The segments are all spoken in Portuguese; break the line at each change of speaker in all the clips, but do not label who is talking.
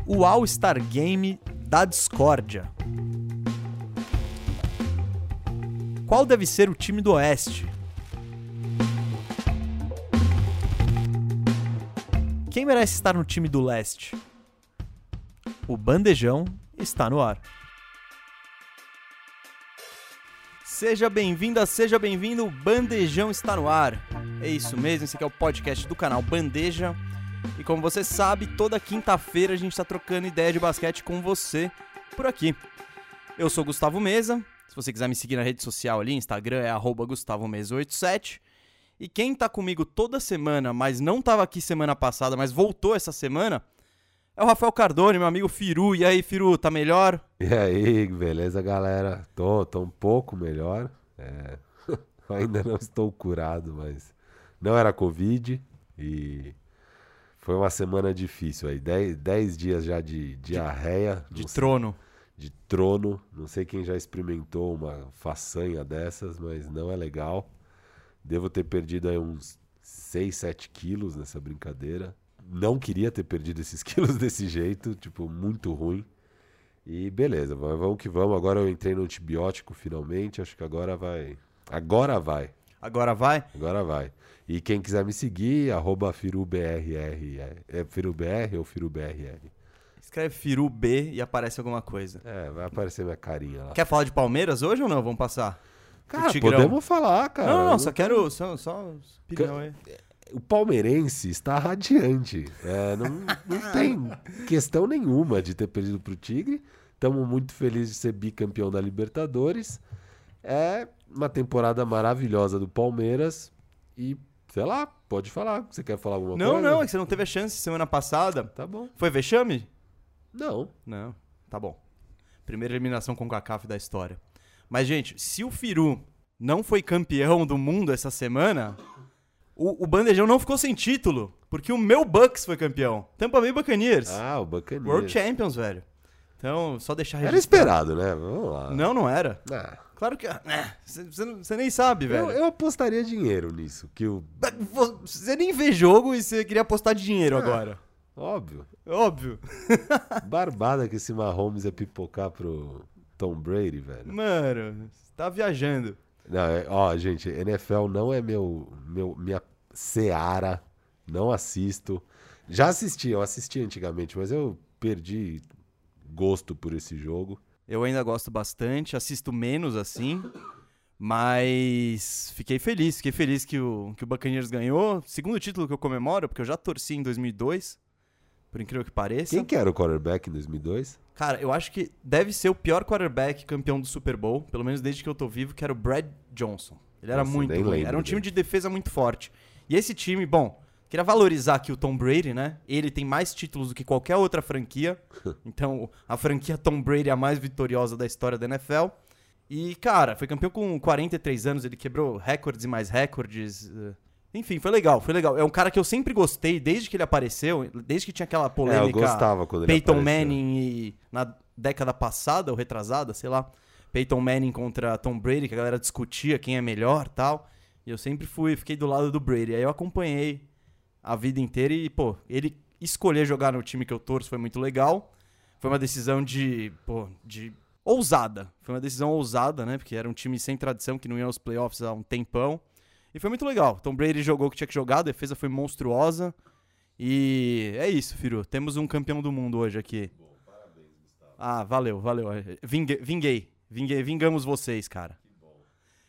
o All-Star Game da discórdia. Qual deve ser o time do Oeste? Quem merece estar no time do Leste? O Bandejão está no ar. Seja bem-vinda, seja bem-vindo, o Bandejão está no ar. É isso mesmo, esse aqui é o podcast do canal Bandeja. E como você sabe, toda quinta-feira a gente está trocando ideia de basquete com você por aqui. Eu sou Gustavo Meza, se você quiser me seguir na rede social ali, Instagram é @GustavoMeza87. E quem tá comigo toda semana, mas não tava aqui semana passada, mas voltou essa semana, é o Rafael Cardone, meu amigo Firu. E aí, Firu, tá melhor?
E aí, beleza, galera? Tô um pouco melhor. Ainda não estou curado, mas não era Covid e foi uma semana difícil aí. 10 dias já de diarreia.
De trono.
De trono. Não sei quem já experimentou uma façanha dessas, mas não é legal. Devo ter perdido aí uns 6, 7 quilos nessa brincadeira. Não queria ter perdido esses quilos desse jeito, tipo, muito ruim. E beleza, vamos que vamos. Agora eu entrei no antibiótico finalmente, acho que agora vai. Agora vai.
Agora vai?
Agora vai. E quem quiser me seguir, @FiruBRR. É FiruBR ou FiruBRR?
Escreve Firu B e aparece alguma coisa.
Vai aparecer minha carinha lá.
Quer falar de Palmeiras hoje ou não? Vamos passar?
Cara, podemos falar, cara.
Não, só quero... Só opinião aí.
O palmeirense está radiante. Não tem questão nenhuma de ter perdido para o Tigre. Estamos muito felizes de ser bicampeão da Libertadores. É uma temporada maravilhosa do Palmeiras. E, sei lá, pode falar. Você quer falar alguma coisa?
Não, é que você não teve a chance semana passada.
Tá bom.
Foi vexame?
Não.
Não, tá bom. Primeira eliminação com o CACAF da história. Mas, gente, se o Firu não foi campeão do mundo essa semana... O Bandejão não ficou sem título, porque o meu Bucks foi campeão. Tampa Bay Buccaneers.
Ah, o Buccaneers.
World Champions, velho. Então, só deixar registrado.
Era esperado, né? Vamos lá.
Não era.
Ah.
Claro que... Você nem sabe, velho.
Eu apostaria dinheiro nisso.
Você nem vê jogo e você queria apostar dinheiro agora.
Óbvio. Barbada que esse Mahomes ia pipocar pro Tom Brady, velho.
Mano, você tá viajando.
Não, gente, NFL não é minha seara, não assisto. Eu assisti antigamente, mas eu perdi gosto por esse jogo.
Eu ainda gosto bastante, assisto menos assim, mas fiquei feliz que o Buccaneers ganhou. Segundo título que eu comemoro, porque eu já torci em 2002, por incrível que pareça.
Quem que era o quarterback em 2002?
Cara, eu acho que deve ser o pior quarterback campeão do Super Bowl, pelo menos desde que eu tô vivo, que era o Brad Johnson. Ele era muito ruim, era um time de defesa muito forte. E esse time, bom, queria valorizar aqui o Tom Brady, né? Ele tem mais títulos do que qualquer outra franquia. Então, a franquia Tom Brady é a mais vitoriosa da história da NFL. E, cara, foi campeão com 43 anos, ele quebrou recordes e mais recordes. Enfim, foi legal. É um cara que eu sempre gostei, desde que ele apareceu, desde que tinha aquela polêmica
eu gostava quando ele
Peyton
apareceu.
Manning e na década passada, ou retrasada, sei lá, Peyton Manning contra Tom Brady, que a galera discutia quem é melhor e tal. E eu sempre fiquei do lado do Brady. Aí eu acompanhei a vida inteira e, ele escolher jogar no time que eu torço foi muito legal. Foi uma decisão de ousada. Foi uma decisão ousada, né? Porque era um time sem tradição, que não ia aos playoffs há um tempão. E foi muito legal. Tom Brady jogou o que tinha que jogar, a defesa foi monstruosa. E é isso, Firu. Temos um campeão do mundo hoje aqui.
Bom, parabéns, Gustavo.
Ah, valeu. Vingamos vocês, cara.
Que bom.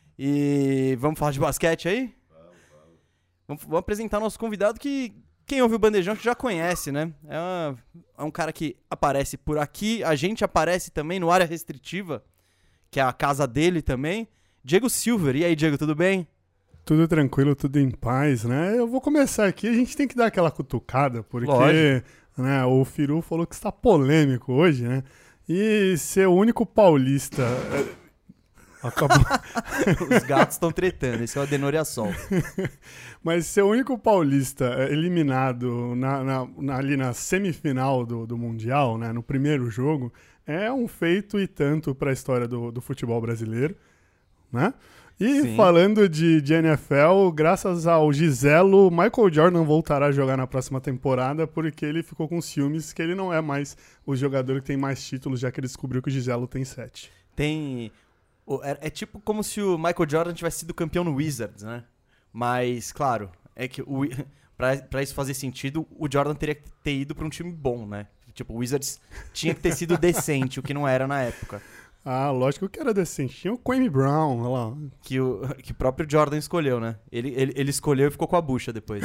E vamos falar de basquete aí? Vamos apresentar nosso convidado que quem ouve o Bandejão que já conhece, né? É um cara que aparece por aqui. A gente aparece também no Área Restritiva, que é a casa dele também. Diego Silver. E aí, Diego, tudo bem?
Tudo tranquilo, tudo em paz, né? Eu vou começar aqui, a gente tem que dar aquela cutucada, porque né, o Firu falou que está polêmico hoje, né? E ser o único paulista... Acabou.
Os gatos estão tretando, esse é o Adenor e a Sol.
Mas ser o único paulista eliminado ali na semifinal do Mundial, né, no primeiro jogo, é um feito e tanto para a história do futebol brasileiro, né? E
Sim.
falando de NFL, graças ao Giselo, Michael Jordan voltará a jogar na próxima temporada porque ele ficou com ciúmes que ele não é mais o jogador que tem mais títulos, já que ele descobriu que o Giselo tem 7.
É tipo como se o Michael Jordan tivesse sido campeão no Wizards, né? Mas, claro, é que pra isso fazer sentido, o Jordan teria que ter ido pra um time bom, né? Tipo, o Wizards tinha que ter sido decente, o que não era na época.
Ah, lógico que era decente. Tinha o Kwame Brown, olha lá.
Que o próprio Jordan escolheu, né? Ele escolheu e ficou com a bucha depois.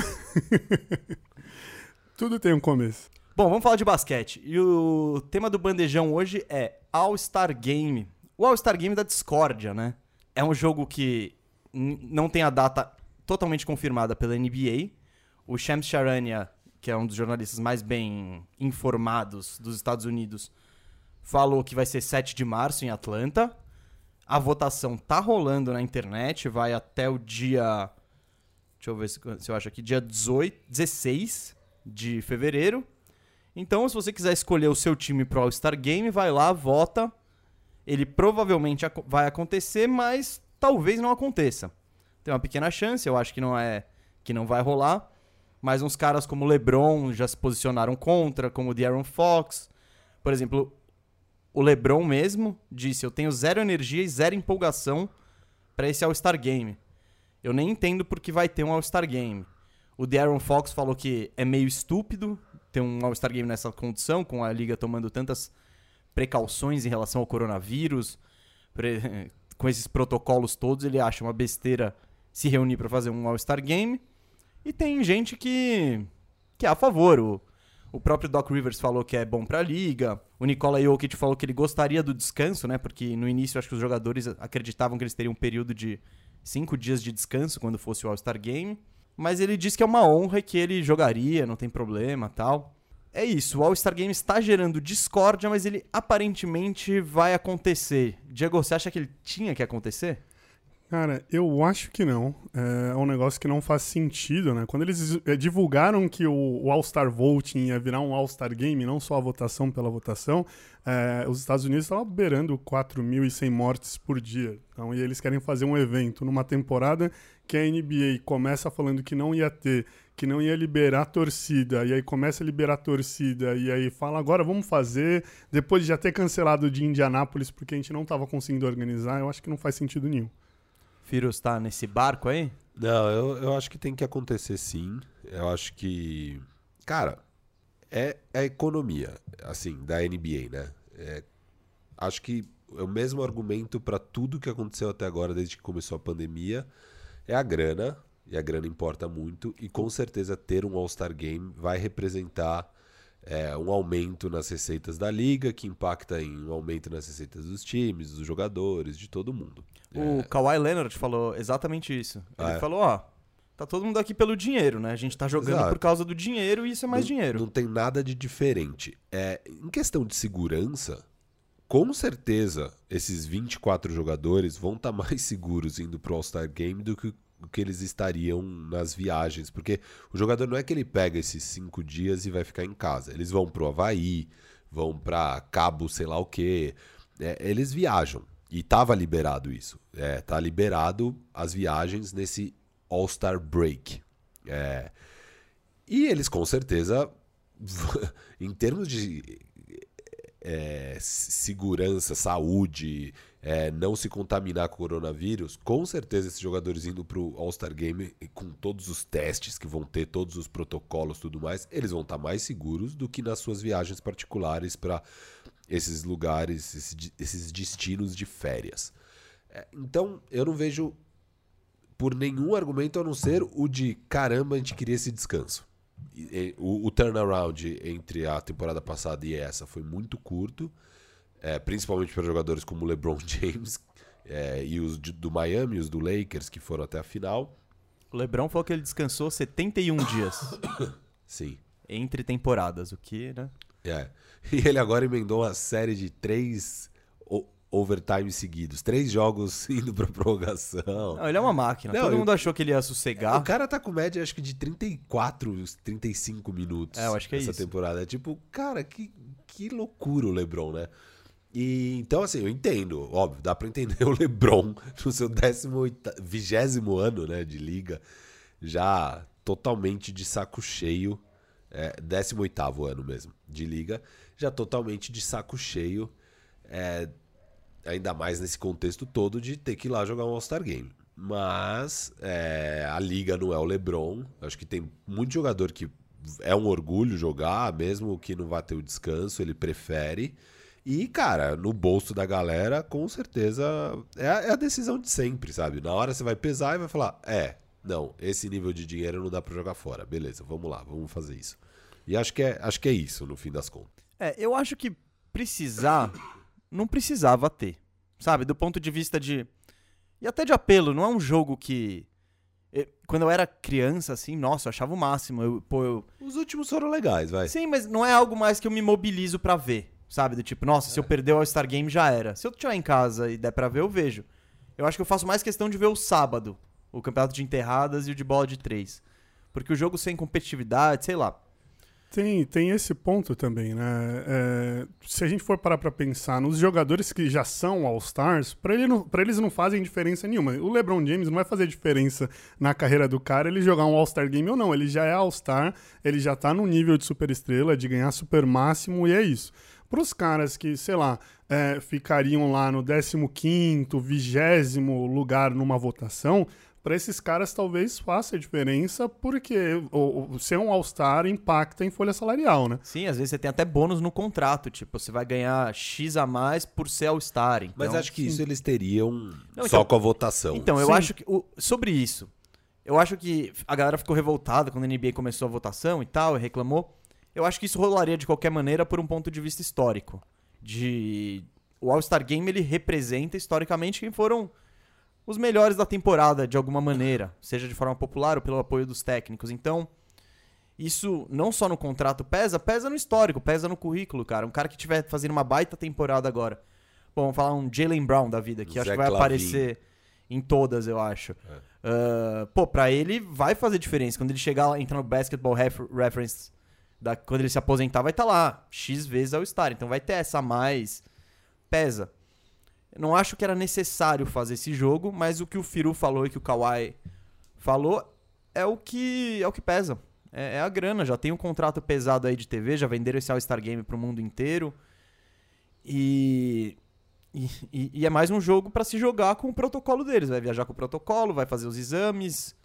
Tudo tem um começo.
Bom, vamos falar de basquete. E o tema do bandejão hoje é All-Star Game. O All-Star Game da discórdia, né? É um jogo que não tem a data totalmente confirmada pela NBA. O Shams Charania, que é um dos jornalistas mais bem informados dos Estados Unidos, falou que vai ser 7 de março em Atlanta. A votação tá rolando na internet, vai até o dia... Deixa eu ver se eu acho aqui. Dia 16 de fevereiro. Então, se você quiser escolher o seu time pro All-Star Game, vai lá, vota. Ele provavelmente vai acontecer, mas talvez não aconteça. Tem uma pequena chance, eu acho que não vai rolar. Mas uns caras como o LeBron já se posicionaram contra, como o De'Aaron Fox. Por exemplo, o LeBron mesmo disse: eu tenho zero energia e zero empolgação para esse All-Star Game. Eu nem entendo porque vai ter um All-Star Game. O De'Aaron Fox falou que é meio estúpido ter um All-Star Game nessa condição, com a liga tomando tantas precauções em relação ao coronavírus, com esses protocolos todos. Ele acha uma besteira se reunir para fazer um All-Star Game. E tem gente que é a favor. O próprio Doc Rivers falou que é bom pra liga. O Nikola Jokic falou que ele gostaria do descanso, né? Porque no início acho que os jogadores acreditavam que eles teriam um período de 5 dias de descanso quando fosse o All-Star Game. Mas ele disse que é uma honra e que ele jogaria, não tem problema, tal. É isso, o All-Star Game está gerando discórdia, mas ele aparentemente vai acontecer. Diego, você acha que ele tinha que acontecer?
Cara, eu acho que não. É um negócio que não faz sentido, né? Quando eles divulgaram que o All-Star Voting ia virar um All-Star Game, não só a votação pela votação, os Estados Unidos estavam beirando 4.100 mortes por dia. Então, e eles querem fazer um evento numa temporada que a NBA começa falando que não ia ter, que não ia liberar torcida, e aí começa a liberar torcida, e aí fala, agora vamos fazer, depois de já ter cancelado o de Indianápolis porque a gente não estava conseguindo organizar. Eu acho que não faz sentido nenhum.
Firus tá nesse barco aí?
Não, eu acho que tem que acontecer sim. Eu acho que... Cara, é a economia, assim, da NBA, né? Acho que é o mesmo argumento para tudo que aconteceu até agora, desde que começou a pandemia, é a grana, e a grana importa muito, e com certeza ter um All-Star Game vai representar um aumento nas receitas da liga, que impacta em um aumento nas receitas dos times, dos jogadores, de todo mundo.
O Kawhi Leonard falou exatamente isso. Ele falou, tá todo mundo aqui pelo dinheiro, né? A gente tá jogando
Exato.
Por causa do dinheiro e isso é mais dinheiro.
Não tem nada de diferente. Em questão de segurança, com certeza esses 24 jogadores vão estar mais seguros indo pro All-Star Game do que eles estariam nas viagens. Porque o jogador não é que ele pega esses 5 dias e vai ficar em casa. Eles vão pro Havaí, vão pra Cabo sei lá o quê. Eles viajam. E tava liberado isso. Tá liberado as viagens nesse All-Star Break. E eles com certeza, em termos de segurança, saúde, não se contaminar com o coronavírus, com certeza esses jogadores indo pro All-Star Game com todos os testes que vão ter, todos os protocolos e tudo mais, eles vão estar mais seguros do que nas suas viagens particulares para esses lugares, esses destinos de férias. Então, eu não vejo por nenhum argumento a não ser o de caramba, a gente queria esse descanso. O turnaround entre a temporada passada e essa foi muito curto, principalmente para jogadores como o LeBron James e os do Miami, os do Lakers, que foram até a final.
O LeBron falou que ele descansou 71 dias.
Sim.
Entre temporadas, o que, né?
E ele agora emendou uma série de 3 overtime seguidos. 3 jogos indo pra prorrogação.
Não, ele é uma máquina.
Não,
Todo mundo achou que ele ia sossegar.
O cara tá com média, acho que de 34, 35 minutos
eu acho que é
nessa
isso.
temporada. Tipo, cara, que loucura o LeBron, né? E então, assim, eu entendo, óbvio, dá pra entender o LeBron no seu 20º ano, né, de liga, já totalmente de saco cheio, 18º ano mesmo de liga, já totalmente de saco cheio, ainda mais nesse contexto todo de ter que ir lá jogar um All-Star Game. Mas a liga não é o LeBron, acho que tem muito jogador que é um orgulho jogar, mesmo que não vá ter o descanso, ele prefere. E, cara, no bolso da galera, com certeza, é a decisão de sempre, sabe? Na hora você vai pesar e vai falar, não, esse nível de dinheiro não dá pra jogar fora. Beleza, vamos lá, vamos fazer isso. E acho que é isso, no fim das contas.
Eu acho que não precisava ter, sabe? Do ponto de vista de... E até de apelo, não é um jogo que... Quando eu era criança, assim, nossa, eu achava o máximo.
Os últimos foram legais, vai.
Sim, mas não é algo mais que eu me mobilizo pra ver, sabe? Do tipo, nossa, se eu perder o All-Star Game já era. Se eu estiver em casa e der pra ver, eu vejo. Eu acho que eu faço mais questão de ver o sábado, o campeonato de enterradas e o de bola de 3. Porque o jogo sem competitividade, sei lá.
Tem esse ponto também, né? Se a gente for parar pra pensar nos jogadores que já são All-Stars, pra eles não fazem diferença nenhuma. O LeBron James não vai fazer diferença na carreira do cara ele jogar um All-Star Game ou não. Ele já é All-Star, ele já tá no nível de superestrela, de ganhar super máximo, e é isso. Pros caras que, sei lá, ficariam lá no 15º, 20º lugar numa votação... Para esses caras talvez faça a diferença, porque ser um All-Star impacta em folha salarial, né?
Sim, às vezes você tem até bônus no contrato, tipo, você vai ganhar X a mais por ser All-Star. Então,
mas acho que
sim.
isso eles teriam só com a votação.
Então, eu
Sim.
acho que, sobre isso, eu acho que a galera ficou revoltada quando a NBA começou a votação e tal, e reclamou. Eu acho que isso rolaria de qualquer maneira por um ponto de vista histórico. O All-Star Game, ele representa historicamente quem foram... os melhores da temporada, de alguma maneira, seja de forma popular ou pelo apoio dos técnicos. Então, isso não só no contrato pesa no histórico, pesa no currículo, cara. Um cara que estiver fazendo uma baita temporada agora. Bom, vamos falar um Jaylen Brown da vida, que acho que vai aparecer em todas, eu acho. Pra ele vai fazer diferença. Quando ele chegar lá, entrar no Basketball Reference, quando ele se aposentar, vai estar lá, X vezes All-Star. Então vai ter essa a mais, pesa. Não acho que era necessário fazer esse jogo, mas o que o Firu falou e que o Kawhi falou é o que pesa. É a grana, já tem um contrato pesado aí de TV, já venderam esse All-Star Game pro mundo inteiro. E é mais um jogo pra se jogar com o protocolo deles. Vai viajar com o protocolo, vai fazer os exames.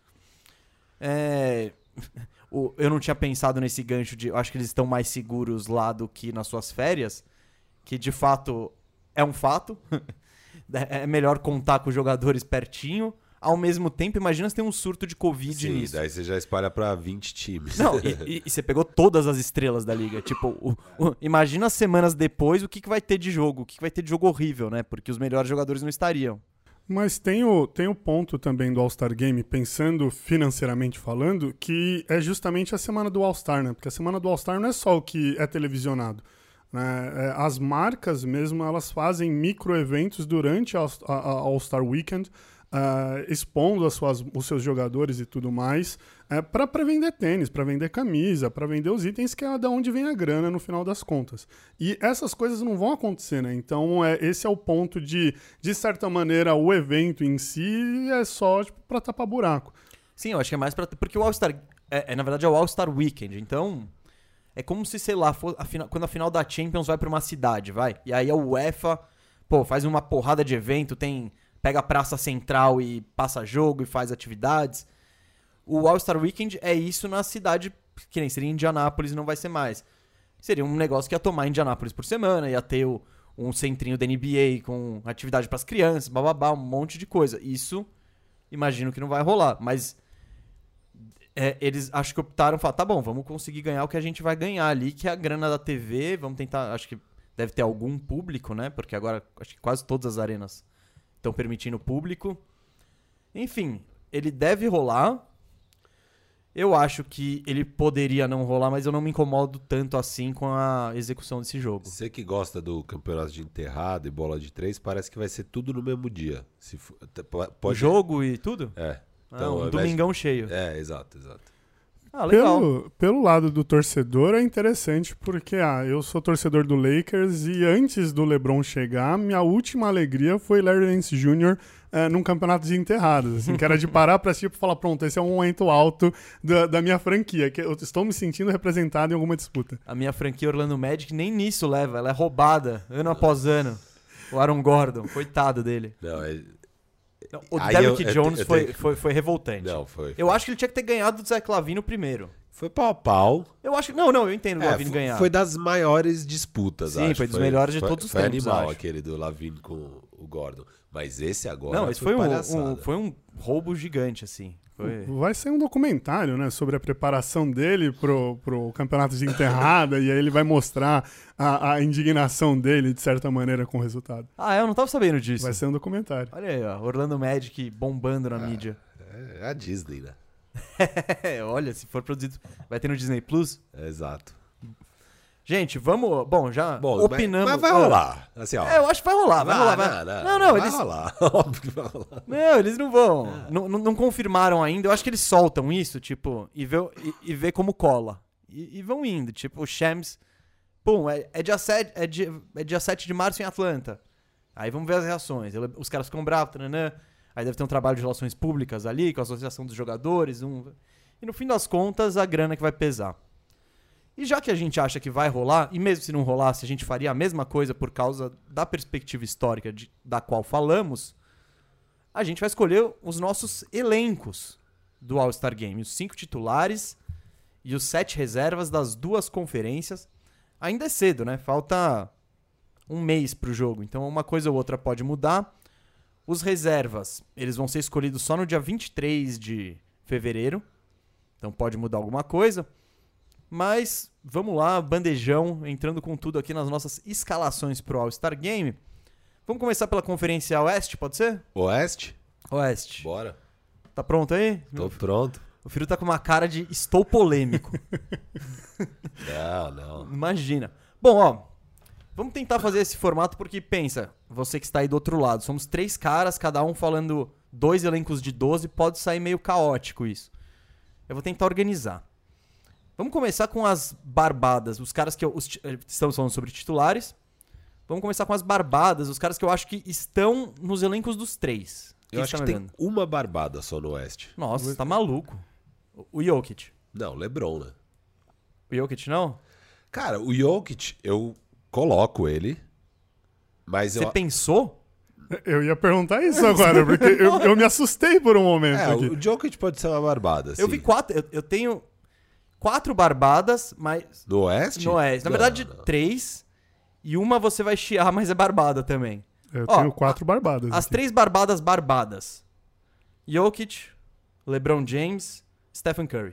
Eu não tinha pensado nesse gancho de... Eu acho que eles estão mais seguros lá do que nas suas férias, que de fato... é um fato. É melhor contar com os jogadores pertinho. Ao mesmo tempo, imagina se tem um surto de Covid nisso.
Daí você já espalha pra 20 times.
Não, e você pegou todas as estrelas da liga. Tipo, imagina as semanas depois o que vai ter de jogo. O que vai ter de jogo horrível, né? Porque os melhores jogadores não estariam.
Mas tem o ponto também do All-Star Game, pensando financeiramente falando, que é justamente a semana do All-Star, né? Porque a semana do All-Star não é só o que é televisionado. As marcas mesmo, elas fazem micro-eventos durante a All-Star Weekend, expondo os seus jogadores e tudo mais, para vender tênis, para vender camisa, para vender os itens, que é da onde vem a grana no final das contas. E essas coisas não vão acontecer, né? Então, esse é o ponto de certa maneira, o evento em si é só para tapar buraco.
Sim, eu acho que é mais porque o All-Star... na verdade, é o All-Star Weekend, então... É como se, sei lá, quando a final da Champions vai pra uma cidade, vai. E aí a UEFA, faz uma porrada de evento, pega a praça central e passa jogo e faz atividades. O All-Star Weekend é isso na cidade, que nem seria Indianápolis e não vai ser mais. Seria um negócio que ia tomar Indianápolis por semana, ia ter um centrinho da NBA com atividade pras crianças, bababá, um monte de coisa. Isso, imagino que não vai rolar, mas... eles acho que optaram, falaram, tá bom, vamos conseguir ganhar o que a gente vai ganhar ali, que é a grana da TV, vamos tentar, acho que deve ter algum público, né, porque agora acho que quase todas as arenas estão permitindo público. Enfim, ele deve rolar, eu acho que ele poderia não rolar, mas eu não me incomodo tanto assim com a execução desse jogo.
Você que gosta do campeonato de enterrada e bola de 3, parece que vai ser tudo no mesmo dia.
O jogo e tudo?
Então,
um domingão cheio.
Exato.
Ah, legal.
Pelo lado do torcedor é interessante porque eu sou torcedor do Lakers e antes do LeBron chegar, minha última alegria foi Larry Nance Jr. Num campeonato de enterradas, assim, que era de parar pra assistir e falar, pronto, esse é um momento alto da minha franquia, que eu estou me sentindo representado em alguma disputa.
A minha franquia Orlando Magic nem nisso leva, ela é roubada, ano após ano. O Aaron Gordon, coitado dele.
Não,
Não, o Derrick Jones foi revoltante.
Não, foi.
Eu acho que ele tinha que ter ganhado do Zach LaVine no primeiro.
Foi pau a pau.
Eu acho que... Não, eu entendo o LaVine ganhar.
Foi das maiores disputas,
Sim,
acho.
foi dos melhores de todos os tempos,
Foi animal
acho.
aquele do LaVine com o Gordon. Mas esse agora
Não, esse foi um roubo gigante, assim.
Vai ser um documentário, né, sobre a preparação dele pro campeonato de enterrada e aí ele vai mostrar a indignação dele, de certa maneira, com o resultado.
Eu não tava sabendo disso.
Vai ser um documentário.
Olha aí, ó, Orlando Magic bombando na mídia.
É a Disney, né?
Olha, se for produzido, vai ter no Disney Plus.
Exato.
Gente, vamos... Bom, opinamos...
Mas vai rolar. Assim, ó.
Eu acho que vai rolar, vai rolar. Não,
vai
eles...
rolar. Óbvio que vai rolar.
Não, eles não vão. Não confirmaram ainda. Eu acho que eles soltam isso, tipo, e vê como cola. E vão indo. Tipo, o Shams... Pum, é dia 7 de março em Atlanta. Aí vamos ver as reações. Os caras ficam bravos, tananã. Aí deve ter um trabalho de relações públicas ali, com a associação dos jogadores. E no fim das contas, a grana que vai pesar. E já que a gente acha que vai rolar, e mesmo se não rolasse, a gente faria a mesma coisa por causa da perspectiva histórica da qual falamos, a gente vai escolher os nossos elencos do All-Star Game. Os 5 titulares e os 7 reservas das 2 conferências. Ainda é cedo, né? Falta um mês pro jogo, então uma coisa ou outra pode mudar. Os reservas, eles vão ser escolhidos só no dia 23 de fevereiro, então pode mudar alguma coisa. Mas vamos lá, bandejão, entrando com tudo aqui nas nossas escalações pro All-Star Game. Vamos começar pela Conferência Oeste, pode ser?
Oeste?
Oeste.
Bora.
Tá pronto aí?
Tô pronto.
O Firu tá com uma cara de estou polêmico.
Não.
Imagina. Bom, ó, vamos tentar fazer esse formato porque, pensa, você que está aí do outro lado, somos 3 caras, cada um falando 2 elencos de 12, pode sair meio caótico isso. Eu vou tentar organizar. Vamos começar com as barbadas, os caras que estamos falando sobre titulares. Vamos começar com as barbadas, os caras que eu acho que estão nos elencos dos 3.
Eu acho que tem uma barbada só no Oeste.
Nossa, você tá maluco. O Jokic.
Não, LeBron, né?
O Jokic não?
Cara, o Jokic, eu coloco ele, mas
Você pensou?
Eu ia perguntar isso agora, porque eu me assustei por um momento aqui.
O Jokic pode ser uma barbada,
Eu vi 4, eu tenho 4 barbadas, mas...
No Oeste?
No Oeste. Na verdade, 3, e uma você vai chiar, mas é barbada também.
Eu tenho 4 barbadas.
As
aqui.
3 barbadas. Jokic, LeBron James, Stephen Curry.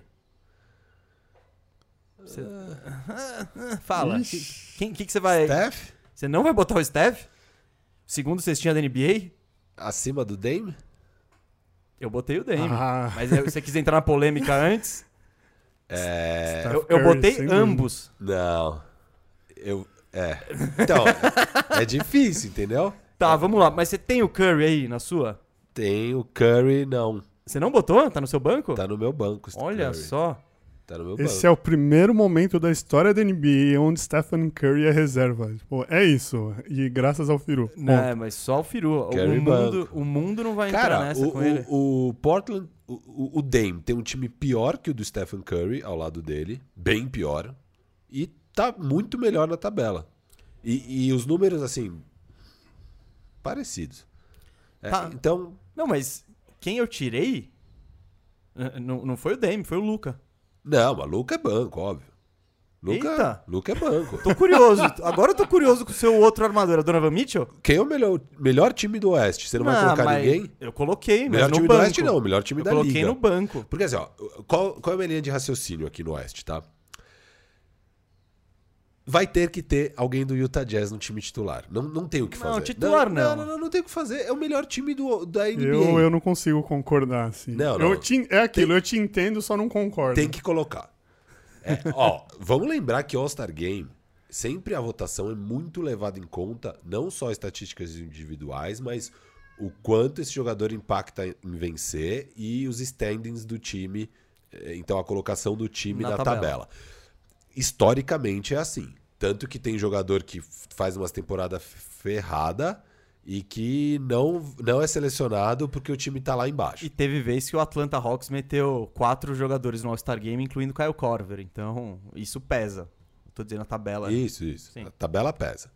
Fala. Quem que você vai...
Steph?
Você não vai botar o Steph? Segundo cestinha da NBA?
Acima do Dame?
Eu botei o Dame.
Mas
você quis entrar na polêmica antes? Eu
Curry,
botei ambos.
Não. Então, é difícil, entendeu?
Tá, vamos lá. Mas você tem o Curry aí na sua?
Tem o Curry, não.
Você não botou? Tá no seu banco?
Tá no meu banco.
Olha
Curry.
só.
Tá no meu
Esse
banco.
é o primeiro momento da história da NBA onde Stephen Curry é reserva. Tipo, é isso. E graças ao Firu.
Não, mas só o Firu. O mundo não vai entrar nessa com ele.
O Portland, o Dame tem um time pior que o do Stephen Curry ao lado dele. Bem pior. E tá muito melhor na tabela. E os números, assim, parecidos.
Tá.
Então...
Não, mas quem eu tirei não foi o Dame, foi o Luka.
Não, mas Luka é banco, óbvio.
Eita.
Luka é banco.
Tô curioso. Agora eu tô curioso com o seu outro armador, a Donovan Mitchell.
Quem é o melhor time do Oeste? Você não vai colocar ninguém?
Eu coloquei,
Melhor
mas no
time
banco.
do Oeste não, o melhor time da liga.
Eu coloquei no banco.
Porque assim, ó, qual é a minha linha de raciocínio aqui no Oeste, tá? Vai ter que ter alguém do Utah Jazz no time titular. Não tem o que fazer.
Não, titular não.
Não tem o que fazer. É o melhor time da NBA.
Eu não consigo concordar, assim.
Não.
Eu te entendo, só não concordo.
Tem que colocar. Vamos lembrar que All-Star Game, sempre a votação é muito levada em conta, não só estatísticas individuais, mas o quanto esse jogador impacta em vencer e os standings do time então a colocação do time
Na
na tabela. Historicamente é assim. Tanto que tem jogador que faz umas temporadas ferrada e que não é selecionado porque o time tá lá embaixo.
E teve vez que o Atlanta Hawks meteu 4 jogadores no All-Star Game, incluindo Kyle Korver. Então, isso pesa. Tô dizendo a tabela.
Isso.
Sim.
A tabela pesa.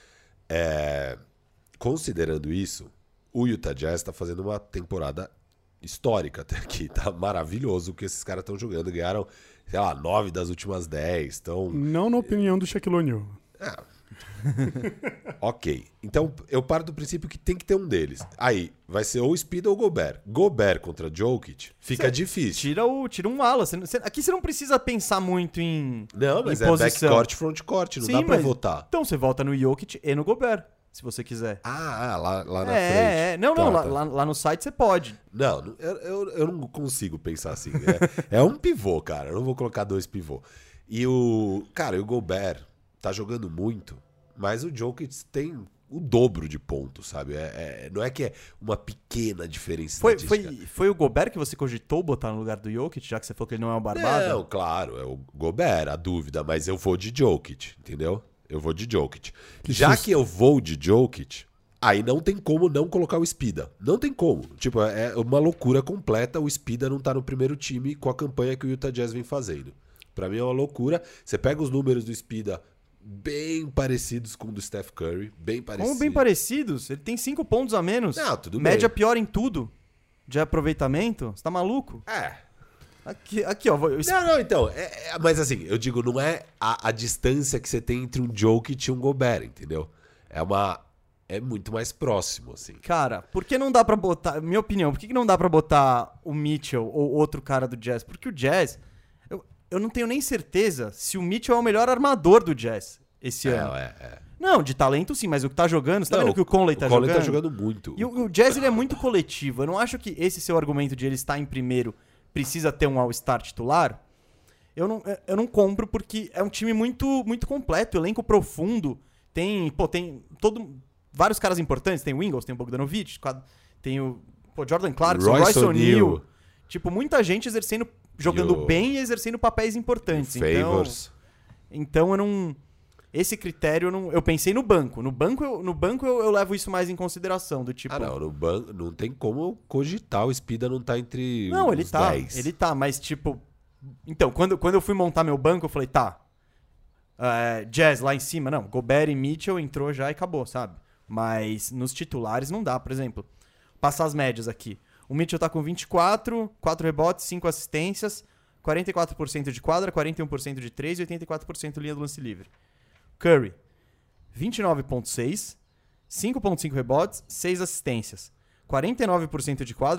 Considerando isso, o Utah Jazz tá fazendo uma temporada histórica até aqui. Tá maravilhoso o que esses caras estão jogando. Ganharam, sei lá, 9 das últimas 10. Então,
Não na opinião do Shaquille O'Neal.
ok. Então, eu paro do princípio que tem que ter um deles. Aí, vai ser ou Speed ou Gobert. Gobert contra Jokic fica difícil.
Tira um ala. Aqui você não precisa pensar muito em
Não, mas
em posição.
backcourt, frontcourt. Não
Sim,
dá pra
mas-
votar.
Então você volta no Jokic e no Gobert, se você quiser.
Lá na frente.
Não,
Tá,
lá,
tá.
lá no site você pode.
Não, eu não consigo pensar assim. É um pivô, cara. Eu não vou colocar 2 pivô. E o Gobert tá jogando muito, mas o Jokic tem o dobro de pontos, sabe? Não é que é uma pequena diferença estatística.
Foi o Gobert que você cogitou botar no lugar do Jokic, já que você falou que ele não é um barbado?
Não, claro, é o Gobert, a dúvida, mas eu vou de Jokic, entendeu? Eu vou de Jokic. Já que eu vou de Jokic, aí não tem como não colocar o Spida. Não tem como. Tipo, é uma loucura completa o Spida não tá no primeiro time com a campanha que o Utah Jazz vem fazendo. Pra mim é uma loucura. Você pega os números do Spida bem parecidos com o do Steph Curry, bem parecidos.
Como bem parecidos? Ele tem 5 pontos a menos.
Não, tudo
Média
bem.
pior em tudo. De aproveitamento. Você tá maluco? Aqui ó.
Não, então. Mas assim, eu digo, não é a distância que você tem entre um Jokic e um Gobert, entendeu? É muito mais próximo, assim.
Cara, por que não dá pra botar... Minha opinião, por que não dá pra botar o Mitchell ou outro cara do Jazz? Porque o Jazz... Eu não tenho nem certeza se o Mitchell é o melhor armador do Jazz esse ano. Não, de talento sim, mas o que tá jogando... Você tá vendo que o Conley tá jogando?
O Conley tá jogando muito.
E o Jazz ele é muito coletivo. Eu não acho que esse seu argumento de ele estar em primeiro precisa ter um All-Star titular. Eu não compro porque é um time muito, muito completo, elenco profundo. Tem vários caras importantes. Tem o Ingles, tem o Bogdanovic, tem o Jordan Clarkson, Royce O'Neal. Tipo, muita gente jogando bem e exercendo papéis importantes. Então eu não... Esse critério eu pensei no banco. No banco eu levo isso mais em consideração. Do tipo...
No banco não tem como cogitar. O Spida não tá entre
Não,
os 10.
Ele tá, mas tipo... Então, quando eu fui montar meu banco, eu falei, Jazz lá em cima. Não, Gobert e Mitchell entrou já e acabou, sabe? Mas nos titulares não dá. Por exemplo, passar as médias aqui. O Mitchell tá com 24, 4 rebotes, 5 assistências, 44% de quadra, 41% de 3 e 84% linha do lance livre. Curry, 29,6, 5,5 rebotes, 6 assistências. 49% de quadra,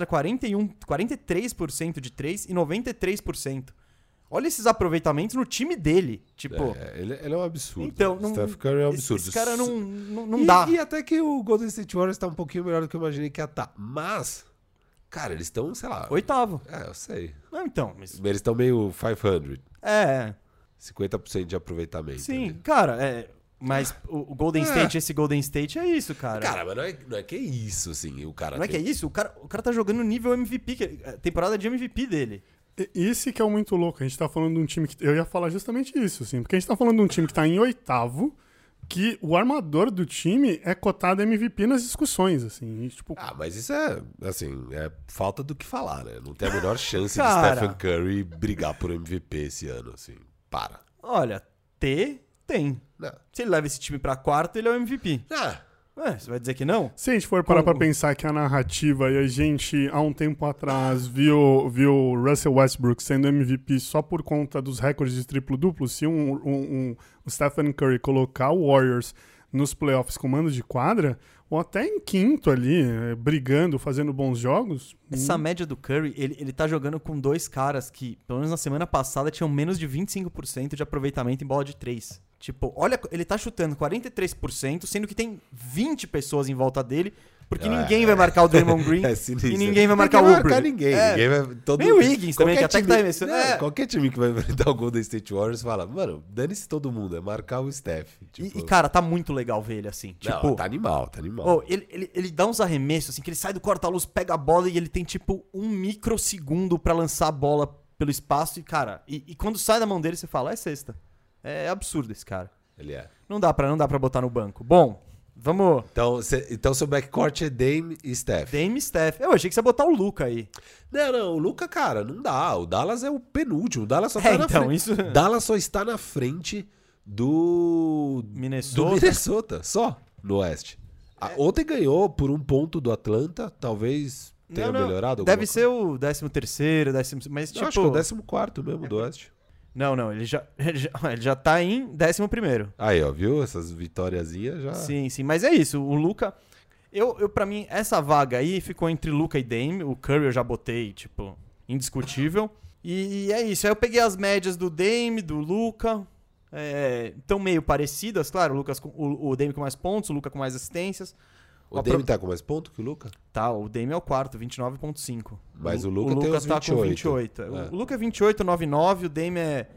43% de 3 e 93%. Olha esses aproveitamentos no time dele. Tipo,
Ele é um absurdo.
Então,
Steph Curry é um absurdo.
Esse cara não dá.
E até que o Golden State Warriors tá um pouquinho melhor do que eu imaginei que ia estar. Mas, cara, eles estão, sei lá...
8º.
Eu sei.
Não, então. Mas...
Eles estão meio 500.
É.
50% de aproveitamento.
Sim,
ali.
cara, mas o Golden State, esse Golden State é isso, cara.
Cara, mas não é que é isso, assim. O cara
Não é que é isso? O cara tá jogando nível MVP, temporada de MVP dele.
Esse que é o muito louco. A gente tá falando de um time que... Eu ia falar justamente isso, assim. Porque a gente tá falando de um time que tá em 8º, que o armador do time é cotado MVP nas discussões, assim. E, tipo...
mas isso é, assim, é falta do que falar, né? Não tem a menor chance de
Cara.
Stephen Curry brigar por MVP esse ano, assim. Para.
Olha, tem.
Não.
Se ele leva esse time pra quarto, ele é o MVP. Você vai dizer que não?
Se a gente for parar pra pensar que a narrativa e a gente, há um tempo atrás, viu o Russell Westbrook sendo MVP só por conta dos recordes de triplo-duplo, se o Stephen Curry colocar o Warriors nos playoffs com mando de quadra, ou até em quinto ali, brigando, fazendo bons jogos...
Essa média do Curry, ele tá jogando com 2 caras que, pelo menos na semana passada, tinham menos de 25% de aproveitamento em bola de 3. Tipo, olha, ele tá chutando 43%, sendo que tem 20 pessoas em volta dele, porque ninguém vai marcar o Draymond Green e ninguém vai marcar o Oubre.
Ninguém vai...
Nem o Wiggins também, que até que tá arremessando.
Qualquer time que vai enfrentar o Golden State Warriors fala, mano, dane-se todo mundo, é marcar o Steph. Tipo...
E, cara, tá muito legal ver ele assim. Tipo,
não, tá animal.
Ele dá uns arremessos, assim, que ele sai do corta-luz, pega a bola e ele tem, tipo, 1 microsegundo pra lançar a bola pelo espaço e, cara, e quando sai da mão dele, você fala, é cesta. É absurdo esse cara.
Ele é.
Não dá pra botar no banco. Bom, vamos...
Então seu backcourt é Dame e Steph.
Dame e Steph. Eu achei que você ia botar o Luka aí.
Não, o Luka, cara, não dá. O Dallas é o penúltimo. O Dallas só tá na frente.
Isso...
Dallas só está na frente do Minnesota, só no Oeste. Ontem ganhou por 1 ponto do Atlanta, talvez tenha melhorado.
Deve ser o 13º, mas tipo...
Eu acho que é o 14º mesmo do Oeste.
Não, ele já tá em 11º.
Aí, ó, viu? Essas vitóriazinhas já...
Sim, mas é isso. O Luka... Pra mim, essa vaga aí ficou entre Luka e Dame. O Curry eu já botei, tipo, indiscutível. E é isso. Aí eu peguei as médias do Dame, do Luka. Tão meio parecidas, claro. O Dame com mais pontos, o Luka com mais assistências.
O Dame tá com mais pontos que o Luka?
Tá, o Dame é o quarto, 29,5.
Mas o Luka tem uns 28.
Tá com 28. O Luka é 28, 9,9. O Dame é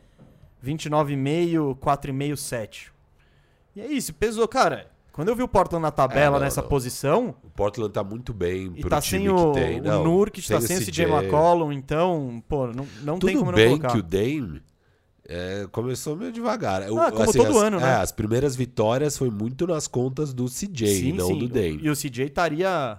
29,5, 4,5, 7. E é isso, pesou. Cara, quando eu vi o Portland na tabela nessa posição...
O Portland tá muito bem pro
tá
time
sem
que tem.
O Nurkic, tá sem o CJ McCollum, então, pô, não tem como não colocar.
Tudo bem que o Dame... começou meio devagar.
Como assim, todo ano, né?
As primeiras vitórias foi muito nas contas do CJ, não do Dame.
E o CJ estaria...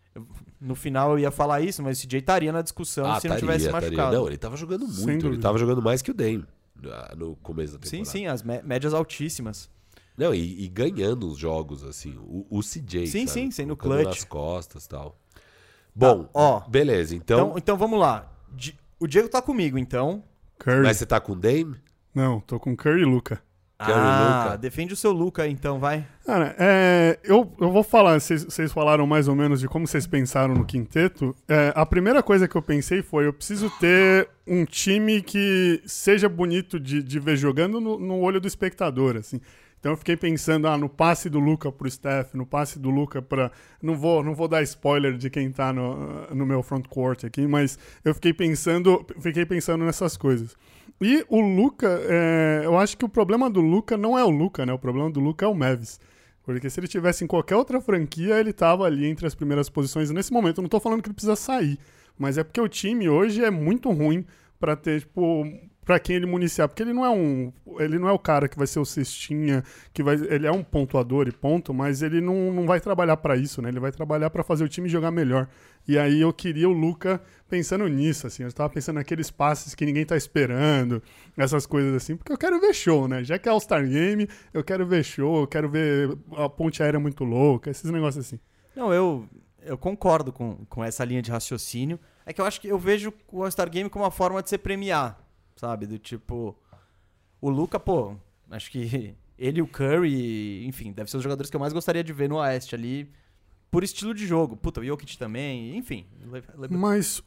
No final eu ia falar isso, mas o CJ estaria na discussão se não tivesse machucado.
Não, ele tava jogando muito. Ele tava jogando mais que o Dame no começo da temporada.
Sim, as médias altíssimas.
Não, e ganhando os jogos, assim. O CJ,
sim, sendo clutch.
nas costas e tal. Bom, beleza, então...
Então vamos lá. O Diego tá comigo, então...
Curry.
Mas você tá com o Dame?
Não, tô com Curry e Luka.
Luka.
Defende o seu Luka aí, então, vai.
Cara, eu vou falar, vocês falaram mais ou menos de como vocês pensaram no quinteto. A primeira coisa que eu pensei foi, eu preciso ter um time que seja bonito de ver jogando no olho do espectador, assim. Então eu fiquei pensando no passe do Luka pro Steph, no passe do Luka pra... Não vou dar spoiler de quem tá no meu frontcourt aqui, mas eu fiquei pensando nessas coisas. E o Luka, eu acho que o problema do Luka não é o Luka, né? O problema do Luka é o Mavis. Porque se ele tivesse em qualquer outra franquia, ele tava ali entre as primeiras posições. Nesse momento, eu não tô falando que ele precisa sair, mas é porque o time hoje é muito ruim pra ter, tipo... Pra quem ele municiar, porque ele não é o cara que vai ser o cestinha, ele é um pontuador e ponto, mas ele não vai trabalhar pra isso, né? Ele vai trabalhar pra fazer o time jogar melhor. E aí eu queria o Luka pensando nisso, assim, eu tava pensando naqueles passes que ninguém tá esperando, essas coisas assim, porque eu quero ver show, né? Já que é All-Star Game, eu quero ver show, eu quero ver a ponte aérea muito louca, esses negócios assim.
Não, eu concordo com essa linha de raciocínio. É que eu acho que eu vejo o All-Star Game como uma forma de se premiar. Sabe, do tipo... O Luka, pô, acho que ele e o Curry, enfim, deve ser os jogadores que eu mais gostaria de ver no Oeste ali, por estilo de jogo. Puta, o Jokic também, enfim.
Mas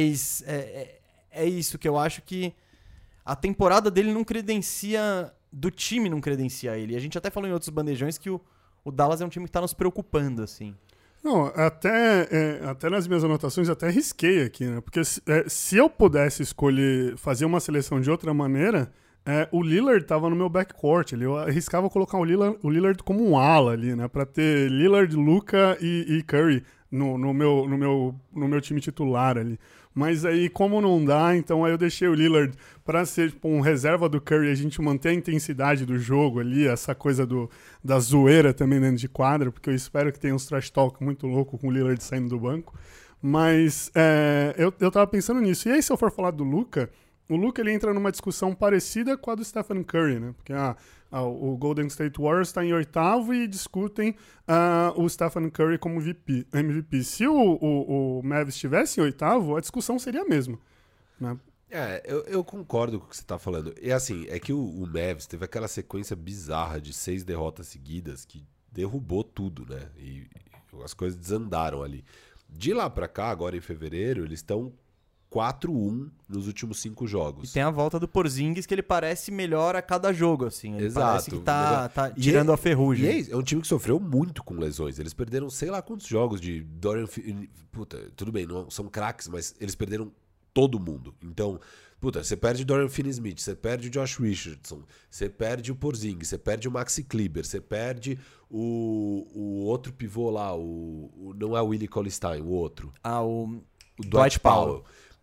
é isso que eu acho que a temporada dele não credencia... Do time não credencia ele. E a gente até falou em outros bandejões que o Dallas é um time que tá nos preocupando, assim.
Não, até nas minhas anotações eu até risquei aqui, né? Porque se eu pudesse escolher fazer uma seleção de outra maneira, o Lillard tava no meu backcourt. Eu arriscava colocar o Lillard como um ala ali, né? Pra ter Lillard, Luka e Curry no meu time titular ali. Mas aí, como não dá, então aí eu deixei o Lillard pra ser tipo, um reserva do Curry, a gente manter a intensidade do jogo ali, essa coisa da zoeira também dentro de quadra, porque eu espero que tenha uns trash talk muito louco com o Lillard saindo do banco. Mas eu tava pensando nisso. E aí, se eu for falar do Luka, o Luka ele entra numa discussão parecida com a do Stephen Curry, né? Porque o Golden State Warriors está em 8º e discutem o Stephen Curry como MVP. Se o Mavis estivesse em 8º, a discussão seria a mesma, né?
Eu concordo com o que você está falando. E assim, é que o Mavs teve aquela sequência bizarra de 6 derrotas seguidas que derrubou tudo, né? E as coisas desandaram ali. De lá para cá, agora em fevereiro, eles estão 4-1 nos últimos 5 jogos.
E tem a volta do Porzingis que ele parece melhor a cada jogo, assim. Ele
Exato.
Parece que tá tirando a ferrugem.
E é um time que sofreu muito com lesões. Eles perderam sei lá quantos jogos de Dorian... Puta, tudo bem, não são craques, mas eles perderam todo mundo. Então, puta, você perde Dorian Finney-Smith, você perde o Josh Richardson, você perde o Porzingis, você perde o Maxi Kleber, você perde o outro pivô lá, não é o Willie Cauley-Stein, o outro.
O
Dwight Powell.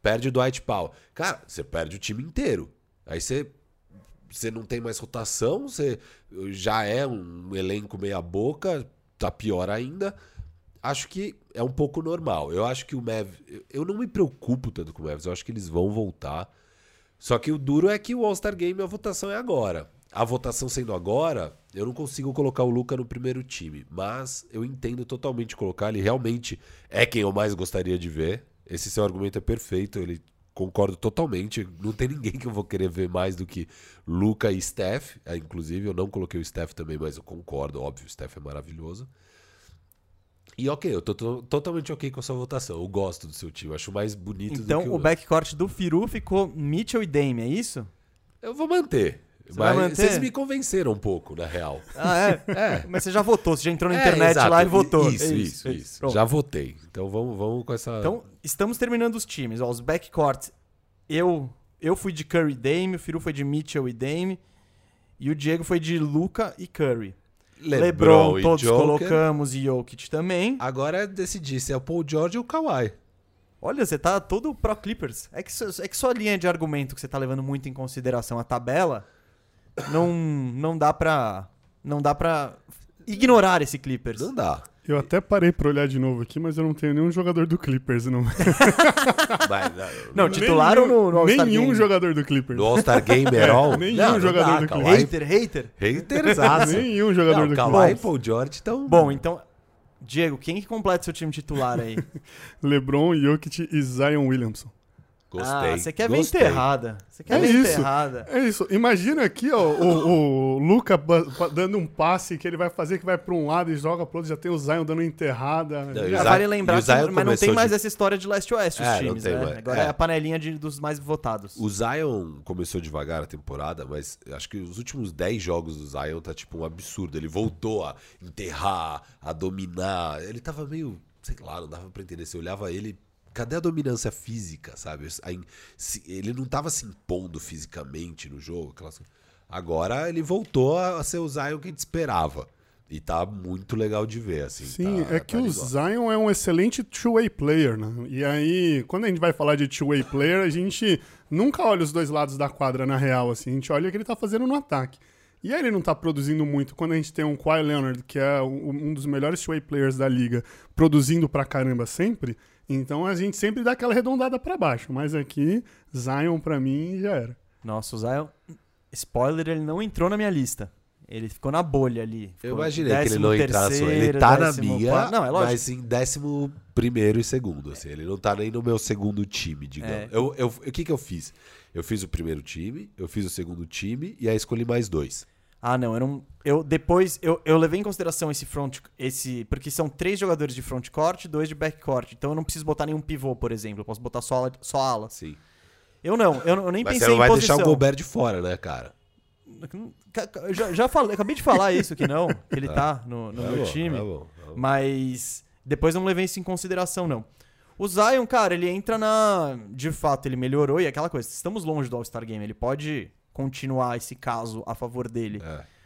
perde o Dwight Powell. Cara, você perde o time inteiro. Aí você não tem mais rotação, você já é um elenco meia boca, tá pior ainda. Acho que é um pouco normal. Eu acho que o Mavs... Eu não me preocupo tanto com o Mavs, eu acho que eles vão voltar. Só que o duro é que o All-Star Game, a votação é agora. A votação sendo agora, eu não consigo colocar o Luka no primeiro time. Mas eu entendo totalmente colocar. Ele realmente é quem eu mais gostaria de ver. Esse seu argumento é perfeito. Ele concordo totalmente. Não tem ninguém que eu vou querer ver mais do que Luka e Steph. Inclusive, eu não coloquei o Steph também, mas eu concordo. Óbvio, o Steph é maravilhoso. E ok, eu tô totalmente ok com a sua votação. Eu gosto do seu time, acho mais bonito do que
Então o backcourt do Firu ficou Mitchell e Dame, é isso?
Eu vou manter.
Vai manter?
Vocês me convenceram um pouco, na real.
Ah, é? Mas você já votou, você já entrou na internet
exato.
lá e votou.
Isso. Já votei. Então vamos com essa...
Então, estamos terminando os times. Ó, os backcourts, eu fui de Curry e Dame, o Firu foi de Mitchell e Dame, e o Diego foi de Luka e Curry. LeBron
e
todos
Joker.
colocamos e Jokic também.
Agora é decidir se é o Paul George ou o Kawhi.
Olha, você tá todo pro Clippers. É que sua linha de argumento que você tá levando muito em consideração a tabela, não dá pra ignorar esse Clippers.
Não dá.
Eu até parei pra olhar de novo aqui, mas eu não tenho nenhum jogador do Clippers. Não,
não titular ou no All-Star Game?
Nenhum jogador do Clippers.
No All-Star Game at all?
Nenhum jogador do Clippers.
Hater?
Haterzaço.
Nenhum jogador do
Kawhi
Clippers.
e Paul George estão...
Bom, então, Diego, quem que completa seu time titular aí?
LeBron, Jokic e Zion Williamson.
Gostei.
Você quer ver enterrada. Você quer ver enterrada.
É isso. Imagina aqui, ó, o Luka dando um passe que ele vai fazer, que vai pra um lado e joga pro outro, já tem o Zion dando enterrada.
Vale lembrar que mas não tem mais essa história de leste-oeste os times,
tem,
né? Agora é a panelinha dos mais votados.
O Zion começou devagar a temporada, mas acho que os últimos 10 jogos do Zion tá tipo um absurdo. Ele voltou a enterrar, a dominar. Ele tava meio, sei lá, não dava pra entender. Você olhava ele... Cadê a dominância física, sabe? Ele não tava se impondo fisicamente no jogo. Agora ele voltou a ser o Zion que a gente esperava. E tá muito legal de ver, assim.
Sim, é que o Zion é um excelente two-way player, né? E aí, quando a gente vai falar de two-way player, a gente nunca olha os dois lados da quadra na real, assim. A gente olha o que ele tá fazendo no ataque. E aí ele não tá produzindo muito. Quando a gente tem um Kawhi Leonard, que é um dos melhores two-way players da liga, produzindo pra caramba sempre... Então a gente sempre dá aquela arredondada pra baixo. Mas aqui, Zion pra mim já era.
Nossa, o Zion... Spoiler, ele não entrou na minha lista. Ele ficou na bolha ali.
Eu imaginei que ele não entrasse. Ele tá na minha,
não, é lógico.
mas em 11º e segundo. Assim, ele não tá nem no meu segundo time, digamos. O que eu fiz? Eu fiz o primeiro time, eu fiz o segundo time e aí escolhi mais 2.
Ah, não, eu levei em consideração porque são 3 jogadores de frontcourt e 2 de backcourt. Então eu não preciso botar nenhum pivô, por exemplo. Eu posso botar só ala.
Sim.
Eu nem pensei em posição.
Mas você não vai deixar o Gobert de fora, né, cara?
Já falei, acabei de falar isso que não, que ele tá no meu time.
Tá bom.
Mas depois eu não levei isso em consideração, não. O Zion, cara, ele entra de fato, ele melhorou e é aquela coisa, estamos longe do All-Star Game, ele pode continuar esse caso a favor dele.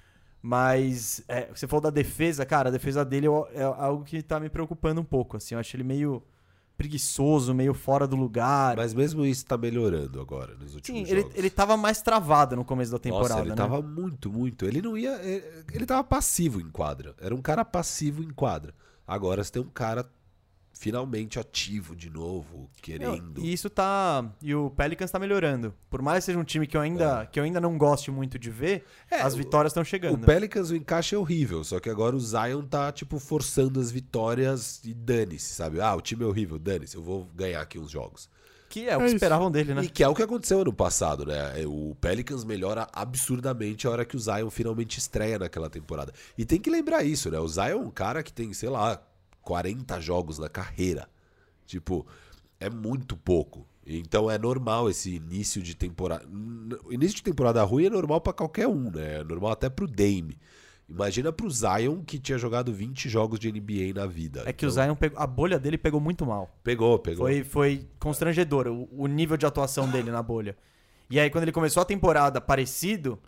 Mas você falou da defesa, cara, a defesa dele é algo que tá me preocupando um pouco, assim, eu acho ele meio preguiçoso, meio fora do lugar.
Mas mesmo isso tá melhorando agora, nos últimos jogos.
Ele tava mais travado no começo da temporada,
Nossa, ele tava muito. Ele não ia... Ele tava passivo em quadra. Era um cara passivo em quadra. Agora você tem um cara finalmente ativo de novo, querendo.
E isso tá... E o Pelicans tá melhorando. Por mais que seja um time que eu ainda não goste muito de ver, as vitórias estão chegando.
O Pelicans, o encaixe é horrível, só que agora o Zion tá, tipo, forçando as vitórias e dane-se, sabe? O time é horrível, dane-se, eu vou ganhar aqui uns jogos.
Que é o que esperavam dele, né?
E que é o que aconteceu ano passado, né? O Pelicans melhora absurdamente a hora que o Zion finalmente estreia naquela temporada. E tem que lembrar isso, né? O Zion é um cara que tem, sei lá, 40 jogos na carreira. Tipo, é muito pouco. Então é normal esse início de temporada. Início de temporada ruim é normal pra qualquer um, né? É normal até pro Dame. Imagina pro Zion, que tinha jogado 20 jogos de NBA na vida.
É que o Zion a bolha dele pegou muito mal.
Pegou.
Foi constrangedor o nível de atuação dele na bolha. E aí, quando ele começou a temporada parecido,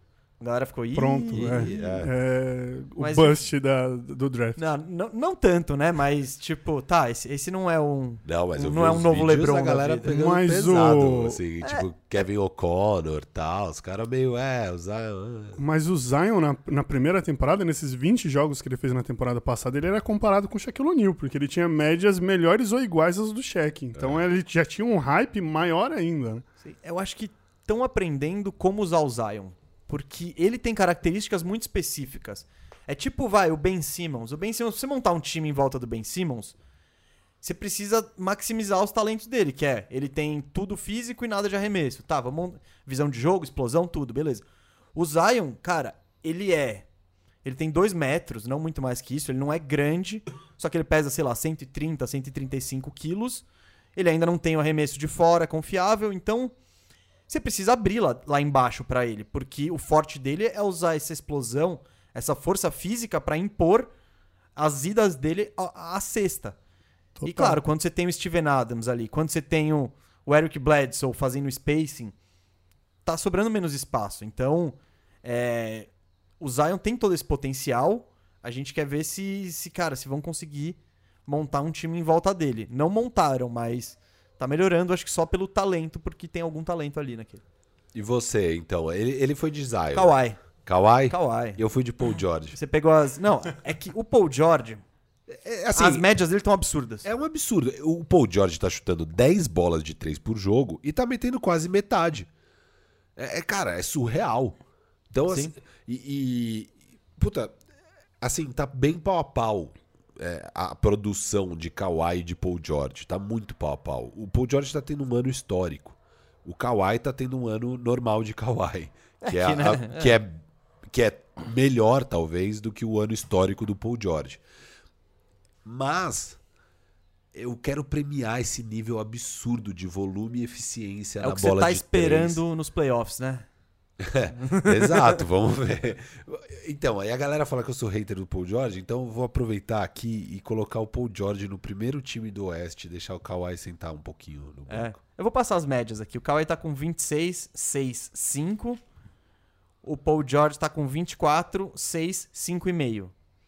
A galera ficou...
Pronto, o
Mas-
bust do draft.
Não tanto, né? Mas, tipo, tá, esse não é um...
Não, mas eu vi
Não é um
uns
novo
vídeos
LeBron
da
da
galera
vida.
pegando
Mas
pesado, assim, tipo Kevin O'Connor e tal, os caras meio, o Zion...
Mas o Zion, na primeira temporada, nesses 20 jogos que ele fez na temporada passada, ele era comparado com o Shaquille O'Neal, porque ele tinha médias melhores ou iguais às do Shaq. Então ele já tinha um hype maior ainda, né?
Eu acho que estão aprendendo como usar o Zion. Porque ele tem características muito específicas. É tipo, o Ben Simmons. O Ben Simmons, se você montar um time em volta do Ben Simmons, você precisa maximizar os talentos dele, que é, ele tem tudo físico e nada de arremesso. Tá, visão de jogo, explosão, tudo, beleza. O Zion, cara, ele tem 2 metros, não muito mais que isso, ele não é grande, só que ele pesa, sei lá, 130, 135 quilos. Ele ainda não tem o arremesso de fora confiável, então você precisa abrir lá embaixo pra ele, porque o forte dele é usar essa explosão, essa força física pra impor as idas dele à cesta.
Total.
E claro, quando você tem o Steven Adams ali, quando você tem o Eric Bledsoe fazendo spacing, tá sobrando menos espaço. Então, o Zion tem todo esse potencial. A gente quer ver se vão conseguir montar um time em volta dele. Não montaram, mas tá melhorando, acho que só pelo talento, porque tem algum talento ali naquele.
E você, então? Ele foi de Zion.
Kawhi.
Kawhi? Eu fui de Paul George.
Você pegou as... Não, é que o Paul George...
Assim,
as médias dele estão absurdas.
é um absurdo. O Paul George tá chutando 10 bolas de 3 por jogo e tá metendo quase metade. Cara, é surreal. Então,
Sim.
assim, puta, assim, tá bem pau a pau a produção de Kawhi e de Paul George. Tá muito pau a pau. O Paul George tá tendo um ano histórico. O Kawhi tá tendo um ano normal de Kawhi. Que é melhor, talvez, do que o ano histórico do Paul George. Mas eu quero premiar esse nível absurdo de volume e eficiência na bola de
É o que você tá
3.
esperando nos playoffs, né?
Exato, vamos ver. Então, aí a galera fala que eu sou hater do Paul George, então eu vou aproveitar aqui e colocar o Paul George no primeiro time do Oeste e deixar o Kawhi sentar um pouquinho no banco.
Eu vou passar as médias aqui. O Kawhi tá com 26, 6, 5. O Paul George tá com 24, 6, 5,5.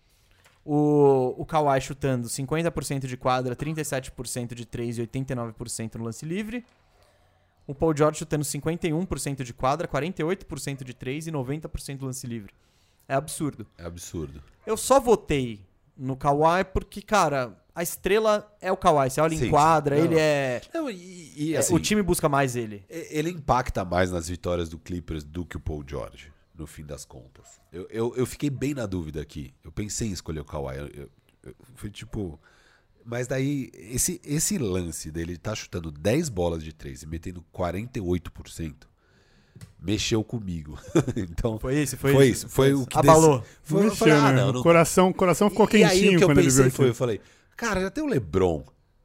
O Kawhi chutando 50% de quadra, 37% de 3 e 89% no lance livre. O Paul George chutando 51% de quadra, 48% de 3 e 90% do lance livre. É absurdo.
É absurdo.
Eu só votei no Kawhi porque, cara, a estrela é o Kawhi. Você olha em quadra,
Não.
ele é...
Não, assim,
o time busca mais ele.
ele impacta mais nas vitórias do Clippers do que o Paul George, no fim das contas. Eu fiquei bem na dúvida aqui. Eu pensei em escolher o Kawhi. Eu fui tipo... Mas daí, esse lance dele tá chutando 10 bolas de 3 e metendo 48%, mexeu comigo. Então,
Foi isso.
Foi o que
abalou.
Mexeu,
eu falei,
né?
não.
O coração ficou
E aí o
quentinho
que eu
quando ele viu
pensei
aquilo.
eu falei, cara, já tem o LeBron.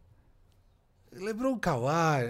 LeBron, Kawhi...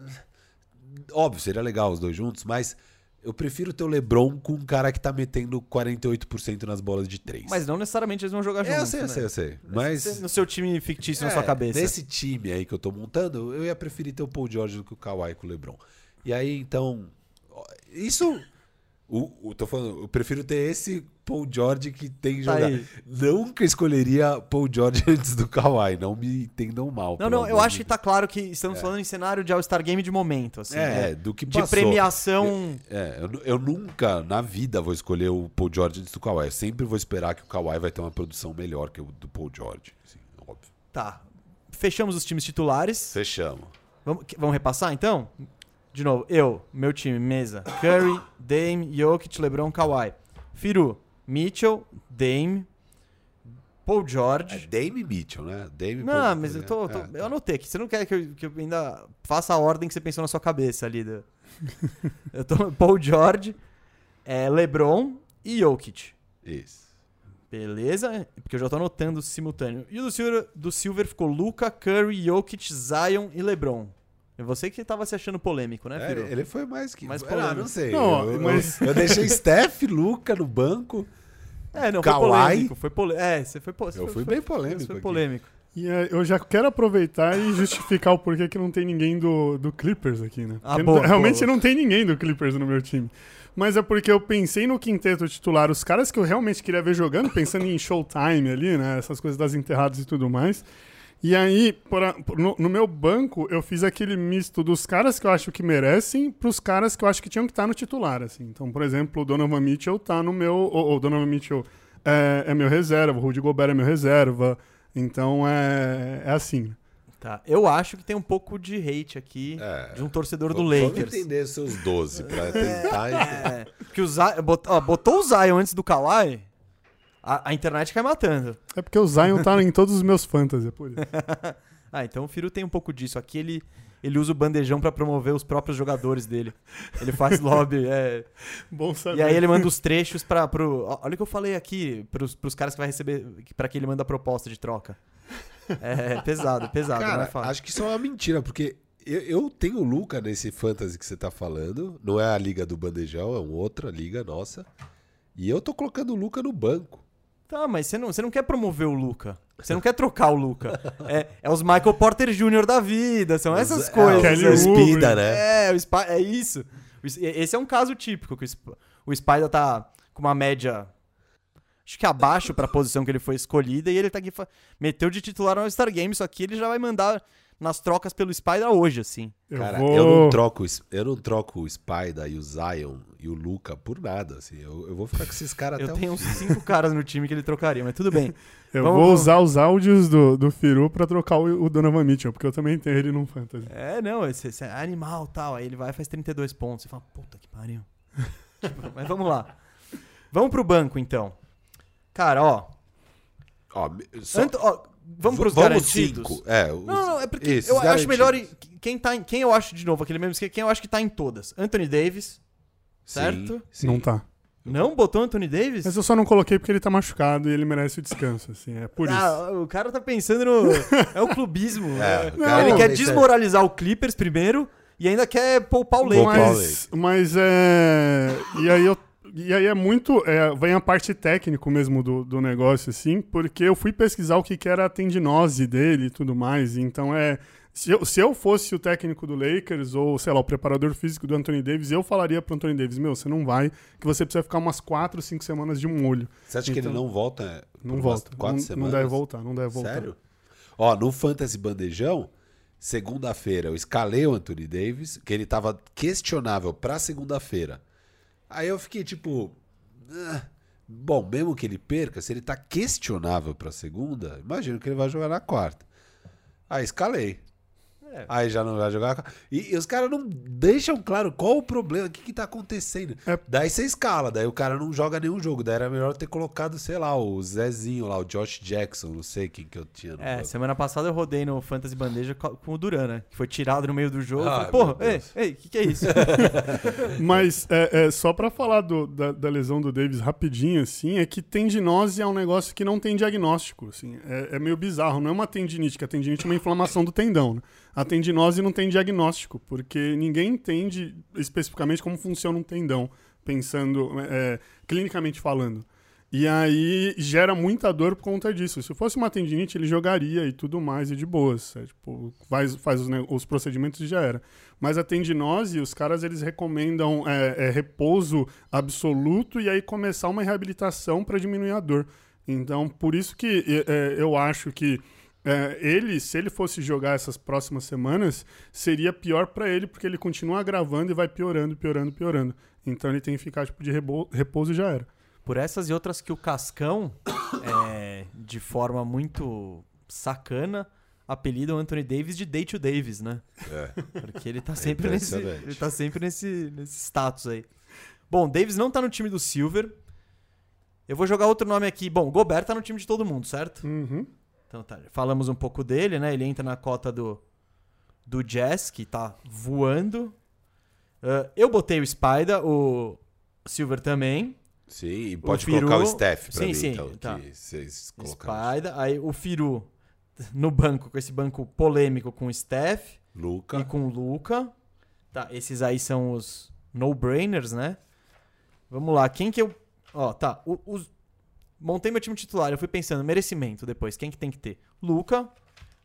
Óbvio, seria legal os dois juntos, mas eu prefiro ter o LeBron com um cara que tá metendo 48% nas bolas de 3.
Mas não necessariamente eles vão jogar juntos.
Eu sei. Mas
no seu time fictício na sua cabeça.
nesse time aí que eu tô montando, eu ia preferir ter o Paul George do que o Kawhi com o LeBron. E aí, então... Isso... tô falando, eu prefiro ter esse Paul George que tem
Tá
jogar.
aí.
Nunca escolheria Paul George antes do Kawhi. Não me entendam mal.
Não, eu acho que tá claro que estamos falando em cenário de All-Star Game de momento. Assim,
do que
de
passou.
premiação.
Eu nunca na vida vou escolher o Paul George antes do Kawhi. Eu sempre vou esperar que o Kawhi vai ter uma produção melhor que o do Paul George. Assim, óbvio.
Tá. Fechamos os times titulares.
Fechamos.
Vamos repassar então? De novo, meu time, mesa. Curry, Dame, Jokic, LeBron, Kawhi. Firu, Mitchell, Dame, Paul George.
Dame Mitchell, né? Dame
Não,
Paul,
mas eu anotei aqui. Você não quer que eu ainda faça a ordem que você pensou na sua cabeça ali. Eu tô Paul George, LeBron e Jokic.
Isso.
Beleza? Porque eu já tô anotando simultâneo. E o do Silver ficou Luka, Curry, Jokic, Zion e LeBron. É você que tava se achando polêmico, né, Firu?
Ele foi mais que...
Mais
polêmico.
polêmico.
Não sei.
Não, mas-
Eu deixei Steph, Luka no banco.
Não,
Kawhi?
foi polêmico. Você foi polêmico.
Eu fui bem polêmico
Você foi
aqui.
polêmico.
E eu já quero aproveitar e justificar o porquê que não tem ninguém do Clippers aqui, né?
Boa,
realmente
boa.
não tem ninguém do Clippers no meu time. Mas é porque eu pensei no quinteto titular, os caras que eu realmente queria ver jogando, pensando em Showtime ali, né? Essas coisas das enterradas e tudo mais. E aí, no meu banco, eu fiz aquele misto dos caras que eu acho que merecem pros caras que eu acho que tinham que estar no titular, assim. Então, por exemplo, o Donovan Mitchell tá no meu... O Donovan Mitchell é meu reserva, o Rudy Gobert é meu reserva. Então, é assim.
Tá, eu acho que tem um pouco de hate aqui de um torcedor do Lakers.
Vamos entender seus 12 pra tentar...
Porque botou o Zion antes do Kawhi, a internet cai matando.
É porque o Zion tá em todos os meus fantasy, é por isso.
Então o Firu tem um pouco disso. Aqui ele usa o bandejão pra promover os próprios jogadores dele. Ele faz lobby.
Bom saber.
E aí ele manda os trechos olha o que eu falei aqui, pros caras que vai receber, pra que ele manda a proposta de troca. É pesado,
Cara,
não é fácil.
acho que isso é uma mentira, porque eu tenho o Luca nesse fantasy que você tá falando. Não é a liga do bandejão, é uma outra liga nossa. E eu tô colocando o Luca no banco.
Tá, mas você não quer promover o Luca. Você não quer trocar o Luca. É os Michael Porter Jr. da vida, são essas coisas.
Kelly
O Spida, né?
É isso. Esse é um caso típico, que o Spida tá com uma média, acho que abaixo pra posição que ele foi escolhida, e ele tá aqui, meteu de titular no All-Star Game, só que ele já vai mandar nas trocas pelo Spida hoje, assim.
Cara, eu não troco o Spida e o Zion e o Luca por nada, assim. Eu vou ficar com esses caras até
Eu tenho uns 5 caras no time que ele trocaria, mas tudo bem.
Vou usar os áudios do Firu pra trocar o Donovan Mitchell, porque eu também tenho ele num fantasy.
Não, esse é animal e tal. Aí ele vai e faz 32 pontos. Você fala, puta que pariu. Mas vamos lá. Vamos pro banco, então. Cara, vamos pros garantidos.
5.
Não, é porque eu acho melhor... Quem eu acho, de novo, aquele mesmo esquema, quem eu acho que tá em todas. Anthony Davis, certo?
Sim.
Não tá.
Não botou Anthony Davis?
Mas eu só não coloquei porque ele tá machucado e ele merece o descanso, assim, é por isso.
O cara tá pensando no... É o clubismo.
Cara,
ele quer desmoralizar o Clippers primeiro e ainda quer poupar o Lakers.
Mas E aí é muito... vem a parte técnica mesmo do negócio, assim, porque eu fui pesquisar o que era a tendinose dele e tudo mais, então Se eu fosse o técnico do Lakers, ou, sei lá, o preparador físico do Anthony Davis, eu falaria pro Anthony Davis, você não vai, que você precisa ficar umas 4, 5 semanas de molho.
Você acha que ele não volta?
Não volta.
4 semanas?
Não deve voltar.
Sério? No Fantasy Bandejão, segunda-feira, eu escalei o Anthony Davis, que ele tava questionável pra segunda-feira. Aí eu fiquei tipo... Bom, mesmo que ele perca, se ele tá questionável pra segunda, imagino que ele vai jogar na quarta. Aí escalei. Aí já não vai jogar. E os caras não deixam claro qual o problema, o que tá acontecendo. Daí você escala, daí o cara não joga nenhum jogo. Daí era melhor ter colocado, sei lá, o Zezinho lá, o Josh Jackson, não sei quem que eu tinha.
Semana passada eu rodei no Fantasy Bandeja com o Duran, né? Que foi tirado no meio do jogo.
Ai,
Porra, o que é isso?
Mas só pra falar da lesão do Davis rapidinho, assim, é que tendinose é um negócio que não tem diagnóstico, assim. É meio bizarro, não é uma tendinite, que a tendinite é uma inflamação do tendão, né? A tendinose não tem diagnóstico, porque ninguém entende especificamente como funciona um tendão, pensando, clinicamente falando. E aí gera muita dor por conta disso. Se fosse uma tendinite, ele jogaria e tudo mais, e de boas. Faz os procedimentos e já era. Mas a tendinose, os caras eles recomendam repouso absoluto e aí começar uma reabilitação para diminuir a dor. Então, por isso que eu acho que se ele fosse jogar essas próximas semanas, seria pior pra ele, porque ele continua agravando e vai piorando. Então ele tem que ficar de repouso e já era.
Por essas e outras que o Cascão, de forma muito sacana, apelida o Anthony Davis de Day to Davis, né? Porque ele tá sempre nesse status aí. Bom, Davis não tá no time do Silver. Eu vou jogar outro nome aqui. Bom, o Gobert tá no time de todo mundo, certo?
Uhum.
Então tá, falamos um pouco dele, né? Ele entra na cota do Jazz, que tá voando. Eu botei o Spida, o Silver também.
Sim, e pode colocar o Steph pra mim,
sim,
então,
tá.
que vocês colocaram.
Spida, aí o Firu no banco, com esse banco polêmico com o Steph.
Luca.
E com o Luca. Tá, esses aí são os no-brainers, né? Vamos lá, quem que eu... Montei meu time titular, eu fui pensando, merecimento depois, quem que tem que ter? Luca,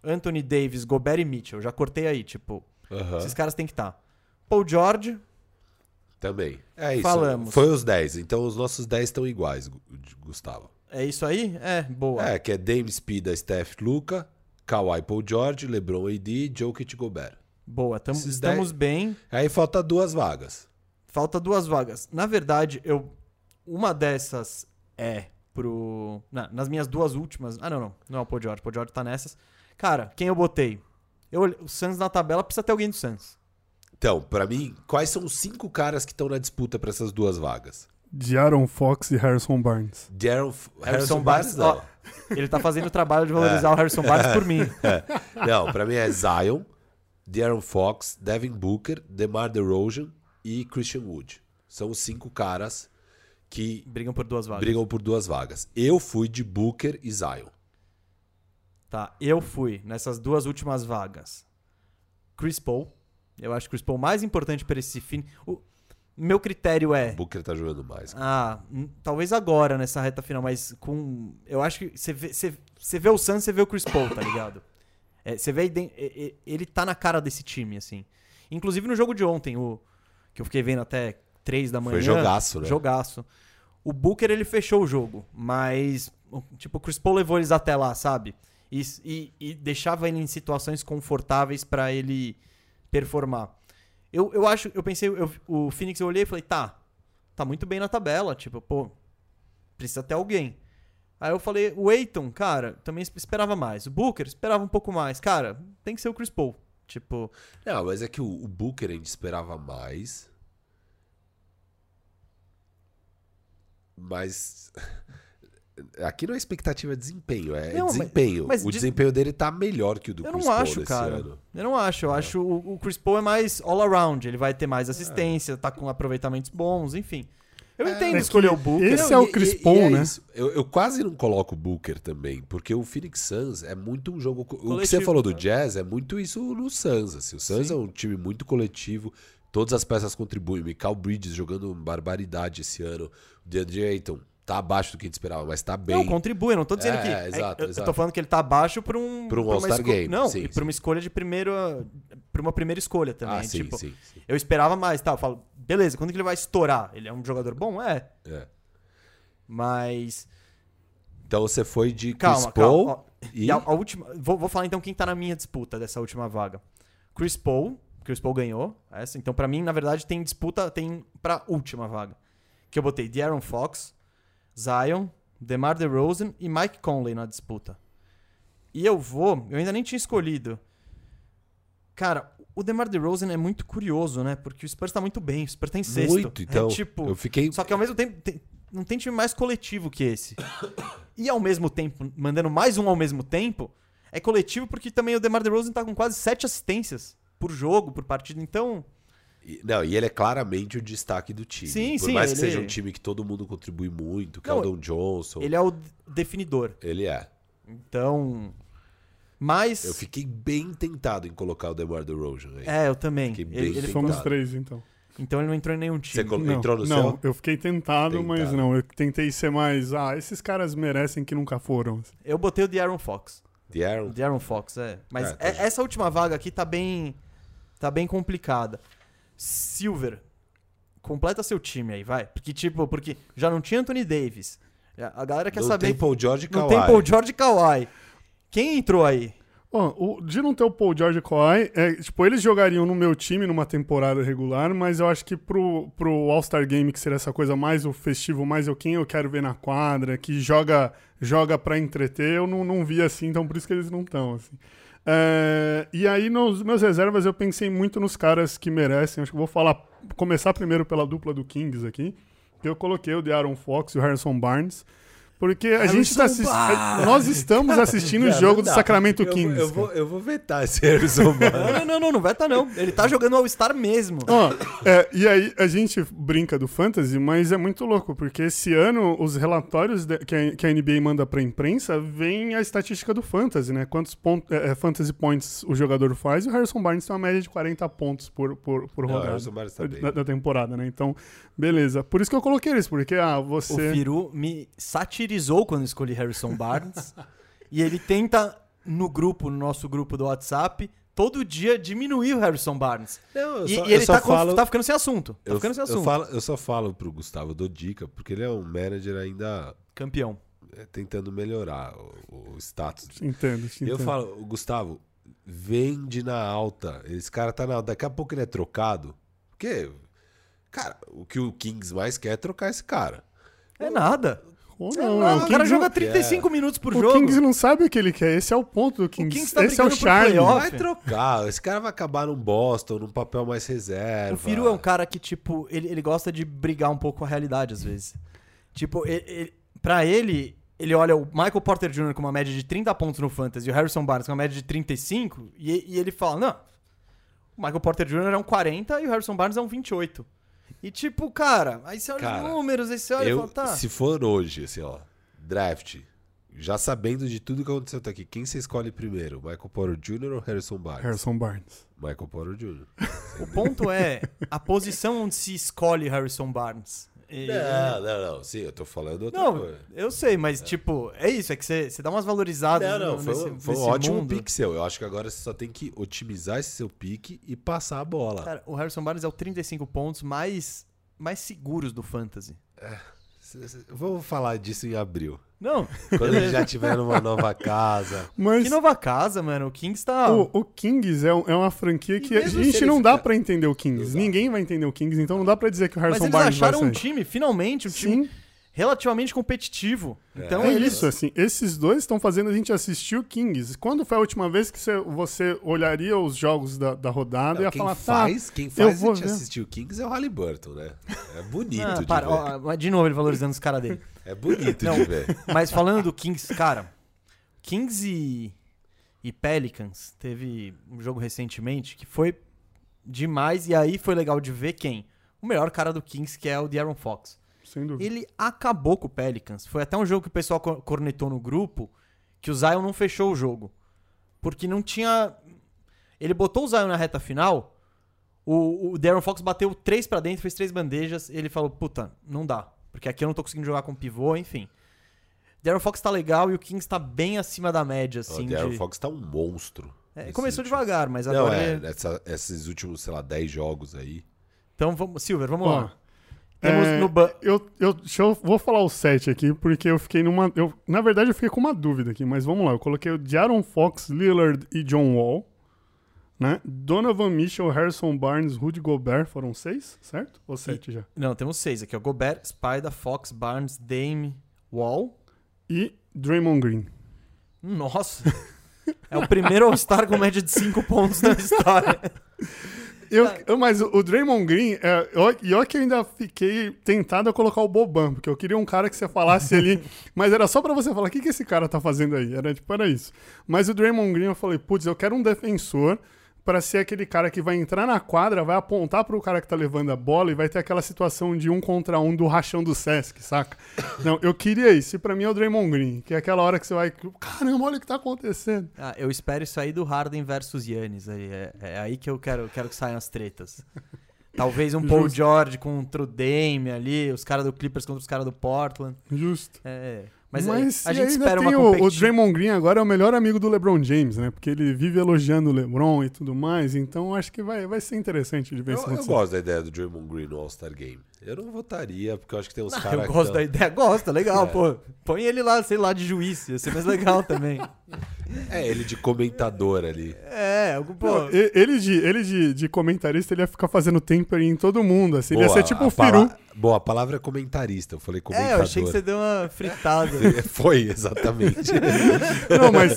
Anthony Davis, Gobert e Mitchell. Já cortei aí, tipo,
Aham.
esses caras têm que estar. Paul George,
Também. É isso.
Falamos.
Foi os 10. Então os nossos 10 estão iguais, Gustavo.
é isso aí? É, boa.
É, que é Dame, Speed, Steph, Luka, Kawhi, Paul George, LeBron, AD, Jokic, Gobert.
Boa,
Esses
estamos bem.
Aí falta 2 vagas.
Falta 2 vagas. Na verdade, uma dessas é nas minhas 2 últimas... Não é o Paul George. Paul George tá nessas. Cara, quem eu botei? O Suns na tabela precisa ter alguém do Suns.
Então, pra mim, quais são os 5 caras que estão na disputa pra essas 2 vagas?
De'Aaron Fox e Harrison Barnes.
Harrison Barnes, não.
ó, ele tá fazendo o trabalho de valorizar o Harrison Barnes por mim.
Não, pra mim é Zion, De'Aaron Fox, Devin Booker, DeMar DeRozan e Christian Wood. São os 5 caras que
Brigam por 2 vagas.
brigam por 2 vagas. Eu fui de Booker e Zion.
Tá, eu fui nessas 2 últimas vagas. Chris Paul. Eu acho que Chris Paul mais importante para esse fim. Meu critério é...
Booker tá jogando mais.
Talvez agora, nessa reta final, mas eu acho que você vê o Suns, você vê o Chris Paul, tá ligado? Você vê ele tá na cara desse time, assim. Inclusive no jogo de ontem, que eu fiquei vendo até 3 da manhã.
Foi jogaço, né?
Jogaço. O Booker, ele fechou o jogo, mas tipo, o Chris Paul levou eles até lá, sabe? E deixava ele em situações confortáveis pra ele performar. Eu pensei, o Phoenix eu olhei e falei, tá muito bem na tabela, tipo, pô, precisa ter alguém. Aí eu falei, o Ayton, cara, também esperava mais. O Booker esperava um pouco mais. Cara, tem que ser o Chris Paul. Tipo...
Não, mas é que o Booker a gente esperava mais. Mas... Aqui não é expectativa, é desempenho.
Não,
desempenho.
mas
o desempenho dele tá melhor que o do
Eu
Chris
não
Paul
acho,
desse
cara.
ano.
Eu não acho. Eu acho o Chris Paul é mais all around. Ele vai ter mais assistência, tá com aproveitamentos bons, enfim. Eu entendo escolher o Booker.
Esse é o Chris Paul, né?
Isso. Eu quase não coloco o Booker também, porque o Phoenix Suns é muito um jogo... O que você falou do Jazz é muito isso no Suns. Assim. O Suns é um time muito coletivo, todas as peças contribuem. O Mikal Bridges jogando barbaridade esse ano. O DeAndre Ayton tá abaixo do que a gente esperava, mas tá bem.
Não, contribui. Eu não tô dizendo que...
Exato.
Eu tô falando que ele tá abaixo por um
All-Star Game.
Não,
sim,
e por uma escolha de primeira... Por uma primeira escolha também.
sim,
tipo,
sim.
Eu esperava mais, tá? Eu falo, beleza, quando que ele vai estourar? Ele é um jogador bom? É. Mas...
Então você foi de Chris Paul
calma.
e...
E a última... Vou falar então quem tá na minha disputa dessa última vaga. Chris Paul ganhou. Essa. Então pra mim, na verdade, tem disputa... Tem pra última vaga. Que eu botei De'Aaron Fox, Zion, DeMar DeRozan e Mike Conley na disputa. E eu ainda nem tinha escolhido. Cara, o DeMar DeRozan é muito curioso, né? Porque o Spurs tá muito bem, o Spurs tá em sexto.
Muito, então,
tipo,
eu fiquei...
Só que ao mesmo tempo, não tem time mais coletivo que esse. E ao mesmo tempo, mandando mais um ao mesmo tempo, é coletivo porque também o DeMar DeRozan tá com quase 7 assistências por jogo, por partida, então...
Não, e ele é claramente o destaque do time.
Sim,
Por
sim,
mais que
ele-
seja um time que todo mundo contribui muito,
Não,
Keldon Johnson,
Ele é o definidor.
ele é.
Então... Mas...
Eu fiquei bem tentado em colocar o DeMar DeRozan aí.
Eu também.
Fiquei bem
Ele
tentado.
Somos 3, então.
Então ele não entrou em nenhum
Você
time.
entrou no
não,
céu?
eu fiquei tentado, mas
Tentado.
não. Eu tentei ser mais... esses caras merecem que nunca foram.
Eu botei o De'Aaron Fox.
De'Aaron?
De'Aaron Fox, Mas
Tá
essa última vaga aqui tá bem complicada. Silver, completa seu time aí, vai. Porque já não tinha Anthony Davis. A galera quer
Não
saber...
tem Paul George e
Não
Kawhi.
tem Paul George e Kawhi. Quem entrou aí?
De não ter o Paul George e Kawhi, eles jogariam no meu time numa temporada regular, mas eu acho que pro All-Star Game, que seria essa coisa mais o festivo, mais quem eu quero ver na quadra, que joga pra entreter, eu não vi assim, então por isso que eles não estão, assim. E aí, nos meus reservas, eu pensei muito nos caras que merecem. Acho que eu vou começar primeiro pela dupla do Kings aqui. Eu coloquei o De'Aaron Fox e o Harrison Barnes. Porque nós estamos assistindo o jogo do Sacramento Kings.
Eu vou vetar esse Harrison Barnes.
Não veta não. Ele tá jogando All-Star mesmo.
E aí a gente brinca do Fantasy, mas é muito louco, porque esse ano os relatórios que a NBA manda pra imprensa vem a estatística do Fantasy, né? Quantos Fantasy Points o jogador faz, e o Harrison Barnes tem uma média de 40 pontos por rodada
Harrison Barnes tá bem.
da temporada, né? Então, beleza. Por isso que eu coloquei eles, porque
O Firu me satirizou quando escolhi Harrison Barnes. E ele tenta no nosso grupo do WhatsApp, todo dia diminuir o Harrison Barnes.
Não,
E ele tá ficando sem assunto.
Eu só falo pro Gustavo, eu dou dica, porque ele é um manager ainda
Campeão.
tentando melhorar o status.
Entendo.
E eu falo, Gustavo, vende na alta. Esse cara tá na alta. Daqui a pouco ele é trocado. Porque, cara, o que o Kings mais quer é trocar esse cara.
É nada.
Ou
O
não,
cara joga 35 minutos por jogo.
O Kings não sabe o que ele quer. Esse é o ponto do Kings.
Kings tá
Esse é o
brigando por
charme.
playoff.
Vai trocar. Esse cara vai acabar num Boston, num papel mais reserva.
O Firu é um cara que, tipo, ele gosta de brigar um pouco com a realidade, às vezes. Tipo, pra ele olha o Michael Porter Jr. com uma média de 30 pontos no Fantasy e o Harrison Barnes com uma média de 35, e ele fala, não, o Michael Porter Jr. é um 40 e o Harrison Barnes é um 28. E tipo, cara, aí você olha os números, aí você olha e fala, tá.
Se for hoje, assim, ó, draft, já sabendo de tudo que aconteceu até aqui, quem você escolhe primeiro? Michael Porter Jr. ou Harrison Barnes?
Harrison Barnes.
Michael Porter Jr.
O ponto é a posição onde se escolhe Harrison Barnes.
Não. Sim, eu tô falando outra
Não,
coisa.
eu sei, mas tipo, é isso, é que você dá umas valorizadas.
Foi um ótimo pique seu. Eu acho que agora você só tem que otimizar esse seu pique e passar a bola.
Cara, o Harrison Barnes é o 35 pontos mais seguros do Fantasy.
Vamos falar disso em abril.
Não.
Quando ele já tiver numa nova casa.
Mas
que nova casa, mano. O Kings tá...
O Kings é uma franquia que a gente não dá pra entender o Kings.
Exato.
Ninguém vai entender o Kings, então não dá pra dizer que o Harrison
Mas
Barnes
eles
vai
acharam
sair.
um time, finalmente, um time relativamente competitivo. Então
É
eles...
isso, assim, esses dois estão fazendo a gente assistir o Kings. Quando foi a última vez que você olharia os jogos da rodada e ia falar,
Quem
eu
faz a
vou
gente
ver.
assistir o Kings é o Halliburton, né? É bonito de
para,
ver.
ó, de novo ele valorizando os caras dele.
É bonito
Não,
de ver.
Mas falando do Kings, cara, Kings e Pelicans teve um jogo recentemente que foi demais e aí foi legal de ver quem? O melhor cara do Kings, que é o De'Aaron Fox.
Sem dúvida.
Ele acabou com o Pelicans. Foi até um jogo que o pessoal cornetou no grupo que o Zion não fechou o jogo. Porque não tinha... Ele botou o Zion na reta final, o De'Aaron Fox bateu 3 pra dentro, fez 3 bandejas, e ele falou, puta, não dá. Porque aqui eu não tô conseguindo jogar com pivô, enfim. De'Aaron Fox tá legal e o Kings tá bem acima da média, assim.
O De'Aaron Fox tá um monstro.
Começou devagar, mas
Não,
agora...
esses últimos, sei lá, 10 jogos aí.
Então, Silver, vamos lá.
Vou falar o 7 aqui, porque eu fiquei na verdade, eu fiquei com uma dúvida aqui, mas vamos lá. Eu coloquei o De'Aaron Fox, Lillard e John Wall, né? Donovan Mitchell, Harrison Barnes, Rudy Gobert, foram 6, certo? Ou 7 já?
Não, temos 6 aqui, ó. Gobert, Spider, Fox, Barnes, Dame, Wall.
E Draymond Green.
Nossa! É o primeiro All-Star com média de 5 pontos na história.
Mas o Draymond Green, olha que eu ainda fiquei tentado a colocar o Boban, porque eu queria um cara que você falasse ali, mas era só pra você falar, o que esse cara tá fazendo aí? Era isso. Mas o Draymond Green, eu falei, putz, eu quero um defensor pra ser aquele cara que vai entrar na quadra, vai apontar pro cara que tá levando a bola e vai ter aquela situação de 1 contra 1 do rachão do Sesc, saca? Não, eu queria isso. E pra mim é o Draymond Green, que é aquela hora que você vai... Caramba, olha o que tá acontecendo.
Eu espero isso aí do Harden versus Giannis. É aí que eu quero que saiam as tretas. Talvez um Paul George contra o Dame ali, os caras do Clippers contra os caras do Portland.
Justo.
Mas a
e
gente espera
tem
uma
o Draymond Green agora é o melhor amigo do LeBron James, né? Porque ele vive elogiando o LeBron e tudo mais. Então acho que vai ser interessante de ver isso
Eu gosto da ideia do Draymond Green no All-Star Game. Eu não votaria, porque eu acho que tem uns caras que...
Eu gosto da ideia. Gosto, legal, pô. Põe ele lá, sei lá, de juiz. Ia ser mais legal também.
Ele de comentador ali.
Pô.
Ele de comentarista, ele ia ficar fazendo tempering em todo mundo. Assim, ele ia ser tipo o Firu.
Boa, a palavra é comentarista. Eu falei comentador.
Eu achei que você deu uma fritada.
Foi, exatamente.
Não, mas,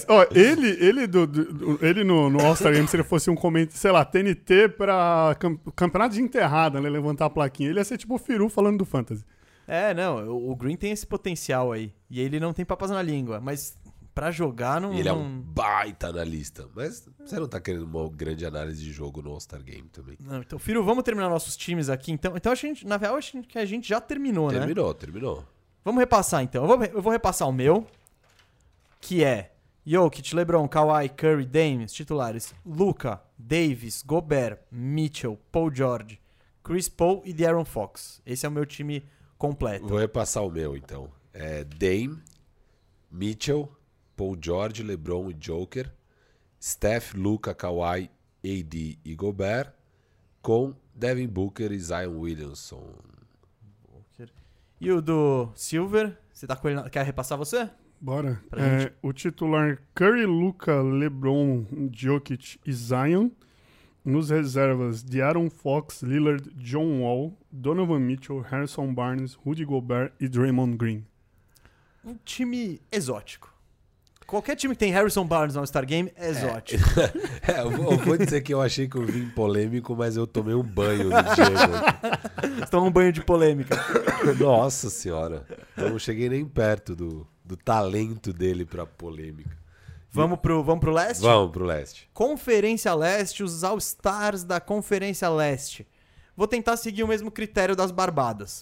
ele no All-Star Game, se ele fosse um comentário, sei lá, TNT pra campeonato de enterrada, né? Levantar a plaquinha. Ele ia ser tipo o Firu falando do Fantasy.
O Green tem esse potencial aí. E ele não tem papas na língua. Mas pra jogar não...
E ele é um baita analista. Mas você não tá querendo uma grande análise de jogo no All-Star Game também.
Não, então, Firu, vamos terminar nossos times aqui. Então na real, acho que a gente já terminou, né?
Terminou.
Vamos repassar, então. Eu vou repassar o meu, que é Jokic, LeBron, Kawhi, Curry, Dame, os titulares. Luka, Davis, Gobert, Mitchell, Paul George, Chris Paul e De'Aaron Fox. Esse é o meu time completo.
Vou repassar o meu, então. Dame, Mitchell, Paul George, LeBron e Joker, Steph, Luka, Kawhi, AD e Gobert, com Devin Booker e Zion Williamson.
E o do Silver, você tá com ele, quer repassar você?
Bora.
Pra gente.
O titular Curry, Luka, LeBron, Jokic e Zion. Nos reservas, De'Aaron Fox, Lillard, John Wall, Donovan Mitchell, Harrison Barnes, Rudy Gobert e Draymond Green.
Um time exótico. Qualquer time que tem Harrison Barnes no All-Star Game é exótico.
Eu vou dizer que eu achei que eu vim polêmico, mas eu tomei um banho no Diego.
Você toma um banho de polêmica.
Nossa senhora. Eu não cheguei nem perto do talento dele pra polêmica.
Vamos pro leste?
Vamos pro leste.
Conferência Leste, os All-Stars da Conferência Leste. Vou tentar seguir o mesmo critério das barbadas.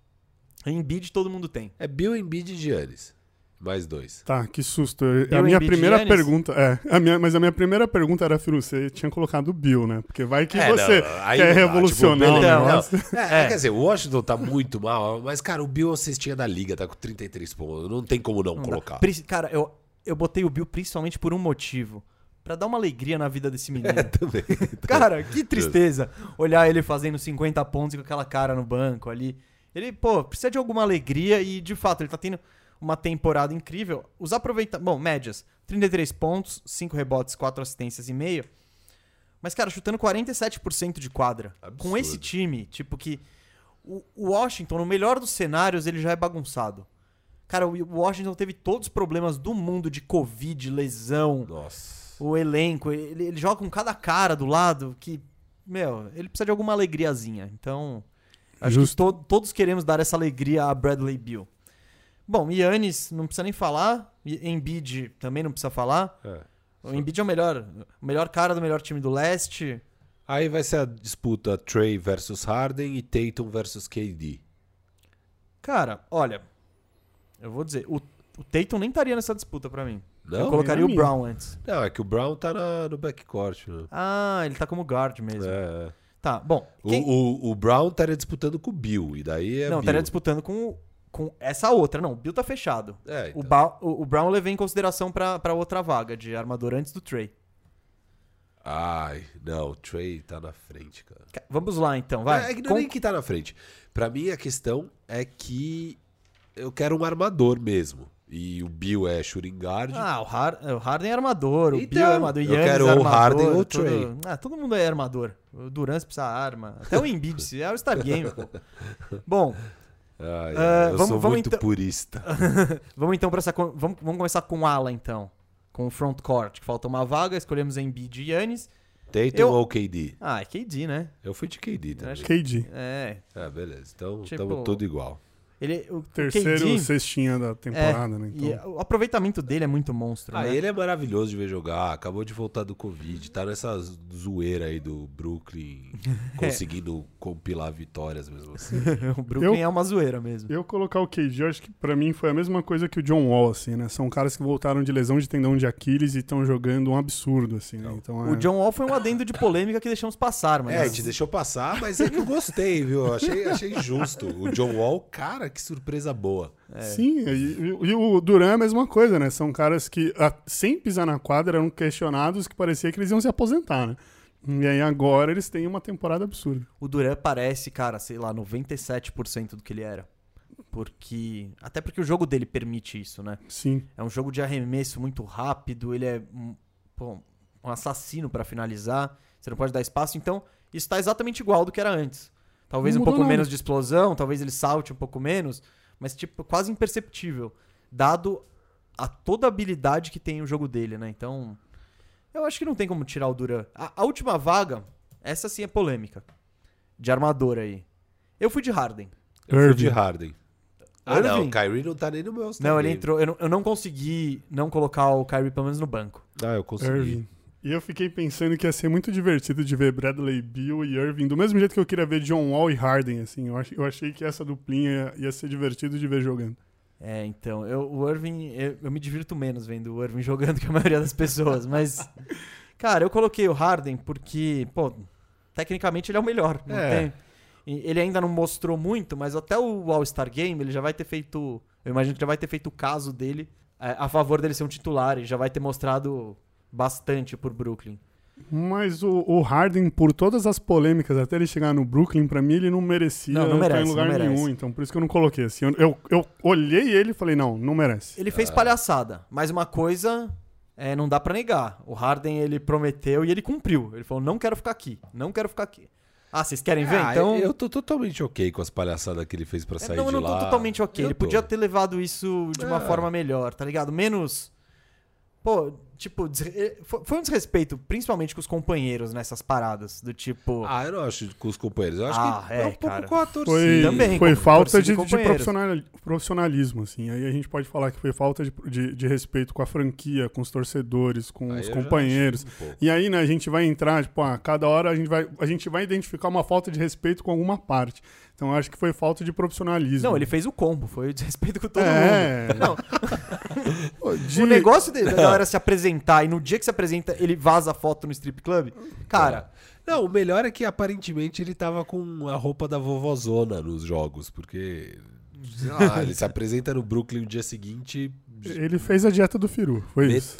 Embiid todo mundo tem.
É Bill, Embiid e Giannis. Mais 2.
Tá, que susto.
Bill,
A minha
Embiid,
primeira
Giannis?
pergunta... mas a minha primeira pergunta era, Firu, você tinha colocado o Bill, né? Porque vai que você
aí
quer
não dá,
revolucionar o
Beleza,
negócio.
Quer dizer, o Washington tá muito mal, mas, cara, o Bill é o cestinha da liga, tá com 33 pontos. Não tem como não colocar.
Cara, eu botei o Bill principalmente por um motivo. Pra dar uma alegria na vida desse menino.
Também.
Cara, que tristeza olhar ele fazendo 50 pontos e com aquela cara no banco ali. Ele, precisa de alguma alegria e, de fato, ele tá tendo uma temporada incrível. Os aproveitamentos... Bom, médias. 33 pontos, 5 rebotes, 4 assistências e meio. Mas, cara, chutando 47% de quadra.
Absurdo.
Com esse time, tipo que... O Washington, no melhor dos cenários, ele já é bagunçado. Cara, o Washington teve todos os problemas do mundo de Covid, lesão...
Nossa.
O elenco, ele joga com cada cara do lado que, ele precisa de alguma alegriazinha. Então, acho que todos queremos dar essa alegria a Bradley Beal. Bom, Giannis não precisa nem falar. Embiid também não precisa falar. O Embiid é o melhor cara do melhor time do leste.
Aí vai ser a disputa Trey versus Harden e Tatum versus KD.
Cara, olha, eu vou dizer, o Tatum nem estaria nessa disputa pra mim.
Não?
Eu colocaria o Brown antes.
Não, é que o Brown tá no backcourt. Né?
Ah, ele tá como guard mesmo.
É.
Tá, bom.
O Brown estaria disputando com o Bill, e daí é
Não,
Bill.
estaria disputando com essa outra. Não, o Bill tá fechado.
Então.
O Brown eu levei em consideração pra outra vaga de armador antes do Trey.
Ai, não, o Trey tá na frente, cara.
Vamos lá, então, vai.
É que não é nem que tá na frente. Pra mim, a questão é que eu quero um armador mesmo. E o Bill é shooting guard.
Ah, o Harden é armador, o
Então,
Bill é armador, o
eu
Giannis
quero
é
ou
armador.
Harden ou Trey.
Todo mundo é armador. O Durant precisa arma. Até o Embiid, se é o Star Game, pô. Bom,
Eu sou muito
então...
purista.
Vamos então pra essa... Vamos começar com o ala, então. Com o frontcourt, que falta uma vaga. Escolhemos Embiid e Giannis.
Tatum ou KD?
Ah, é KD, né?
Eu fui de KD também.
KD.
Beleza. Então,
Tipo,
estamos tudo igual.
O
Terceiro
KD,
cestinha da temporada, né?
E
Então,
o aproveitamento dele é muito monstro, né?
Ele é maravilhoso de ver jogar. Acabou de voltar do Covid. Tá nessa zoeira aí do Brooklyn conseguindo compilar vitórias mesmo assim.
O Brooklyn é uma zoeira mesmo.
eu colocar o KD, eu acho que pra mim foi a mesma coisa que o John Wall, assim, né? São caras que voltaram de lesão de tendão de Aquiles e estão jogando um absurdo, assim, né? Então,
O John All foi um adendo de polêmica que deixamos passar, mas...
A gente deixou passar, mas é que eu gostei, viu? Achei justo. O John Wall, cara, que surpresa boa.
Sim, e o Durant é a mesma coisa, né? São caras que, sem pisar na quadra, eram questionados que parecia que eles iam se aposentar, né? E aí agora eles têm uma temporada absurda.
O Durant parece, cara, sei lá, 97% do que ele era. Até porque o jogo dele permite isso, né?
Sim.
É um jogo de arremesso muito rápido, ele é um assassino pra finalizar, você não pode dar espaço, então isso tá exatamente igual do que era antes. Talvez um pouco menos de explosão, talvez ele salte um pouco menos, mas tipo, quase imperceptível, dado a toda a habilidade que tem o jogo dele, né? Então, eu acho que não tem como tirar o Durant. A última vaga, essa sim é polêmica, de armador aí. Eu fui de Harden.
Eu fui de Harden. Não,
Irving.
o Kyrie não tá nem no meu.
Não, ele entrou. Eu não consegui não colocar o Kyrie pelo menos no banco.
Eu consegui.
Irving. E eu fiquei pensando que ia ser muito divertido de ver Bradley Beal e Irving, do mesmo jeito que eu queria ver John Wall e Harden, assim. Eu achei que essa duplinha ia ser divertido de ver jogando.
Então, o Irving, eu me divirto menos vendo o Irving jogando que a maioria das pessoas, mas, cara, eu coloquei o Harden porque, tecnicamente ele é o melhor. Não tem, ele ainda não mostrou muito, mas até o All-Star Game ele já vai ter feito, eu imagino que já vai ter feito o caso dele a favor dele ser um titular e já vai ter mostrado bastante por Brooklyn.
Mas o Harden, por todas as polêmicas até ele chegar no Brooklyn, pra mim ele não merecia estar em lugar nenhum. Então por isso que eu não coloquei. Assim, eu olhei ele e falei, não merece.
Ele fez palhaçada, mas uma coisa não dá pra negar. O Harden, ele prometeu e ele cumpriu. Ele falou, não quero ficar aqui. Ah, vocês querem ver? Então
Eu tô totalmente ok com as palhaçadas que ele fez pra sair de lá.
Eu não tô totalmente ok. Ele podia ter levado isso de uma forma melhor, tá ligado? Menos... Pô, tipo, foi um desrespeito, principalmente com os companheiros nessas paradas, do tipo...
Eu não acho com os companheiros. Eu acho que é um pouco
cara.
com a torcida.
Também,
foi falta de
companheiros.
profissionalismo, assim. Aí a gente pode falar que foi falta de respeito com a franquia, com os torcedores, com os companheiros. E aí, né, a gente vai entrar, tipo, cada hora a gente vai identificar uma falta de respeito com alguma parte. Então eu acho que foi falta de profissionalismo.
Não, ele fez o combo, foi o desrespeito com todo mundo. Não.
O
negócio da galera se apresentar e no dia que se apresenta ele vaza a foto no strip club, cara...
Não, o melhor é que aparentemente ele tava com a roupa da vovozona nos jogos, porque... Sei lá, ele se apresenta no Brooklyn no dia seguinte...
Ele fez a dieta do Firu, foi isso.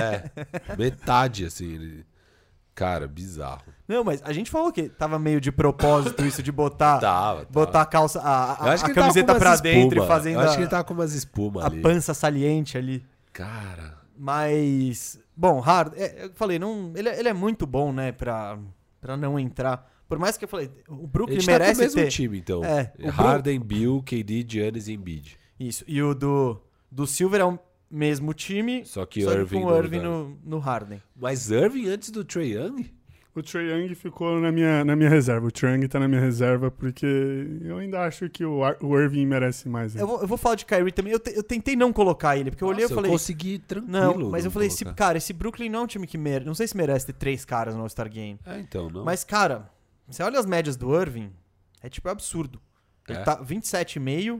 Metade, assim, ele... Cara, bizarro.
Não, mas a gente falou que tava meio de propósito isso de botar botar a calça, a camiseta pra dentro e fazendo.
Eu acho que ele tava com umas espumas ali.
A pança saliente ali.
Cara.
Mas, bom, Harden, eu falei, não, ele é muito bom, né, pra não entrar. Por mais que eu falei, o Brooklyn merece
tá com o mesmo
ter.
time, então.
O
Harden, Bill, KD, Giannis e Embiid.
Isso. E o do Silver é o mesmo time,
só que
com o Irving no Harden.
Mas Irving antes do Trae Young?
O Trae Young ficou na minha reserva. O Trae Young tá na minha reserva porque eu ainda acho que o Irving merece mais.
Eu vou falar de Kyrie também. Eu tentei não colocar ele, porque eu olhei e falei...
eu consegui tranquilo.
Não, mas eu falei, esse Brooklyn não é um time que merece... Não sei se merece ter 3 caras no All-Star Game.
Então, não.
Mas, cara, você olha as médias do Irving, é tipo absurdo. Ele tá 27,5,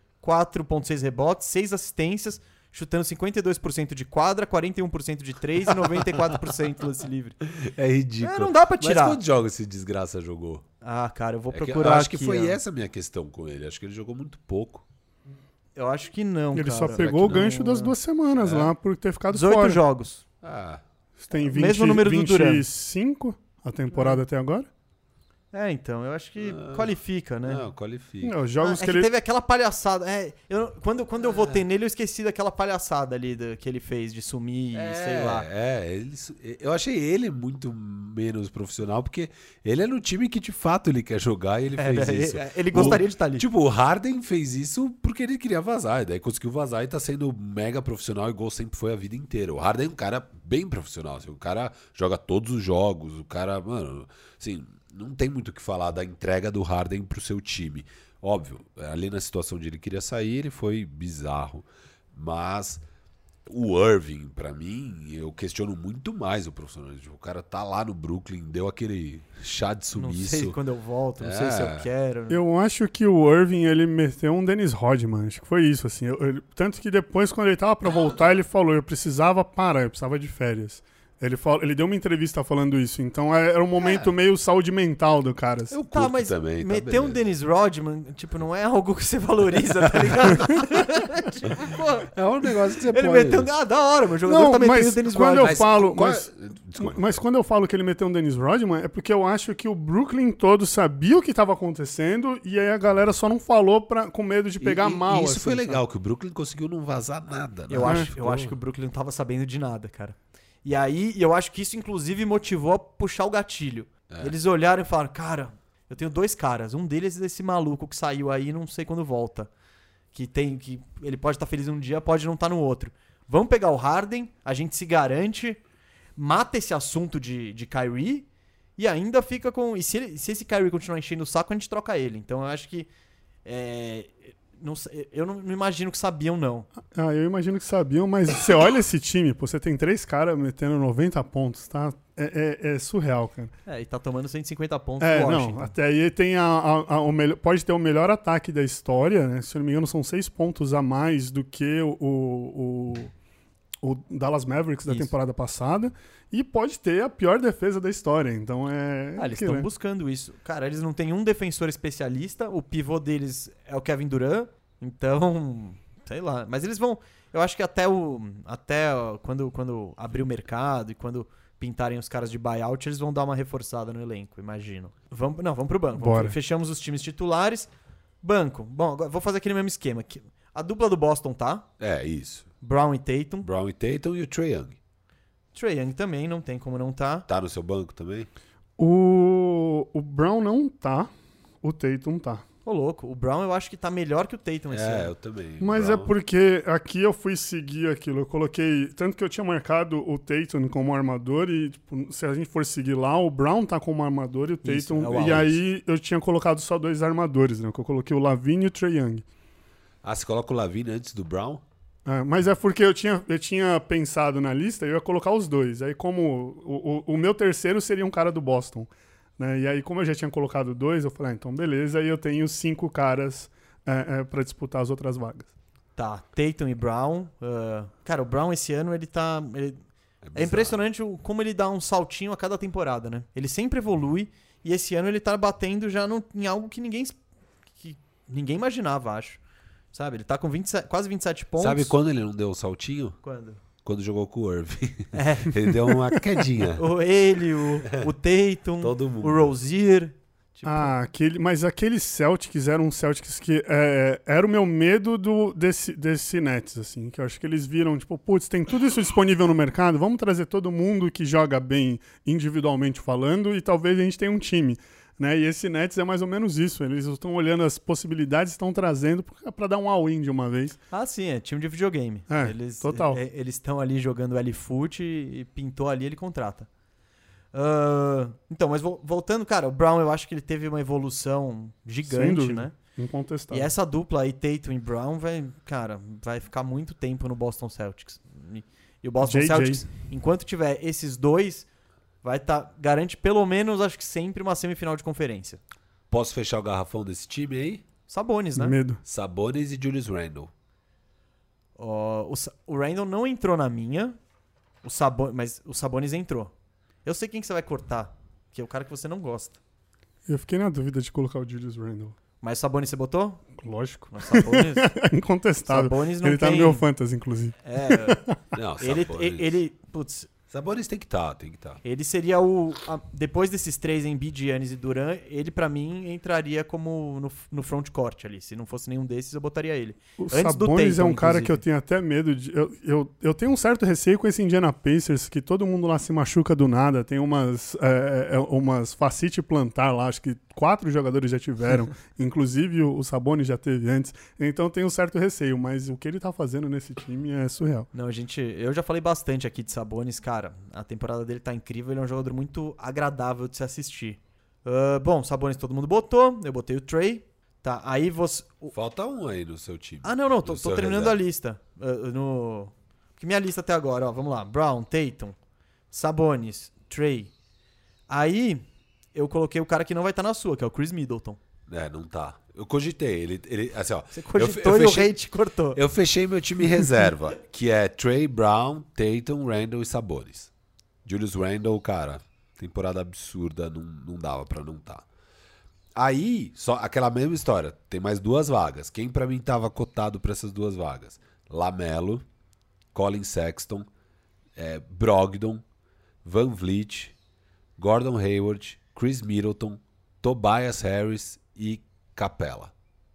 4,6 rebotes, 6 assistências... Chutando 52% de quadra, 41% de 3 e 94% lance livre.
É ridículo.
Não dá pra tirar.
Mas quantos jogos esse desgraça jogou?
Cara, eu vou procurar
eu acho
aqui,
que foi essa a minha questão com ele. Acho que ele jogou muito pouco.
Eu acho que não,
ele
cara.
Só pegou o gancho das 2 semanas lá por ter ficado
18
fora.
18 jogos.
Você tem 20,
mesmo número
25 a temporada até agora?
Então, eu acho que qualifica, né?
Não, qualifica.
Os jogos que
ele... teve aquela palhaçada. Quando eu votei nele, eu esqueci daquela palhaçada ali que ele fez de sumir, sei lá.
Eu achei ele muito menos profissional, porque ele é no time que de fato ele quer jogar e ele fez isso.
Ele gostaria de estar ali.
Tipo, o Harden fez isso porque ele queria vazar, e daí conseguiu vazar e tá sendo mega profissional, igual sempre foi a vida inteira. O Harden é um cara bem profissional, assim, o cara joga todos os jogos, o cara, mano, assim... Não tem muito o que falar da entrega do Harden pro seu time. Óbvio, ali na situação de ele queria sair, ele foi bizarro. Mas o Irving, pra mim, eu questiono muito mais o profissionalismo. O cara tá lá no Brooklyn, deu aquele chá de sumiço.
Não sei quando eu volto, não sei se eu quero.
Eu acho que o Irving, ele meteu um Dennis Rodman. Acho que foi isso, assim. Tanto que depois, quando ele tava pra voltar, ele falou, eu precisava parar, eu precisava de férias. Ele deu uma entrevista falando isso, então era um momento meio saúde mental do cara. Assim.
Eu curto mas também.
Meter um Dennis Rodman, tipo, não é algo que você valoriza, tá ligado?
Tipo, pô, é um negócio que você
ele
pode...
meteu, da hora, meu jogador tá metendo o Dennis Rodman.
Mas quando eu falo que ele meteu um Dennis Rodman, é porque eu acho que o Brooklyn todo sabia o que estava acontecendo e aí a galera só não falou com medo de pegar mal.
Isso
assim,
foi legal,
sabe?
que o Brooklyn conseguiu não vazar nada.
Eu acho que o Brooklyn não tava sabendo de nada, cara. E aí, eu acho que isso, inclusive, motivou a puxar o gatilho. Eles olharam e falaram, cara, eu tenho 2 caras. Um deles é esse maluco que saiu aí, não sei quando volta. Que ele pode estar feliz um dia, pode não estar no outro. Vamos pegar o Harden, a gente se garante, mata esse assunto de Kyrie e ainda fica com... E se esse Kyrie continuar enchendo o saco, a gente troca ele. Então, eu acho que... Não sei, eu não imagino que sabiam, não.
Eu imagino que sabiam, mas você olha esse time, pô, você tem 3 caras metendo 90 pontos, tá? É surreal, cara.
E tá tomando 150 pontos do Washington.
Não, até aí tem pode ter o melhor ataque da história, né? Se eu não me engano, são 6 pontos a mais do que o Dallas Mavericks da temporada passada. E pode ter a pior defesa da história, então
eles estão buscando isso. Cara, eles não têm um defensor especialista, o pivô deles é o Kevin Durant, então Sei lá. Mas eles vão... Eu acho que até quando abrir o mercado e quando pintarem os caras de buyout, eles vão dar uma reforçada no elenco, imagino. Vamos pro banco.
Bora.
Fechamos os times titulares. Banco. Bom, agora vou fazer aquele mesmo esquema. A dupla do Boston tá.
Isso.
Brown e Tatum.
Brown e Tatum e o Trae Young.
Trae Young também, não tem como não tá.
Tá no seu banco também?
O Brown não tá, o Tatum tá.
Ô, louco, o Brown eu acho que tá melhor que o Tatum esse ano.
Eu também.
Mas
Brown.
é porque aqui eu fui seguir aquilo. Eu coloquei. Tanto que eu tinha marcado o Tatum como armador. E tipo, se a gente for seguir lá, o Brown tá como armador e o
Isso,
Tatum.
é o
E
Wallace.
aí eu tinha colocado só 2 armadores, né? Que eu coloquei o Lavine e o Trae Young.
Você coloca o Lavine antes do Brown?
Mas é porque eu tinha pensado na lista e eu ia colocar os 2. Aí, como o meu terceiro seria um cara do Boston. Né? E aí, como eu já tinha colocado 2, eu falei, então beleza, aí eu tenho 5 caras pra disputar as outras vagas.
Tá, Tatum e Brown. Cara, o Brown esse ano, ele tá... É impressionante como ele dá um saltinho a cada temporada, né? Ele sempre evolui e esse ano ele tá batendo já em algo que ninguém imaginava, acho. Sabe? Ele tá com quase 27 pontos.
Sabe quando ele não deu o saltinho?
Quando?
Quando jogou com o Irving. Ele deu uma quedinha.
o Tatum,
Todo mundo.
o Rozier. Tipo,
Mas aqueles Celtics eram Celtics que era o meu medo desse Nets, assim, que eu acho que eles viram, tipo, putz, tem tudo isso disponível no mercado, vamos trazer todo mundo que joga bem individualmente falando e talvez a gente tenha um time. Né? E esse Nets é mais ou menos isso. Eles estão olhando as possibilidades, estão trazendo para dar um all-in de uma vez.
sim, é time de videogame.
Total.
Eles estão ali jogando L-Foot e pintou ali, ele contrata. Então, mas voltando, cara, o Brown eu acho que ele teve uma evolução gigante, né?
Incontestável.
E essa dupla aí, Tatum e Brown, vai ficar muito tempo no Boston Celtics. E o Boston Celtics, enquanto tiver esses dois... garante pelo menos, acho que sempre uma semifinal de conferência.
Posso fechar o garrafão desse time aí?
Sabonis, né?
Medo.
Sabonis e Julius Randle.
O Randle não entrou na minha, mas o Sabonis entrou. Eu sei quem que você vai cortar, que é o cara que você não gosta.
Eu fiquei na dúvida de colocar o Julius Randle.
Mas o Sabonis você botou?
Lógico.
Mas Sabonis...
Incontestável.
Sabonis não
ele tá no meu fantasy, inclusive.
Não,
ele putz...
Sabonis tem que estar.
Ele seria depois desses 3, Embiid, Giannis e Durant, ele pra mim entraria como no frontcourt ali. Se não fosse nenhum desses, eu botaria ele.
O
Antes do
Sabonis
Tatum,
é um cara
inclusive.
que eu tenho até medo de... Eu tenho um certo receio com esse Indiana Pacers, que todo mundo lá se machuca do nada. Tem umas fascite plantar lá, acho que 4 jogadores já tiveram. Inclusive o Sabonis já teve antes. Então tem um certo receio, mas o que ele tá fazendo nesse time é surreal.
Não, eu já falei bastante aqui de Sabonis, cara. A temporada dele tá incrível, ele é um jogador muito agradável de se assistir. Bom, Sabonis todo mundo botou, eu botei o Trae. Tá, aí você...
Falta um aí no seu time.
Não, tô terminando
reserva.
a lista. Porque minha lista até agora, ó, vamos lá. Brown, Tatum, Sabonis, Trae. Aí eu coloquei o cara que não vai estar na sua, que é o Chris Middleton.
Não tá. Eu cogitei. Ele assim, ó.
Você cogitou e o hate cortou.
Eu fechei meu time reserva, que é Trae, Brown, Tatum, Randle e Sabonis. Julius Randle, cara, temporada absurda, não dava pra não tá. Aí, só aquela mesma história, tem mais 2 vagas. Quem pra mim tava cotado pra essas 2 vagas? LaMelo, Colin Sexton, Brogdon, Van Vliet, Gordon Hayward, Chris Middleton, Tobias Harris e Capela.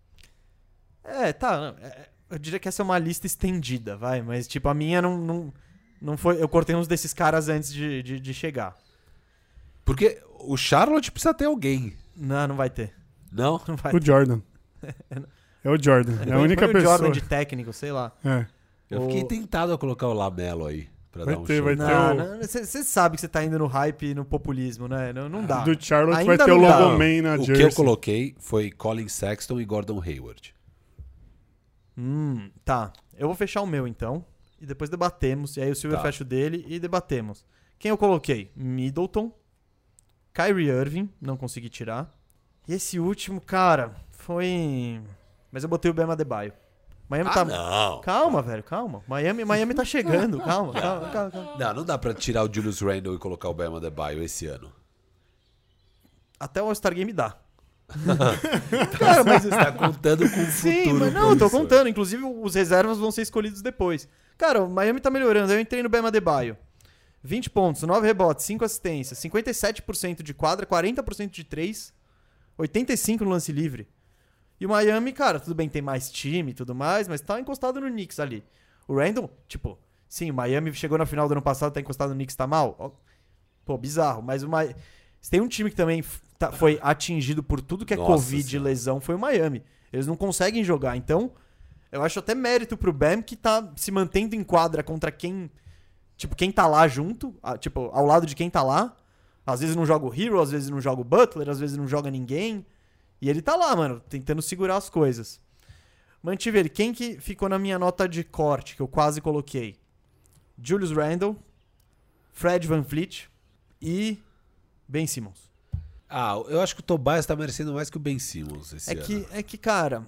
Eu diria que essa é uma lista estendida, vai. Mas, tipo, a minha não foi... Eu cortei uns desses caras antes de chegar.
Porque o Charlotte precisa ter alguém.
Não vai ter.
Não?
Não vai
O
ter.
Jordan. É o Jordan. É a única
Põe
pessoa.
o Jordan de técnico, sei lá.
Eu fiquei tentado a colocar o Lamelo aí. Pra
Vai
dar um
ter,
show.
vai ter.
Você sabe que você tá indo no hype e no populismo, né? Não dá.
Do Charlotte
Ainda
vai ter o
não dá.
Logo Man na
O
jersey.
que eu coloquei foi Colin Sexton e Gordon Hayward.
Tá. Eu vou fechar o meu, então. E depois debatemos. E aí o Silver fecha o dele e debatemos. Quem eu coloquei? Middleton. Kyrie Irving. Não consegui tirar. E esse último, cara, foi... Mas eu botei o Bam Adebayo. Miami tá...
Não.
Calma, velho, calma. Miami tá chegando. Calma.
Não dá pra tirar o Julius Randle e colocar o Bam Adebayo esse ano.
Até o All-Star Game dá. Cara, mas
Você tá contando com o
sim,
futuro.
mas não, eu tô
promissor.
contando. Inclusive, os reservas vão ser escolhidos depois. Cara, o Miami tá melhorando. Eu entrei no Bam Adebayo. 20 pontos, 9 rebotes, 5 assistências, 57% de quadra, 40% de 3, 85% no lance livre. E o Miami, cara, tudo bem, tem mais time e tudo mais, mas tá encostado no Knicks ali. O Randall, tipo, sim, o Miami chegou na final do ano passado, tá encostado no Knicks, tá mal? Ó, pô, bizarro. Mas se tem um time que também foi atingido por tudo que é
Nossa
Covid e
Senhora.
lesão, foi o Miami. Eles não conseguem jogar. Então, eu acho até mérito pro Bam que tá se mantendo em quadra contra quem... Tipo, quem tá lá junto, tipo, ao lado de quem tá lá. Às vezes não joga o Hero, às vezes não joga o Butler, às vezes não joga ninguém. E ele tá lá, mano, tentando segurar as coisas. Mantive ele. Quem que ficou na minha nota de corte, que eu quase coloquei? Julius Randle, Fred VanVleet e Ben Simmons.
Eu acho que o Tobias tá merecendo mais que o Ben Simmons esse ano.
É que, cara,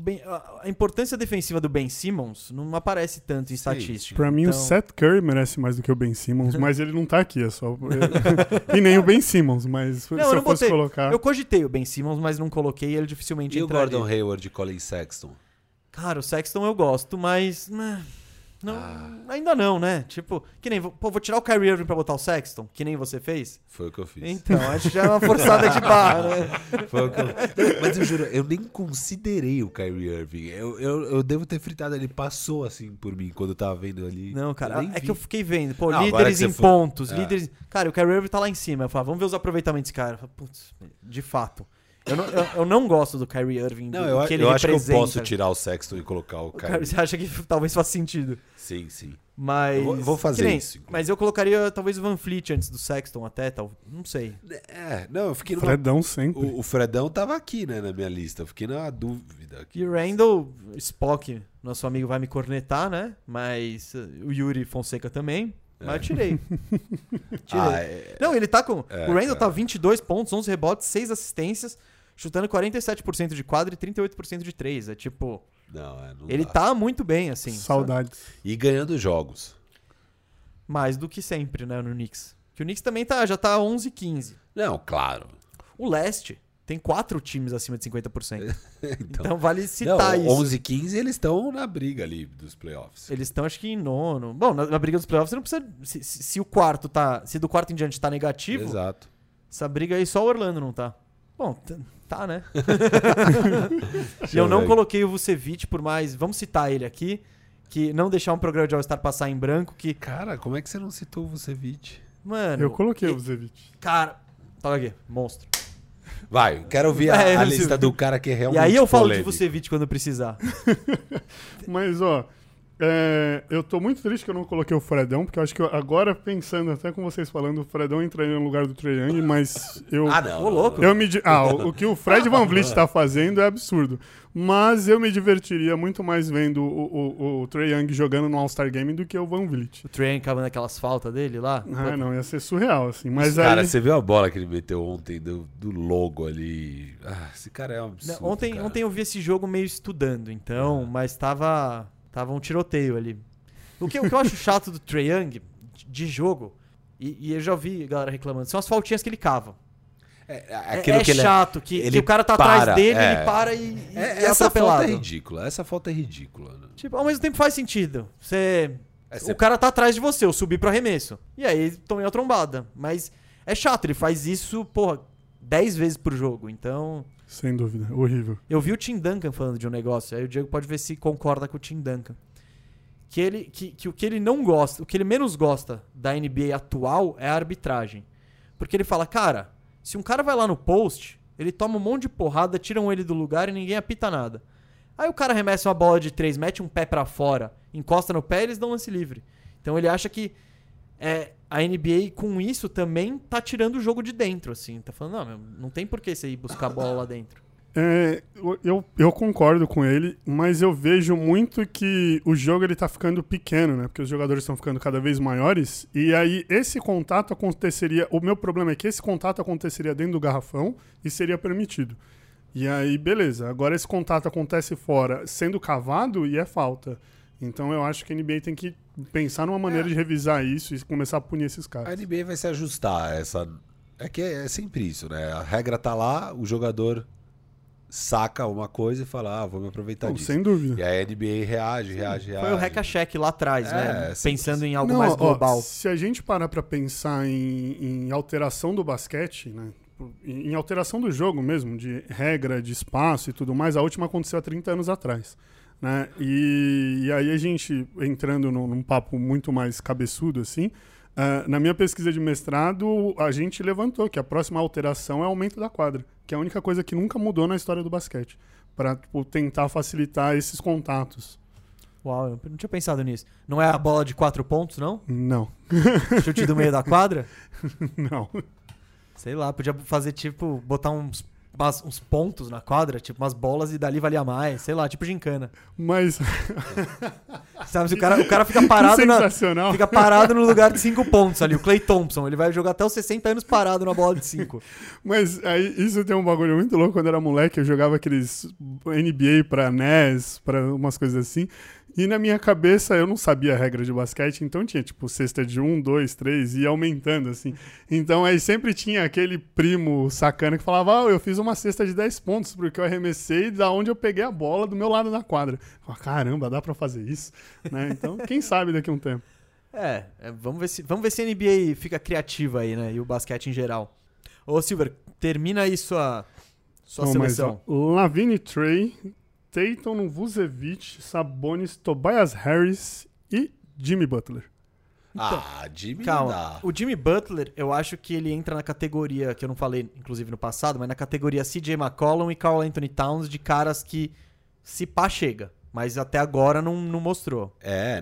a importância defensiva do Ben Simmons não aparece tanto em estatística.
Pra mim,
então...
o Seth Curry merece mais do que o Ben Simmons, mas ele não tá aqui, é só... E nem o Ben Simmons, mas se eu fosse colocar...
Eu cogitei o Ben Simmons, mas não coloquei, ele dificilmente
E o
entraria.
Gordon Hayward e Colin Sexton?
Cara, o Sexton eu gosto, mas... Não, ainda não, né? Tipo, que nem... Pô, vou tirar o Kyrie Irving pra botar o Sexton, que nem você fez?
Foi o que eu fiz.
Então, acho que já é uma forçada de barra, né?
Foi o que eu... Mas eu juro, eu nem considerei o Kyrie Irving. Eu devo ter fritado, ele passou assim por mim quando eu tava vendo ali.
Não, cara,
nem
é
vi.
que eu fiquei vendo. Pô,
Não, agora
líderes
que
em
você for-
pontos,
É.
líderes... Cara, o Kyrie Irving tá lá em cima. Eu falo, vamos ver os aproveitamentos desse cara. Eu falo, putz, de fato. Eu não gosto do Kyrie Irving,
Não,
do que ele
eu acho que eu
representa.
posso tirar o Sexton e colocar o Kyrie.
Você acha que talvez faça sentido.
Sim, sim.
Mas...
Eu vou fazer
que nem-
isso, inclusive.
Mas eu colocaria talvez o Van Fleet antes do Sexton até, não sei.
Não, eu fiquei numa...
Fredão sempre.
O Fredão tava aqui, né, na minha lista. Eu fiquei na dúvida aqui.
E o Randall, Spock, nosso amigo vai me cornetar, né? Mas o Yuri Fonseca também. Mas eu tirei. Não, ele tá com... o Randall tá 22 pontos, 11 rebotes, 6 assistências, chutando 47% de quadra e 38% de 3. É tipo...
Não
Ele
dá.
tá muito bem, assim.
Saudades.
E ganhando jogos.
Mais do que sempre, né, no Knicks. Que o Knicks também já tá 11-15.
Não, claro.
O leste tem 4 times acima de 50%.
Então,
Então vale citar isso.
11 e 15 eles estão na briga ali dos playoffs.
Eles estão, acho que, em nono. Bom, na briga dos playoffs você não precisa... Se o quarto tá... Se do quarto em diante tá negativo,
Exato.
essa briga aí só o Orlando não tá. Bom, tá, né? E
eu
eu não
ver.
coloquei o Vucevic por mais... Vamos citar ele aqui. Que não deixar um programa de All-Star passar em branco. Que,
Cara, como é que você não citou o Vucevic?
mano...
Eu coloquei o Vucevic.
Cara... Toca aqui. Monstro.
Vai, quero ouvir
É,
a
eu
lista
sei.
do cara que é
E
realmente
aí eu falo de
polêmico.
Vucevic quando precisar.
Mas, ó, eu tô muito triste que eu não coloquei o Fredão, porque eu acho que agora, pensando até com vocês falando, o Fredão entraria no lugar do Trae Young, mas eu...
Não.
Ô, louco.
O que o Fred VanVleet tá fazendo é absurdo. Mas eu me divertiria muito mais vendo o Trae Young jogando no All-Star Game do que o VanVleet.
O Train cavando aquelas faltas dele lá.
Ah, não, ia ser surreal, assim. Mas
Cara,
aí...
você viu a bola que ele meteu ontem do logo ali? Esse cara é um absurdo.
Não, ontem eu vi esse jogo meio estudando, então, mas tava um tiroteio ali. O que eu acho chato do Trae Young de jogo, e eu já ouvi a galera reclamando, são as faltinhas que ele cava.
Aquilo que ele
chato, que
ele
o cara tá
para,
atrás dele, ele para e é
essa
atropelado.
falta é ridícula. Essa falta é ridícula. Né?
Tipo, ao mesmo tempo faz sentido.
Você-
O cara tá atrás de você, eu subi pro arremesso. E aí tomei a trombada. Mas é chato, ele faz isso, porra, 10 vezes por jogo. Então,
Sem dúvida, horrível.
eu vi o Tim Duncan falando de um negócio, aí o Diego pode ver se concorda com o Tim Duncan. Que o que ele não gosta, o que ele menos gosta da NBA atual é a arbitragem. Porque ele fala, cara, se um cara vai lá no post, ele toma um monte de porrada, tiram ele do lugar e ninguém apita nada. Aí o cara arremessa uma bola de 3, mete um pé pra fora, encosta no pé e eles dão lance livre. Então ele acha que a NBA com isso também tá tirando o jogo de dentro, assim. Tá falando, não, meu, não tem por que você ir buscar a bola lá dentro.
Eu concordo com ele, mas eu vejo muito que o jogo ele tá ficando pequeno, né? Porque os jogadores estão ficando cada vez maiores. E aí esse contato aconteceria... O meu problema é que esse contato aconteceria dentro do garrafão e seria permitido. E aí, beleza. Agora esse contato acontece fora, sendo cavado e é falta. Então eu acho que a NBA tem que pensar numa maneira de revisar isso e começar a punir esses
A
caras.
NBA vai se ajustar a essa... É que é sempre isso, né? A regra tá lá, o jogador saca uma coisa e fala, vou me aproveitar disso.
Sem dúvida.
E aí a NBA reage.
Foi o hack-a-check lá atrás, né? Pensando em algo
Não,
mais global.
Se a gente parar pra pensar em alteração do basquete, né? Em alteração do jogo mesmo, de regra, de espaço e tudo mais, a última aconteceu há 30 anos atrás. Né? E aí a gente, entrando num papo muito mais cabeçudo, assim, na minha pesquisa de mestrado, a gente levantou que a próxima alteração é o aumento da quadra, que é a única coisa que nunca mudou na história do basquete, para tentar facilitar esses contatos.
Uau, eu não tinha pensado nisso. Não é a bola de 4 pontos, não?
Não.
Chute do meio da quadra?
Não.
Sei lá, podia fazer tipo, botar uns pontos na quadra, tipo umas bolas e dali valia mais, sei lá, tipo gincana.
Mas...
Sabe, se o cara fica parado
sensacional.
Fica parado no lugar de 5 pontos ali, o Klay Thompson, ele vai jogar até os 60 anos parado na bola de 5.
Mas aí, isso tem um bagulho muito louco. Quando eu era moleque, eu jogava aqueles NBA pra NES, pra umas coisas assim. E na minha cabeça eu não sabia a regra de basquete, então tinha tipo cesta de 1, 2, 3 e ia aumentando assim. Então aí sempre tinha aquele primo sacana que falava, eu fiz uma cesta de 10 pontos porque eu arremessei da onde eu peguei a bola do meu lado da quadra. Eu falava, caramba, dá pra fazer isso? Né? Então quem sabe daqui a um tempo.
Vamos ver se a NBA fica criativa aí, né? E o basquete em geral. Ô Silver, termina aí sua seleção.
Mas, Lavine Trey, Tatum, Vucevic, Sabonis, Tobias Harris e Jimmy Butler.
Então,
Jimmy
calma.
não dá.
O Jimmy Butler, eu acho que ele entra na categoria, que eu não falei, inclusive, no passado, mas na categoria CJ McCollum e Karl Anthony Towns, de caras que se pá chega. Mas até agora não mostrou.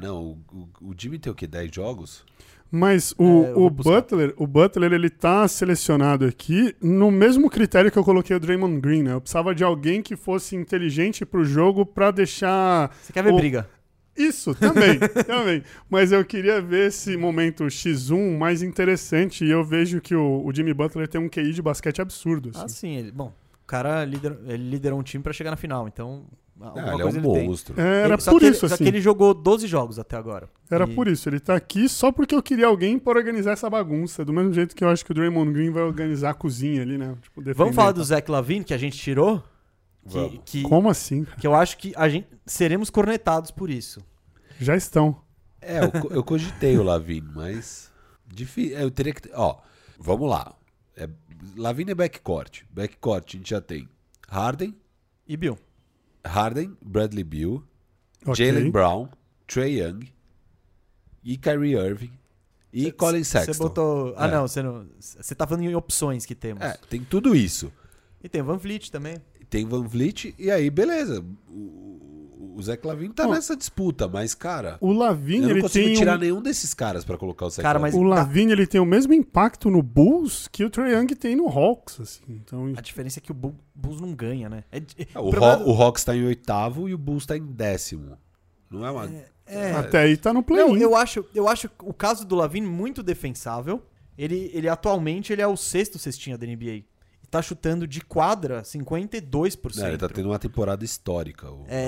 O Jimmy tem o quê? 10 jogos?
Mas o Butler, ele tá selecionado aqui no mesmo critério que eu coloquei o Draymond Green, né? Eu precisava de alguém que fosse inteligente pro jogo pra deixar...
Você quer ver briga?
Isso, também, também. Mas eu queria ver esse momento X1 mais interessante e eu vejo que o Jimmy Butler tem um QI de basquete absurdo. Assim.
Sim. O cara liderou um time pra chegar na final, então...
Ele é um monstro.
Era por isso, assim.
Só que ele jogou 12 jogos até agora.
Era por isso. Ele tá aqui só porque eu queria alguém pra organizar essa bagunça. Do mesmo jeito que eu acho que o Draymond Green vai organizar a cozinha ali, né? Tipo,
vamos falar do Zach LaVine, que a gente tirou?
Como assim?
Que eu acho que seremos cornetados por isso.
Já estão.
Eu cogitei o LaVine, mas... Eu teria que... vamos lá. LaVine é backcourt. Backcourt a gente já tem Harden
e Bill.
Bradley Beal,
Okay.
Jaylen Brown, Trae Young e Kyrie Irving e Colin Sexton.
Você botou... não, você tá falando em opções que temos.
Tem tudo isso.
E tem o Van Vliet também.
Tem Van Vliet e aí, beleza. O Zach LaVine tá nessa disputa, mas, cara...
O LaVine,
eu não consigo tirar nenhum desses caras pra colocar o Zach LaVine.
Mas o LaVine, ele tem o mesmo impacto no Bulls que o Trae Young tem no Hawks, assim. Então...
A diferença é que o Bulls não ganha, né?
O Hawks tá em 8º e o Bulls tá em 10º. Não é uma...
Até aí tá no play-in.
Eu acho o caso do LaVine muito defensável. Ele atualmente ele é o 6º cestinha da NBA. Tá chutando de quadra 52%.
Ele tá tendo uma temporada histórica.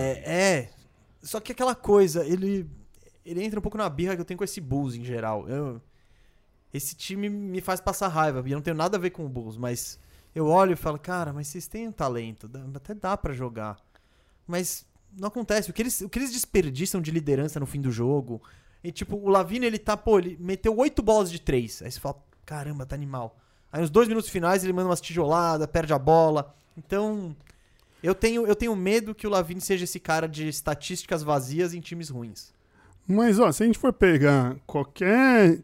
Só que aquela coisa, ele entra um pouco na birra que eu tenho com esse Bulls em geral. Esse time me faz passar raiva. E eu não tenho nada a ver com o Bulls, mas eu olho e falo, cara, mas vocês têm um talento, até dá pra jogar. Mas não acontece. O que eles desperdiçam de liderança no fim do jogo. E tipo, o LaVine, ele meteu 8 bolas de 3. Aí você fala, caramba, tá animal. Aí nos 2 minutos finais ele manda umas tijoladas, perde a bola. Então, eu tenho medo que o LaVine seja esse cara de estatísticas vazias em times ruins.
Mas, se a gente for pegar qualquer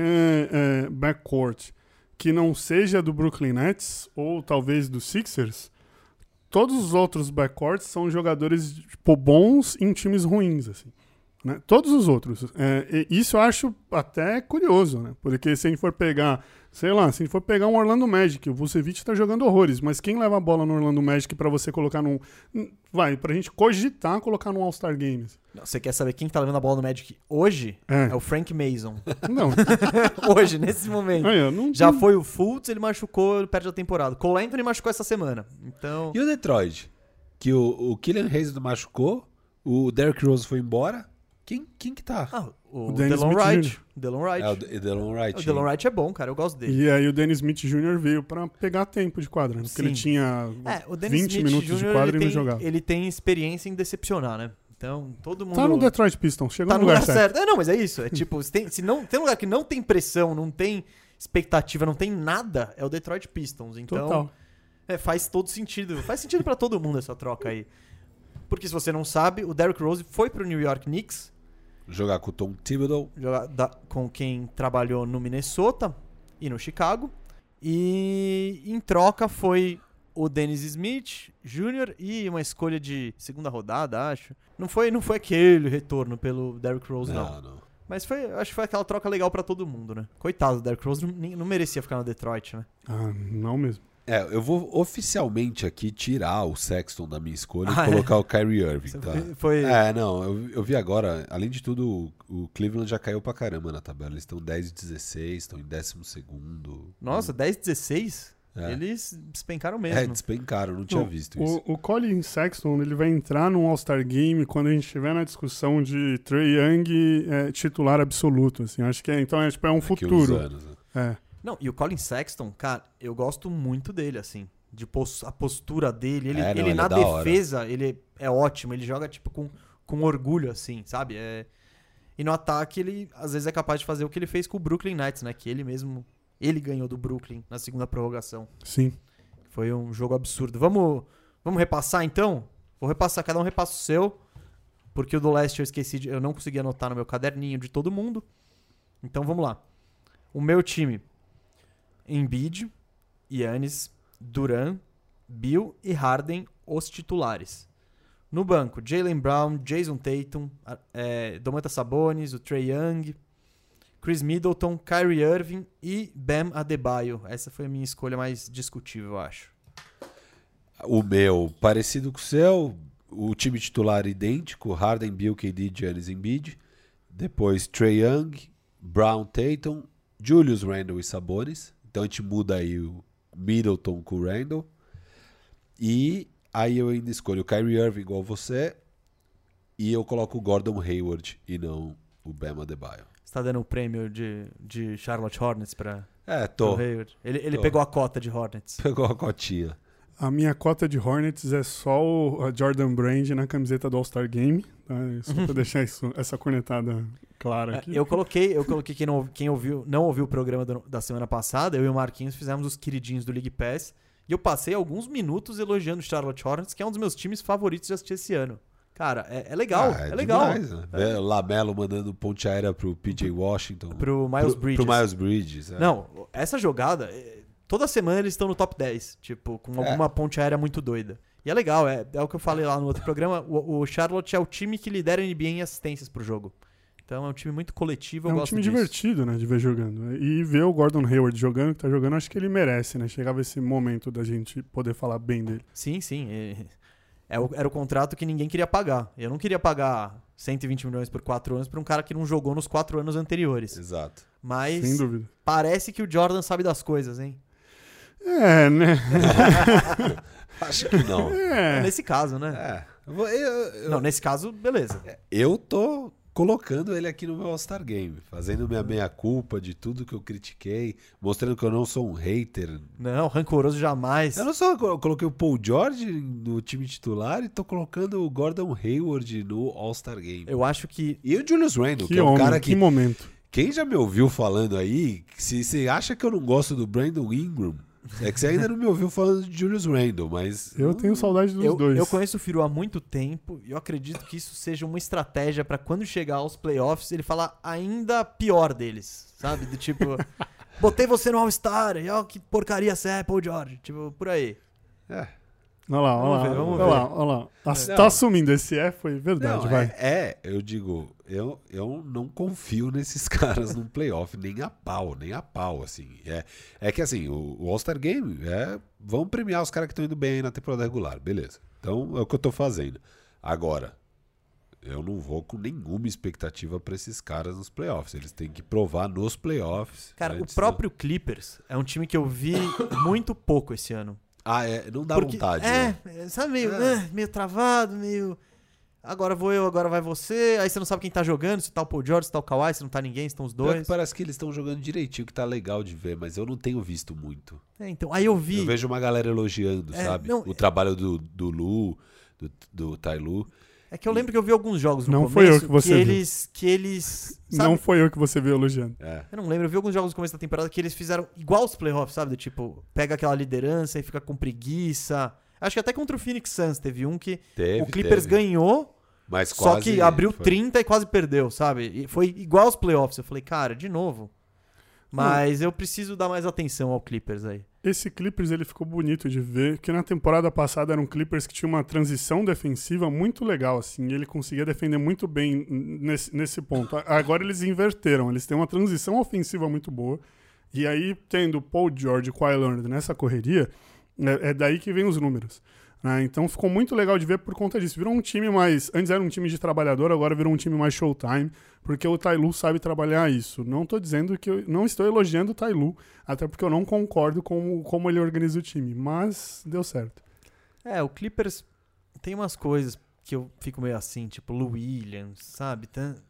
backcourt que não seja do Brooklyn Nets ou talvez do Sixers, todos os outros backcourts são jogadores bons em times ruins, assim. Né? Todos os outros. Isso eu acho até curioso, né? Porque se a gente for pegar, se a gente for pegar um Orlando Magic, o Vucevic tá jogando horrores, mas quem leva a bola no Orlando Magic pra você colocar pra gente cogitar colocar num All-Star Games?
Você quer saber quem tá levando a bola no Magic hoje? É o Frank Mason.
Não.
Hoje, nesse momento. Já foi o Fultz, ele machucou, ele perde a temporada. Cole Anthony machucou essa semana. Então...
E o Detroit? Que o Killian Hayes machucou, o Derrick Rose foi embora. Quem que tá?
o
Dennis
Delon
Smith
Wright.
Jr.
Delon Wright.
O Delon Wright.
O Delon Wright é bom, cara. Eu gosto dele.
E aí o Dennis Smith Jr. veio pra pegar tempo de quadra, né? Porque
Sim.
ele tinha
O Dennis
20
Smith
minutos de
Jr.,
quadra e não jogava.
ele tem experiência em decepcionar, né? Então, todo mundo...
Tá no Detroit Pistons, chegou
Tá
no lugar certo.
Não, mas é isso. É tipo, se não tem lugar que não tem pressão, não tem expectativa, não tem nada, é o Detroit Pistons. Então,
Total.
faz todo sentido. Faz sentido pra todo mundo essa troca aí. Porque se você não sabe, o Derrick Rose foi pro New York Knicks,
Jogar com o Tom Thibodeau.
com quem trabalhou no Minnesota e no Chicago. E em troca foi o Dennis Smith Jr. e uma escolha de segunda rodada, acho. Não foi aquele retorno pelo Derrick Rose, não. Mas acho que foi aquela troca legal pra todo mundo, né? Coitado do Derrick Rose, não merecia ficar no Detroit, né?
Ah, não mesmo.
Eu vou oficialmente aqui tirar o Sexton da minha escolha e colocar o Kyrie Irving, tá? Eu vi agora, além de tudo, o Cleveland já caiu pra caramba na tabela. Eles estão 10-16, estão em 12º.
Nossa, 10-16? Eles despencaram mesmo.
Despencaram, não tinha visto isso.
O Colin Sexton, ele vai entrar num All-Star Game quando a gente estiver na discussão de Trae Young titular absoluto, assim. Acho que então é um futuro.
Anos, né?
Não, e o Colin Sexton, cara, eu gosto muito dele, assim. A postura dele. Ele na defesa, ele é ótimo. Ele joga, tipo, com orgulho, assim, sabe? E no ataque, ele às vezes é capaz de fazer o que ele fez com o Brooklyn Nets, né? Que ele ganhou do Brooklyn na segunda prorrogação.
Sim.
Foi um jogo absurdo. Vamos repassar, então? Vou repassar, cada um repassa o seu. Porque o do leste eu não consegui anotar no meu caderninho de todo mundo. Então, vamos lá. O meu time... Embiid, Giannis, Durant, Bill e Harden, os titulares. No banco, Jaylen Brown, Jason Tatum, Domantas Sabonis, o Trae Young, Chris Middleton, Kyrie Irving e Bam Adebayo. Essa foi a minha escolha mais discutível, eu acho.
O meu, parecido com o seu, o time titular idêntico, Harden, Bill, KD, Giannis, Embiid. Depois Trae Young, Brown, Tatum, Julius Randle e Sabonis. Então a gente muda aí o Middleton com o Randle. E aí eu ainda escolho o Kyrie Irving igual você. E eu coloco o Gordon Hayward e não o Bam Adebayo.
Você tá dando um prêmio de Charlotte Hornets pra
tô.
Hayward? Ele pegou a cota de Hornets.
Pegou a cotinha.
A minha cota de Hornets é só a Jordan Brand na camiseta do All-Star Game. Tá? Só pra deixar essa cornetada clara aqui.
Eu coloquei quem não ouviu o programa da semana passada, eu e o Marquinhos fizemos os queridinhos do League Pass. E eu passei alguns minutos elogiando o Charlotte Hornets, que é um dos meus times favoritos de assistir esse ano. Cara, é legal, é legal.
Demais, né? Lamelo mandando ponte aérea pro PJ Washington.
Pro Miles Bridges.
Pro Miles Bridges.
Não, essa jogada, toda semana eles estão no top 10, tipo, com alguma ponte aérea muito doida. E é legal, é o que eu falei lá no outro programa, o Charlotte é o time que lidera a NBA em assistências pro jogo. Então é um time muito coletivo, eu gosto disso. É um time divertido,
né, de ver jogando. E ver o Gordon Hayward jogando, que tá jogando, acho que ele merece, né? Chegava esse momento da gente poder falar bem dele.
Sim. Era o contrato que ninguém queria pagar. Eu não queria pagar 120 milhões por 4 anos pra um cara que não jogou nos 4 anos anteriores.
Exato.
Mas
sem dúvida.
Parece que o Jordan sabe das coisas, hein?
Né?
Acho que não.
Nesse caso, né? Não, nesse caso, beleza.
Eu tô colocando ele aqui no meu All-Star Game, fazendo minha meia-culpa de tudo que eu critiquei, mostrando que eu não sou um hater.
Não, rancoroso jamais.
Eu coloquei o Paul George no time titular e tô colocando o Gordon Hayward no All-Star Game.
Eu acho que...
E o Julius Randle, que é um cara que...
Que momento.
Quem já me ouviu falando aí, se você acha que eu não gosto do Brandon Ingram, é que você ainda não me ouviu falando de Julius Randle, mas...
Eu tenho saudade dos dois.
Eu conheço o Firu há muito tempo e eu acredito que isso seja uma estratégia pra quando chegar aos playoffs ele falar ainda pior deles, sabe? Do tipo, botei você no All-Star e ó que porcaria você é, Paul George. Tipo, por aí.
Olha lá. Tá assumindo esse foi verdade, vai.
Eu digo, eu não confio nesses caras num playoff, nem a pau, assim. É que assim, o All-Star Game vamos premiar os caras que estão indo bem aí na temporada regular, beleza. Então é o que eu tô fazendo. Agora, eu não vou com nenhuma expectativa pra esses caras nos playoffs. Eles têm que provar nos playoffs.
Cara, o próprio Clippers é um time que eu vi muito pouco esse ano.
Não dá vontade.
Sabe, meio travado, meio... agora vou eu, agora vai você, aí você não sabe quem tá jogando, se tá o Paul George, se tá o Kawhi, se não tá ninguém, se estão os
Pior que
dois.
parece que eles estão jogando direitinho, que tá legal de ver, mas eu não tenho visto muito.
Então, aí eu vi...
Eu vejo uma galera elogiando, sabe?
não,
o trabalho do Lu, do Ty Lue.
É que eu lembro que eu vi alguns jogos no
Não
começo
foi eu que você viu.
que eles sabe?
Não foi eu que você viu elogiando.
Eu não lembro, eu vi alguns jogos no começo da temporada que eles fizeram igual os playoffs, sabe? Tipo, pega aquela liderança e fica com preguiça. Acho que até contra o Phoenix Suns teve um que o Clippers ganhou,
mas
só
quase
que abriu
foi.
30 e quase perdeu, sabe? E foi igual aos playoffs. Eu falei, cara, de novo. Mas eu preciso dar mais atenção ao Clippers aí.
Esse Clippers ele ficou bonito de ver, que na temporada passada era um Clippers que tinha uma transição defensiva muito legal, assim, e ele conseguia defender muito bem nesse ponto. Agora eles inverteram, eles têm uma transição ofensiva muito boa, e aí tendo Paul George e Kawhi Leonard nessa correria, é daí que vem os números. Né? Então ficou muito legal de ver por conta disso. Virou um time mais... Antes era um time de trabalhador, agora virou um time mais showtime, porque o Ty Lue sabe trabalhar isso. Não tô dizendo que... Não estou elogiando o Ty Lue, até porque eu não concordo com como ele organiza o time, mas deu certo.
O Clippers tem umas coisas que eu fico meio assim, tipo Lou Williams, sabe?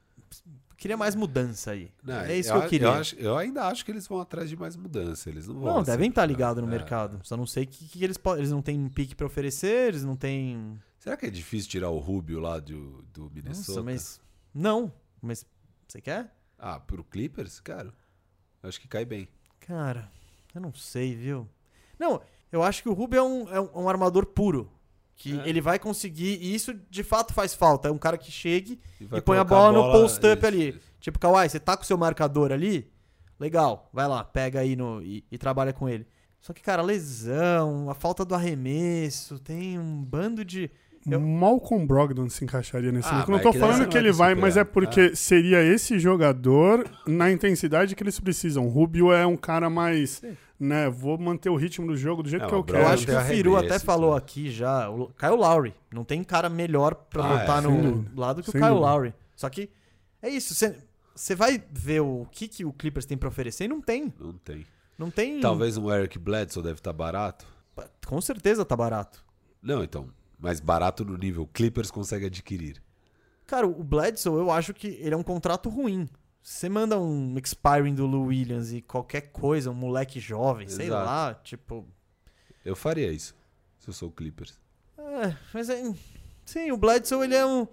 Queria mais mudança aí.
Não,
é isso que eu queria.
Eu ainda acho que eles vão atrás de mais mudança. Eles não vão.
Não, devem estar ligados no mercado. Só não sei que eles podem. Eles não têm pique pra oferecer, eles não têm.
Será que é difícil tirar o Rubio lá do Minnesota?
Nossa, mas. Não. Mas. Você quer?
Pro Clippers? Cara, eu acho que cai bem.
Cara, eu não sei, viu? Não, eu acho que o Rubio é um armador puro. Que ele vai conseguir, e isso de fato faz falta. É um cara que chegue e põe a bola no post-up ali.
Isso.
Tipo, Kawhi, você tá com o seu marcador ali? Legal, vai lá, pega aí e trabalha com ele. Só que, cara, lesão, a falta do arremesso, tem um bando de...
Malcolm Brogdon se encaixaria nesse nível. Não
mas
tô
que
falando
não
que
vai
ele vai,
superar.
mas é porque seria esse jogador na intensidade que eles precisam. O Rubio é um cara mais... Né, vou manter o ritmo do jogo do jeito que eu quero.
Eu acho que o Firu até falou aqui já, o Kyle Lowry. Não tem cara melhor pra botar no lado que o Kyle Lowry. Só que é isso, você vai ver o que o Clippers tem pra oferecer e não tem. Não tem.
Talvez um Eric Bledsoe deve estar barato.
Com certeza tá barato.
Não, então, mas barato no nível Clippers consegue adquirir.
Cara, o Bledsoe, eu acho que ele é um contrato ruim. Você manda um expiring do Lou Williams e qualquer coisa, um moleque jovem, sei lá, tipo...
Eu faria isso, se eu sou o Clippers.
Mas sim, o Bledsoe, ele é um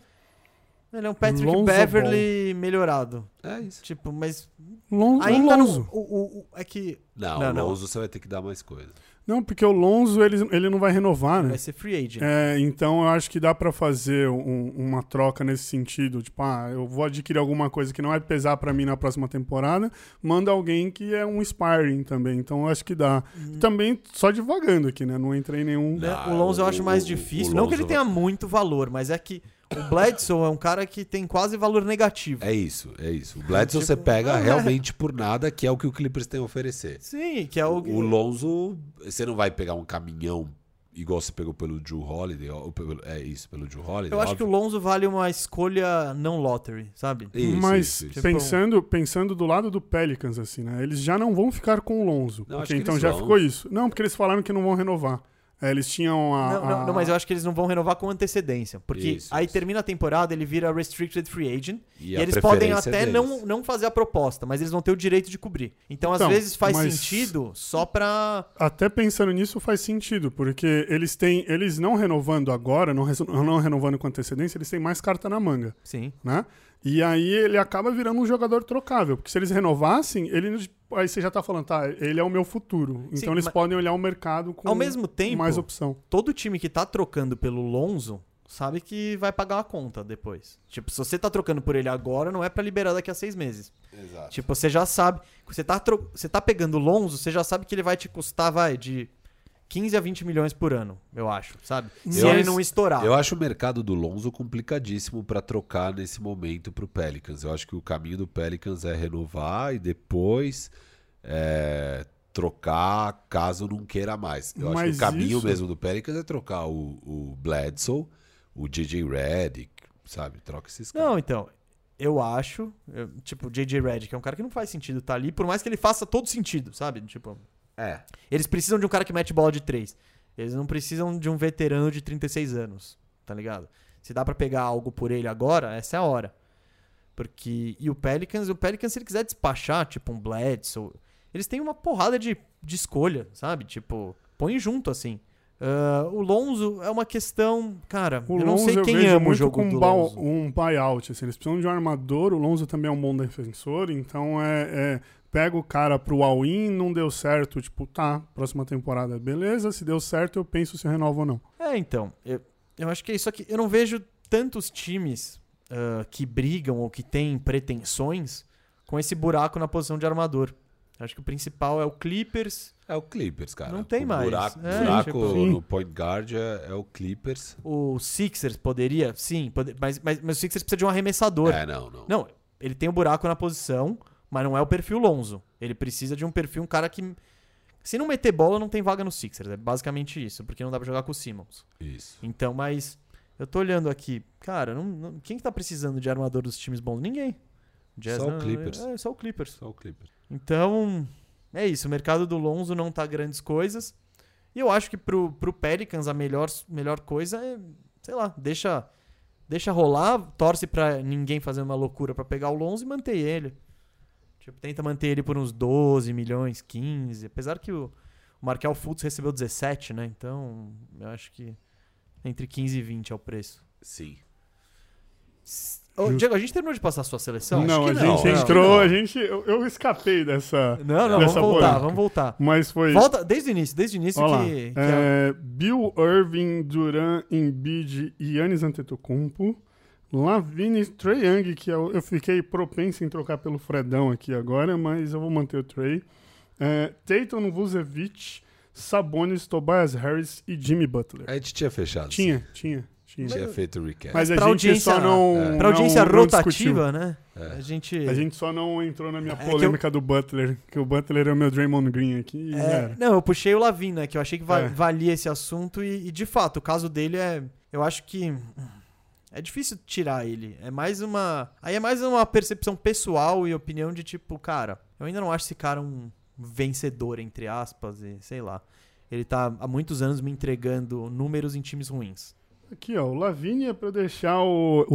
Patrick
Lonzo
Beverly melhorado.
É isso.
Tipo, mas...
Ainda
Lonzo. É que...
Não, o Lonzo você vai ter que dar mais coisa.
Não, porque o Lonzo, ele não vai renovar, né?
Vai ser free agent.
Então eu acho que dá pra fazer uma troca nesse sentido. Tipo, eu vou adquirir alguma coisa que não vai pesar pra mim na próxima temporada, manda alguém que é um sparring também. Então eu acho que dá. Também só divagando aqui, né? Não entrei em nenhum...
O Lonzo eu acho mais difícil. Não que ele tenha muito valor, mas é que o Bledsoe é um cara que tem quase valor negativo.
É isso. O Bledsoe você pega realmente por nada, que é o que o Clippers tem a oferecer.
Sim, que é o...
O Lonzo, você não vai pegar um caminhão igual você pegou pelo Drew Holiday. Pelo Drew Holiday.
Eu acho que o Lonzo vale uma escolha não lottery, sabe?
Mas pensando do lado do Pelicans, assim, né? Eles já não vão ficar com o Lonzo.
Não,
porque então já ficou isso. Não, porque eles falaram que não vão renovar. Eles tinham
Não, mas eu acho que eles não vão renovar com antecedência. Porque aí termina a temporada, ele vira restricted free agent. E eles podem até não fazer a proposta, mas eles vão ter o direito de cobrir. Então, às vezes, faz sentido só pra...
Até pensando nisso, faz sentido. Porque eles não renovando agora, não renovando com antecedência, eles têm mais carta na manga.
Sim.
Né? E aí ele acaba virando um jogador trocável. Porque se eles renovassem, aí você já tá falando, ele é o meu futuro. Então
Sim,
eles podem olhar o mercado com
ao mesmo tempo,
mais opção.
Todo time que tá trocando pelo Lonzo sabe que vai pagar uma conta depois. Tipo, se você tá trocando por ele agora, não é pra liberar daqui a 6 meses.
Exato.
Tipo, você já sabe. Você tá pegando o Lonzo, você já sabe que ele vai te custar, de 15 a 20 milhões por ano, eu acho, sabe? Se ele não estourar.
Eu acho o mercado do Lonzo complicadíssimo pra trocar nesse momento pro Pelicans. Eu acho que o caminho do Pelicans é renovar e depois trocar caso não queira mais. Eu acho que o caminho mesmo do Pelicans é trocar o Bledsoe, o J.J. Redick, sabe? Troca esses caras.
Não, então, eu acho, tipo, o J.J. Redick é um cara que não faz sentido estar ali, por mais que ele faça todo sentido, sabe? Tipo... Eles precisam de um cara que mete bola de 3. Eles não precisam de um veterano de 36 anos, tá ligado? Se dá pra pegar algo por ele agora, essa é a hora. E o Pelicans, se ele quiser despachar, tipo um Bledsoe, eles têm uma porrada de escolha, sabe? Tipo, põe junto, assim. O Lonzo é uma questão, cara, eu não sei quem ama o jogo do Lonzo.
Um buyout, assim, eles precisam de um armador, o Lonzo também é um bom defensor, então pega o cara pro all-in, não deu certo, tipo, tá, próxima temporada, beleza, se deu certo eu penso se renova ou não.
Então, eu acho que é isso aqui, eu não vejo tantos times que brigam ou que têm pretensões com esse buraco na posição de armador. Acho que o principal é o Clippers.
É o Clippers, cara.
Não tem mais.
Buraco no point guard é o Clippers.
O Sixers poderia, sim, mas o Sixers precisa de um arremessador. Não, ele tem um buraco na posição, mas não é o perfil Lonzo. Ele precisa de um perfil, um cara que... Se não meter bola, não tem vaga no Sixers. É basicamente isso, porque não dá pra jogar com o Simmons.
Isso.
Então, mas... Eu tô olhando aqui. Cara, quem que tá precisando de armador dos times bons? Ninguém.
Jazz, só o Clippers.
Só o Clippers.
Só o Clippers.
Então, é isso. O mercado do Lonzo não tá grandes coisas. E eu acho que pro Pelicans a melhor coisa é, sei lá, deixa rolar, torce pra ninguém fazer uma loucura pra pegar o Lonzo e manter ele. Tipo, tenta manter ele por uns 12 milhões, 15. Apesar que o Markelle Fultz recebeu 17, né? Então, eu acho que entre 15 e 20 é o preço.
Sim.
Diego, a gente terminou de passar a sua seleção?
Não,
acho que
a gente entrou, eu escapei dessa.
Não, vamos voltar.
Mas foi.
Volta desde o início
Olha
que.
Bill Irving, Durant, Embiid e Giannis Antetokounmpo. Lavine, Trae Young, que eu fiquei propenso em trocar pelo Fredão aqui agora, mas eu vou manter o Trae. Tatum, Vucevic, Sabonis, Tobias Harris e Jimmy Butler.
A gente tinha fechado.
Tinha
feito o recap.
Mas a gente só não...
Pra audiência
não
rotativa, né?
A
gente só não entrou na minha polêmica do Butler, que o Butler é o meu Draymond Green aqui.
Não, eu puxei o Lavine, né? Que eu achei que valia esse assunto e, de fato, o caso dele eu acho que... É difícil tirar ele. Aí é mais uma percepção pessoal e opinião de tipo, cara, eu ainda não acho esse cara um vencedor, entre aspas, e sei lá. Ele tá há muitos anos me entregando números em times ruins.
Aqui, ó, o Lavine é pra deixar o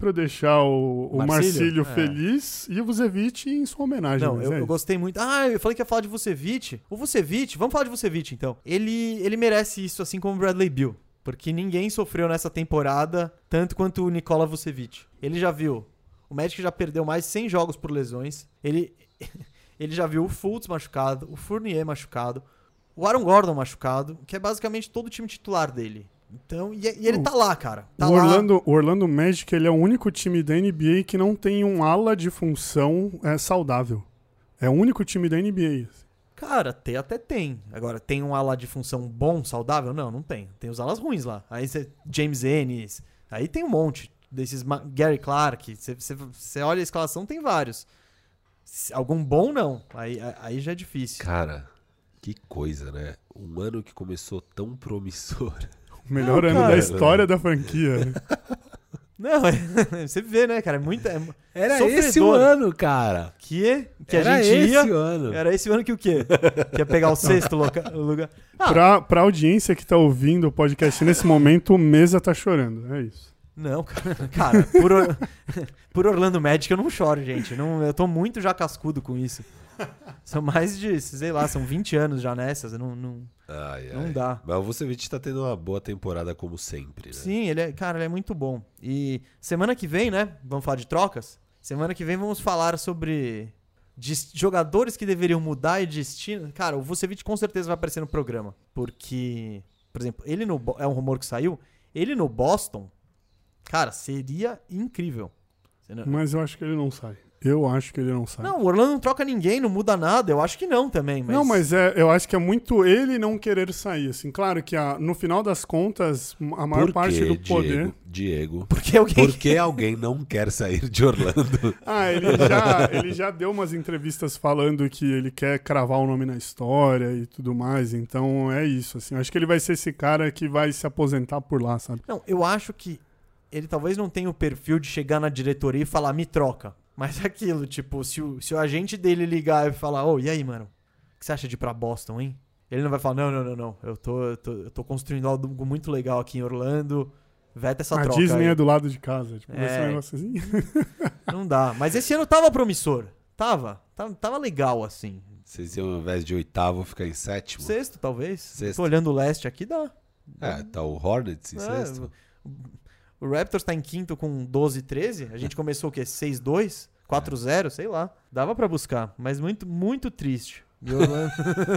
Marcílio feliz e o Vucevic em sua homenagem.
Não, eu gostei muito. Eu falei que ia falar de Vucevic. O Vucevic, vamos falar de Vucevic então. Ele merece isso, assim como o Bradley Beal. Porque ninguém sofreu nessa temporada tanto quanto o Nikola Vucevic. Ele já viu. O Magic já perdeu mais de 100 jogos por lesões. Ele já viu o Fultz machucado, o Fournier machucado, o Aaron Gordon machucado, que é basicamente todo o time titular dele. Então, e ele tá lá, cara.
O Orlando Magic, ele é o único time da NBA que não tem um ala de função saudável. É o único time da NBA.
Cara, até tem. Agora, tem um ala de função bom, saudável? Não tem. Tem os alas ruins lá. Aí James Ennis, aí tem um monte desses Gary Clark. Você olha a escalação, tem vários. Algum bom, não. Aí já é difícil.
Cara, que coisa, né? Um ano que começou tão promissor.
O melhor ano da história da franquia. Né?
Não, você vê, né, cara?
Era
sofredor.
Esse o ano, cara.
Que
era
a gente ia...
esse ano.
Era esse o ano que o quê? Que ia pegar o sexto lugar.
Pra audiência que tá ouvindo o podcast nesse momento, o Mesa tá chorando. É isso.
Não, cara, por Orlando Magic eu não choro, gente. Eu tô muito já cascudo com isso. São mais de, sei lá, são 20 anos já nessas. Não dá.
Mas o Vucevic tá tendo uma boa temporada como sempre, né?
Sim, ele é muito bom. E semana que vem, né? Vamos falar de trocas? Semana que vem vamos falar sobre jogadores que deveriam mudar de destino. Cara, o Vucevic com certeza vai aparecer no programa. Porque, por exemplo, é um rumor que saiu. Ele no Boston, cara, seria incrível.
Mas eu acho que ele não sai. Não,
o Orlando não troca ninguém, não muda nada. Eu acho que não também. Mas...
Não, mas eu acho que é muito ele não querer sair. Assim, claro que no final das contas, a maior parte do poder...
Diego,
porque
alguém não quer sair de Orlando?
Ele já deu umas entrevistas falando que ele quer cravar o nome na história e tudo mais. Então é isso. Assim, acho que ele vai ser esse cara que vai se aposentar por lá, sabe?
Não, eu acho que ele talvez não tenha o perfil de chegar na diretoria e falar, me troca. Mas aquilo, tipo, se o agente dele ligar e falar, e aí, mano, o que você acha de ir pra Boston, hein? Ele não vai falar, não, eu tô construindo algo muito legal aqui em Orlando, Veta essa
A
troca.
Disney
aí.
é do lado de casa. Tipo,
É.
esse negócio assim.
Não dá. Mas esse ano tava promissor. Tava legal, assim.
Vocês iam, ao invés de oitavo, ficar em sétimo?
Sexto, talvez.
Sexto.
Tô olhando o leste aqui, dá.
Tá o Hornets em
É,
sexto.
O Raptors tá em quinto com 12-13. A gente começou o quê? 6-2? 4-0? Sei lá. Dava pra buscar, mas muito, muito triste. E Orlando...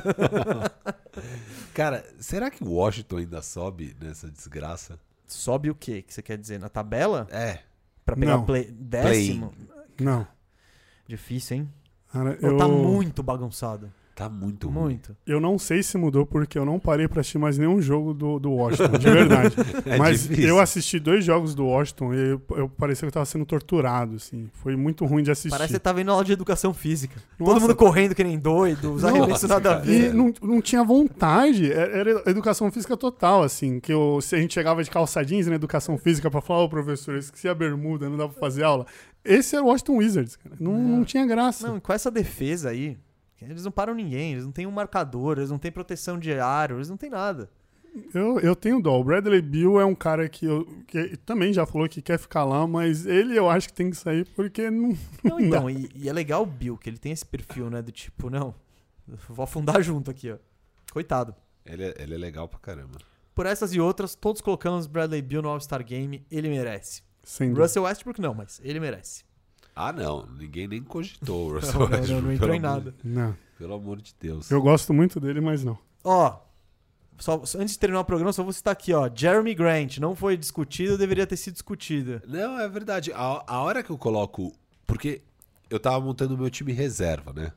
Cara, será que o Washington ainda sobe nessa desgraça?
Sobe o quê que você quer dizer? Na tabela?
É.
Pra pegar
Não.
décimo?
Não.
Difícil, hein?
Cara,
Ou tá muito bagunçado.
Tá muito ruim.
Muito.
Eu não sei se mudou porque eu não parei pra assistir mais nenhum jogo do Washington, de verdade.
É
Mas
difícil.
eu assisti 2 jogos do Washington e eu parecia que eu tava sendo torturado, assim. Foi muito ruim de assistir.
Parece que você tava indo na aula de educação física.
Nossa.
Todo mundo correndo que nem doido, os arremessos
Nossa,
nada a
cara.
ver.
E não tinha vontade, era educação física total, assim, se a gente chegava de calça jeans na educação física pra falar, ô professor, eu esqueci a bermuda, não dá pra fazer aula. Esse era o Washington Wizards, cara. Não tinha graça.
Não, e com essa defesa aí, eles não param ninguém, eles não têm um marcador, eles não têm proteção de aro, eles não têm nada.
Eu tenho dó. O Bradley Beal é um cara que também já falou que quer ficar lá, mas ele eu acho que tem que sair porque não
Não,
dá.
então, e é legal o Bill, que ele tem esse perfil, né, do tipo, não, vou afundar junto aqui, ó. Coitado.
Ele é legal pra caramba.
Por essas e outras, todos colocamos Bradley Beal no All-Star Game, ele merece.
Sem dúvida.
Russell Westbrook não, mas ele merece.
Ah, não. Ninguém nem cogitou o Russell
Não,
Westbrook,
não entrou
pelo
em
amor-
nada.
Não.
Pelo amor de Deus.
Eu gosto muito dele, mas não.
Ó, só antes de terminar o programa, só vou citar aqui, ó, Jeremy Grant, não foi discutido, deveria ter sido discutido.
Não, é verdade. A hora que eu coloco... Porque eu tava montando o meu time reserva, né?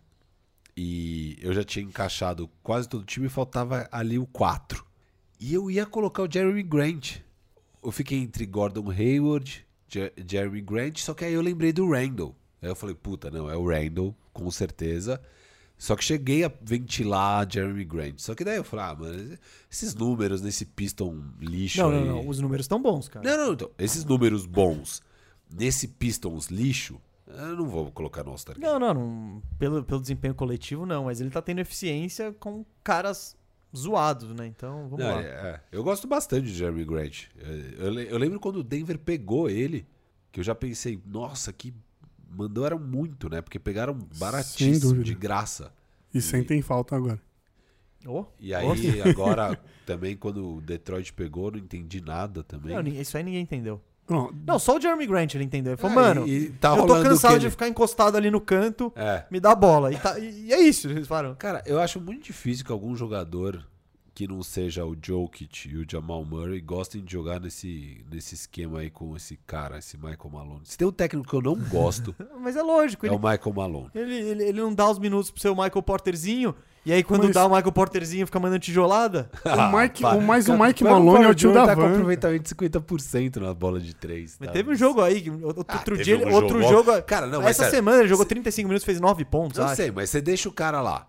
E eu já tinha encaixado quase todo o time e faltava ali o 4. E eu ia colocar o Jeremy Grant. Eu fiquei entre Gordon Hayward, Jeremy Grant, só que aí eu lembrei do Randall. Aí eu falei, puta, não, é o Randall, com certeza. Só que cheguei a ventilar Jeremy Grant. Só que daí eu falei, mano, esses números nesse Piston lixo
Não,
aí...
não, não, os números estão bons, cara.
Não, então, esses números bons nesse Pistons lixo, eu não vou colocar no All-Star Game.
Não, pelo desempenho coletivo não, mas ele tá tendo eficiência com caras zoados, né? Então, vamos
Não,
lá.
eu gosto bastante de Jeremy Grant. Eu lembro quando o Denver pegou ele, que eu já pensei, nossa, que mandaram muito, né? Porque pegaram baratíssimo,
dúvida.
de graça.
E sentem falta agora.
Oh,
E aí, agora, também, quando o Detroit pegou, não entendi nada também.
não, isso aí ninguém entendeu.
Não,
Não, só o Jeremy Grant ele entendeu. Ele falou, mano,
e tá
eu tô
rolando
cansado
que
de
ele-
ficar encostado ali no canto,
É.
me dá a bola. E é isso, eles falaram.
Cara, eu acho muito difícil que algum jogador que não seja o Jokic e o Jamal Murray gostem de jogar nesse esquema aí com esse cara, esse Michael Malone. Se tem um técnico que eu não gosto,
Mas é lógico,
é o Michael Malone.
ele não dá os minutos pro seu Michael Porterzinho, e aí quando
Mas-
dá o Michael Porterzinho fica mandando tijolada.
o Mike
Ah,
Malone é o tio da
tá com
van.
aproveitamento de 50% na bola de 3.
Mas teve um jogo aí, que outro
teve
dia,
um
outro
jogo.
jogo.
Cara, não, mas
essa
sério.
semana ele jogou 35 minutos, fez 9 pontos,
Eu
acho.
sei, mas você deixa o cara lá.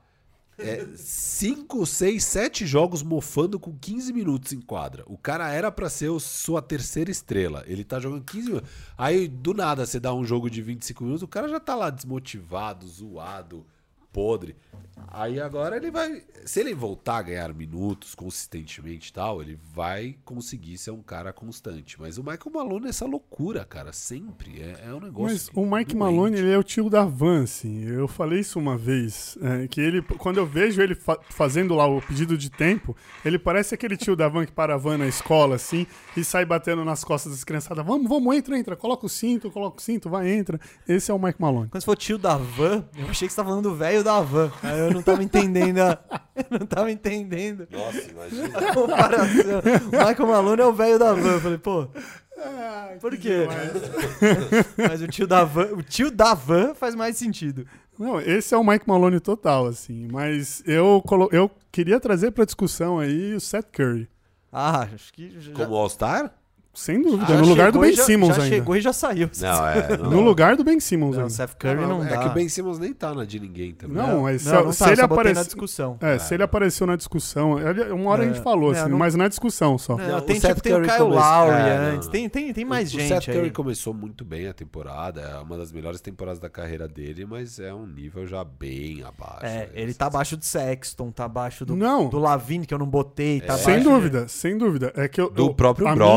5, 6, 7 jogos mofando com 15 minutos em quadra. O cara era pra ser sua terceira estrela. Ele tá jogando 15 minutos. Aí, do nada, você dá um jogo de 25 minutos, o cara já tá lá desmotivado, zoado, podre. Aí agora ele vai... Se ele voltar a ganhar minutos consistentemente e tal, ele vai conseguir ser um cara constante. Mas o Michael Malone é essa loucura, cara. Sempre. É um negócio...
Mas o Mike
doente.
Malone, ele é o tio da van, assim. Eu falei isso uma vez, que ele, quando eu vejo ele fazendo lá o pedido de tempo, ele parece aquele tio da van que para a van na escola, assim, e sai batendo nas costas das criançadas. Vamos, entra, coloca o cinto, vai, entra. Esse é o Mike Malone.
Quando você for tio da van, eu achei que você tava falando do velho da van. Aí eu não tava entendendo. Eu não tava entendendo.
Nossa, imagina.
A comparação. O Michael Malone é o velho da van. Eu falei, pô, por quê? Mas o tio da van faz mais sentido.
Não, esse é o Mike Malone total, assim. Mas eu queria trazer pra discussão aí o Seth Curry.
Ah, acho que já,
Como All-Star?
Sem dúvida,
já
no lugar do
chegou
Ben
e já-
Simmons
já
ainda.
chegou e já saiu.
Não,
No lugar do Ben Simmons
Não, o
ainda.
Seth Curry não,
é
dá.
que o Ben Simmons nem tá na de ninguém também.
Não, mas
não
se
tá,
ele
só botei na
aparecer...
discussão.
Se ele apareceu na discussão, uma hora a gente falou,
não,
assim,
não-
mas na discussão só.
Não,
Não,
tem
o Seth
tem o
Curry
Kyle
começou-
Lowry
não,
antes.
não.
Tem mais
O
gente
Seth Curry
aí.
começou muito bem a temporada, é uma das melhores temporadas da carreira dele, mas é um nível já bem abaixo.
Ele tá abaixo do Sexton, tá abaixo do
Não.
Lavine, que eu não botei, tá
Sem
abaixo
dúvida, sem dúvida. É que
Do próprio
a
Brogdon.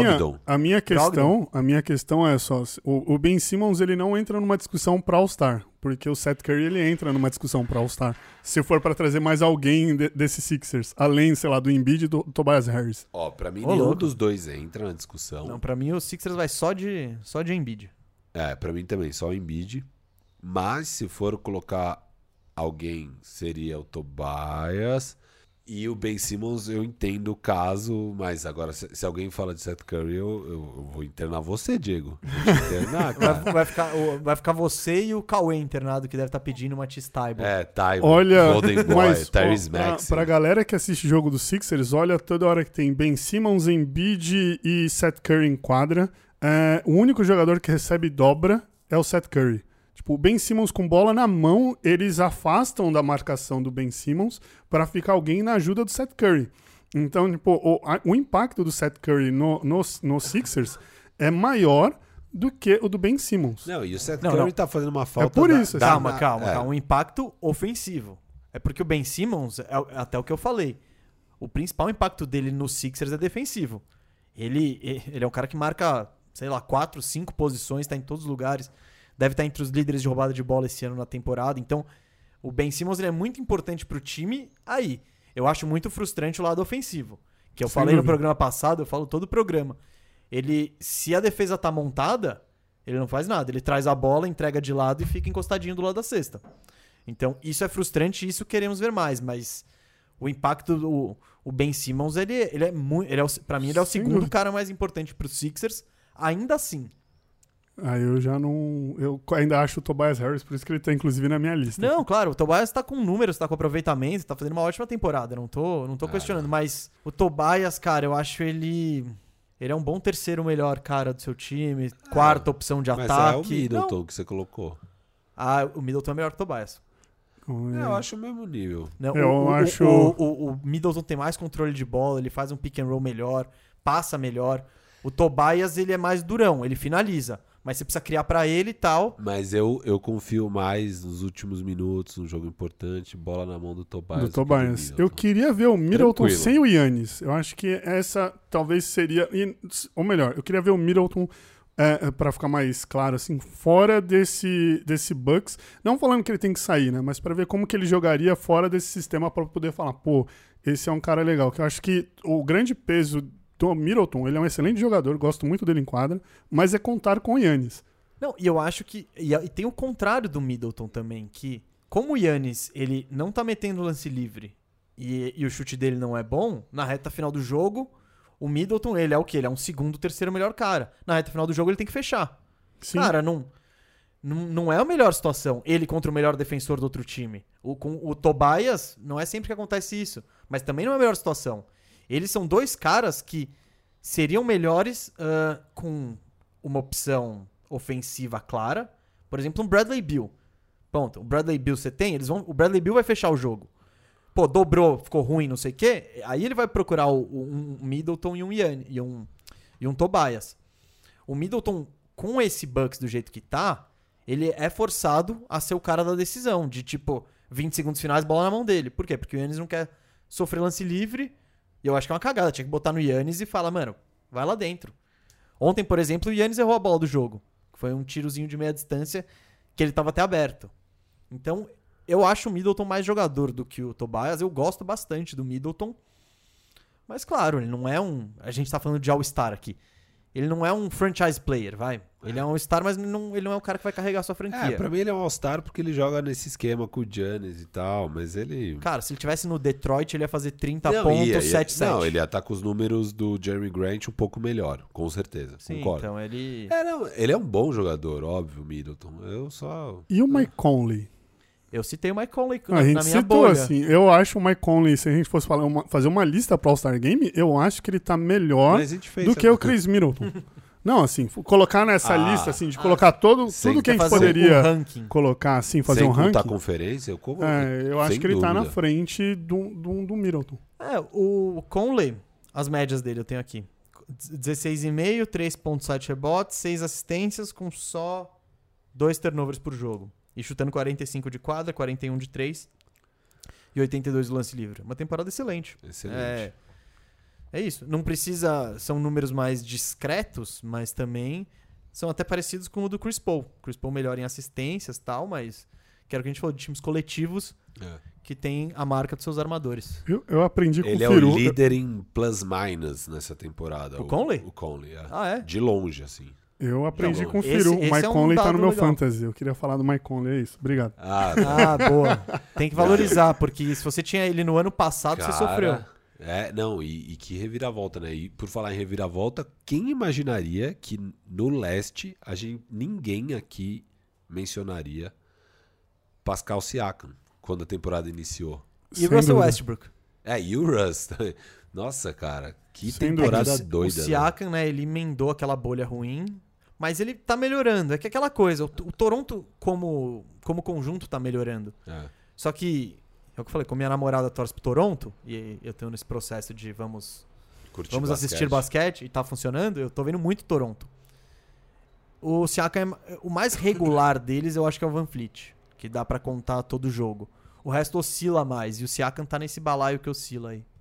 A minha questão é só, o Ben Simmons ele não entra numa discussão pra All-Star, porque o Seth Curry ele entra numa discussão pra All-Star. Se for pra trazer mais alguém desses Sixers, além, sei lá, do Embiid e do Tobias Harris.
Ó, pra mim nenhum dos dois entra na discussão.
Não, pra mim o Sixers vai só de Embiid.
Pra mim também, só o Embiid. Mas se for colocar alguém, seria o Tobias. E o Ben Simmons, eu entendo o caso, mas agora, se alguém fala de Seth Curry, eu vou internar você, Diego. Vou te internar, cara.
Vai ficar você e o Cauê internado, que deve estar pedindo uma T-Stable.
Tybalt,
Olha,
Golden Boy,
mas
Tyrese Maxey.
pra galera que assiste jogo do Sixers, olha toda hora que tem Ben Simmons, Embiid e Seth Curry em quadra. O único jogador que recebe dobra é o Seth Curry. Tipo, o Ben Simmons com bola na mão, eles afastam da marcação do Ben Simmons para ficar alguém na ajuda do Seth Curry. Então, tipo, o impacto do Seth Curry no Sixers é maior do que o do Ben Simmons.
Não, e o Seth Curry tá fazendo uma falta...
É por isso.
Calma. Um impacto ofensivo. É porque o Ben Simmons, até o que eu falei, o principal impacto dele no Sixers é defensivo. Ele é um cara que marca, sei lá, 4, 5 posições, tá em todos os lugares. Deve estar entre os líderes de roubada de bola esse ano na temporada. Então, o Ben Simmons ele é muito importante pro time aí. Eu acho muito frustrante o lado ofensivo. Que eu falei no programa passado, eu falo todo o programa. Se a defesa tá montada, ele não faz nada. Ele traz a bola, entrega de lado e fica encostadinho do lado da cesta. Então, isso é frustrante e isso queremos ver mais. Mas o impacto do Ben Simmons, pra mim, ele é o segundo cara mais importante pro Sixers, ainda assim.
Eu já não... Eu ainda acho o Tobias Harris, por isso que ele tá inclusive na minha lista.
Não, claro, o Tobias tá com números, tá com aproveitamento, tá fazendo uma ótima temporada, não tô questionando, mas o Tobias, cara, eu acho ele é um bom terceiro melhor cara do seu time, quarta opção de ataque.
Mas é o Middleton que você colocou.
O Middleton é melhor que o Tobias.
Eu acho o mesmo nível.
Não,
eu acho...
O Middleton tem mais controle de bola, ele faz um pick and roll melhor, passa melhor. O Tobias, ele é mais durão, ele finaliza. Mas você precisa criar pra ele e tal.
Mas eu confio mais nos últimos minutos, um jogo importante, bola na mão do Tobias.
Eu queria ver o Middleton sem o Giannis. Eu acho que essa talvez seria... Ou melhor, eu queria ver o Middleton, pra ficar mais claro, assim, fora desse Bucks. Não falando que ele tem que sair, né? Mas pra ver como que ele jogaria fora desse sistema pra poder falar, pô, esse é um cara legal. Que eu acho que o grande peso... do Middleton, ele é um excelente jogador, gosto muito dele em quadra, mas é contar com o Giannis.
Não, e eu acho que... E tem o contrário do Middleton também, que como o Giannis, ele não tá metendo lance livre e o chute dele não é bom, na reta final do jogo, o Middleton, ele é o quê? Ele é um segundo, terceiro melhor cara. Na reta final do jogo, ele tem que fechar. Sim. Cara, não é a melhor situação, ele contra o melhor defensor do outro time. Com o Tobias, não é sempre que acontece isso, mas também não é a melhor situação. Eles são dois caras que seriam melhores com uma opção ofensiva clara. Por exemplo, um Bradley Beal. Pronto, o Bradley Beal você tem, o Bradley Beal vai fechar o jogo. Pô, dobrou, ficou ruim, não sei o quê. Aí ele vai procurar um Middleton e um Giannis, e um Tobias. O Middleton, com esse Bucks do jeito que tá, ele é forçado a ser o cara da decisão. De tipo, 20 segundos finais, bola na mão dele. Por quê? Porque o Giannis não quer sofrer lance livre. E eu acho que é uma cagada. Tinha que botar no Giannis e falar, mano, vai lá dentro. Ontem, por exemplo, o Giannis errou a bola do jogo. Foi um tirozinho de meia distância que ele tava até aberto. Então, eu acho o Middleton mais jogador do que o Tobias. Eu gosto bastante do Middleton. Mas, claro, ele não é um... A gente tá falando de All-Star aqui. Ele não é um franchise player, vai. Ele é um All-Star, mas ele não é o cara que vai carregar a sua franquia.
Pra mim ele é um All-Star porque ele joga nesse esquema com o Giannis e tal, mas ele...
Cara, se ele tivesse no Detroit, ele ia fazer 30 pontos, 7-7.
Não, ele ia estar com os números do Jeremy Grant um pouco melhor, com certeza.
Sim,
concordo.
Então ele...
ele é um bom jogador, óbvio, Middleton.
E o Mike Conley?
Eu citei o Mike Conley
na minha bolha. Assim, eu acho o Mike Conley, se a gente fosse fazer uma lista pro All-Star Game, eu acho que ele tá melhor do que o Chris Middleton. Não, assim, colocar nessa lista, assim, de colocar tudo que a gente poderia colocar, assim, fazer um ranking.
Sem contar a conferência,
eu acho que ele tá na frente do Middleton.
O Conley, as médias dele eu tenho aqui. 16,5, 3.7 rebotes, 6 assistências com só 2 turnovers por jogo. E chutando 45 de quadra, 41 de 3 e 82 de lance livre. Uma temporada excelente.
Excelente.
É isso. Não precisa... São números mais discretos, mas também são até parecidos com o do Chris Paul. Chris Paul melhora em assistências e tal, mas... Que era o que a gente falou de times coletivos que tem a marca dos seus armadores.
Eu aprendi com o
Ele
Firu.
é o líder em plus-minus nessa temporada.
O Conley?
O Conley, é.
Ah, é?
De longe, assim.
Eu aprendi
Não,
com o
esse-
Firu. O
esse
Mike
é um
Conley tá
dado
no meu
legal.
fantasy. Eu queria falar do Mike Conley, é isso. Obrigado.
Ah, tá.
Ah, boa. Tem que valorizar, porque se você tinha ele no ano passado, você sofreu.
Não, e que reviravolta, né? E por falar em reviravolta, quem imaginaria que no leste ninguém aqui mencionaria Pascal Siakam quando a temporada iniciou?
E
Sem
o Russell
dúvida.
Westbrook.
E o Russ também. Nossa, cara, que
Sem
temporada
dúvida.
doida.
O Siakam, né, ele emendou aquela bolha ruim, mas ele tá melhorando. É que aquela coisa, o Toronto como conjunto tá melhorando.
Né?
Só que, é o que eu falei, como minha namorada torce pro Toronto, e eu tô nesse processo de vamos assistir basquete, e tá funcionando, eu tô vendo muito Toronto. O Siakam, o mais regular deles, eu acho que é o Van Fleet, que dá pra contar todo jogo. O resto oscila mais, e o Siakam tá nesse balaio que oscila aí.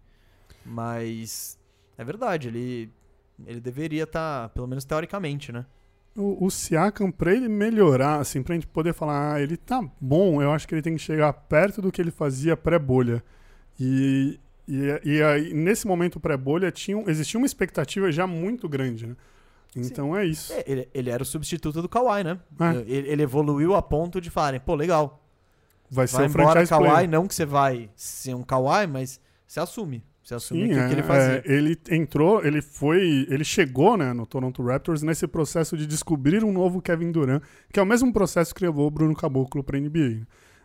Mas é verdade, ele deveria estar, pelo menos teoricamente, né?
O Siakam, pra ele melhorar, assim, pra gente poder falar, ele tá bom, eu acho que ele tem que chegar perto do que ele fazia pré-bolha. E aí, nesse momento pré-bolha, existia uma expectativa já muito grande, né? Então é isso.
Ele era o substituto do Kawhi, né?
É.
Ele evoluiu a ponto de falarem, pô, legal,
Vai ser
vai
o
embora
franchise
Kawhi,
player.
não que você vai ser um Kawhi, mas você assume. Você assume
Sim,
aquilo que ele fazia.
ele entrou, ele chegou, né, no Toronto Raptors nesse processo de descobrir um novo Kevin Durant, que é o mesmo processo que levou o Bruno Caboclo pra NBA.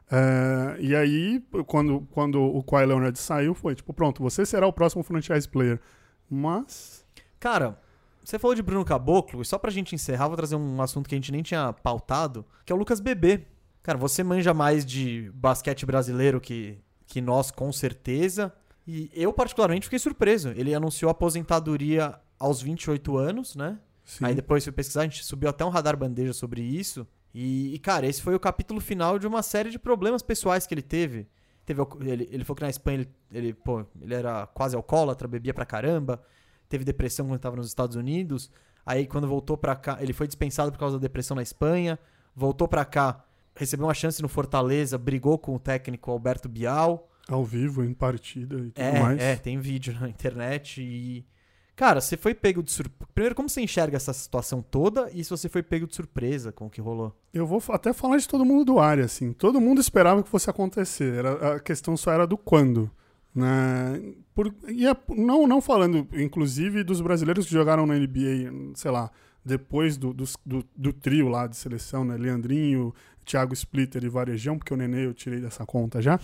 E aí, quando o Kawhi Leonard saiu, foi tipo, pronto, você será o próximo franchise player. Mas...
Cara, você falou de Bruno Caboclo, e só pra gente encerrar, vou trazer um assunto que a gente nem tinha pautado, que é o Lucas Bebê. Cara, você manja mais de basquete brasileiro que nós, com certeza. E eu, particularmente, fiquei surpreso. Ele anunciou a aposentadoria aos 28 anos, né?
Sim.
Aí depois fui pesquisar, a gente subiu até um radar bandeja sobre isso. E, cara, esse foi o capítulo final de uma série de problemas pessoais que ele teve. Ele falou que na Espanha ele era quase alcoólatra, bebia pra caramba. Teve depressão quando estava nos Estados Unidos. Aí quando voltou pra cá, ele foi dispensado por causa da depressão na Espanha. Voltou pra cá, recebeu uma chance no Fortaleza, brigou com o técnico Alberto Bial.
Ao vivo, em partida e tudo mais.
Tem vídeo na internet e... Cara, você foi pego de surpresa. Primeiro, como você enxerga essa situação toda e se você foi pego de surpresa com o que rolou?
Eu vou até falar de todo mundo do área, assim. Todo mundo esperava que fosse acontecer. A questão só era do quando. Né? Não falando, inclusive, dos brasileiros que jogaram na NBA, sei lá, depois do trio lá de seleção, né? Leandrinho, Thiago Splitter e Varejão, porque o Nenê eu tirei dessa conta já.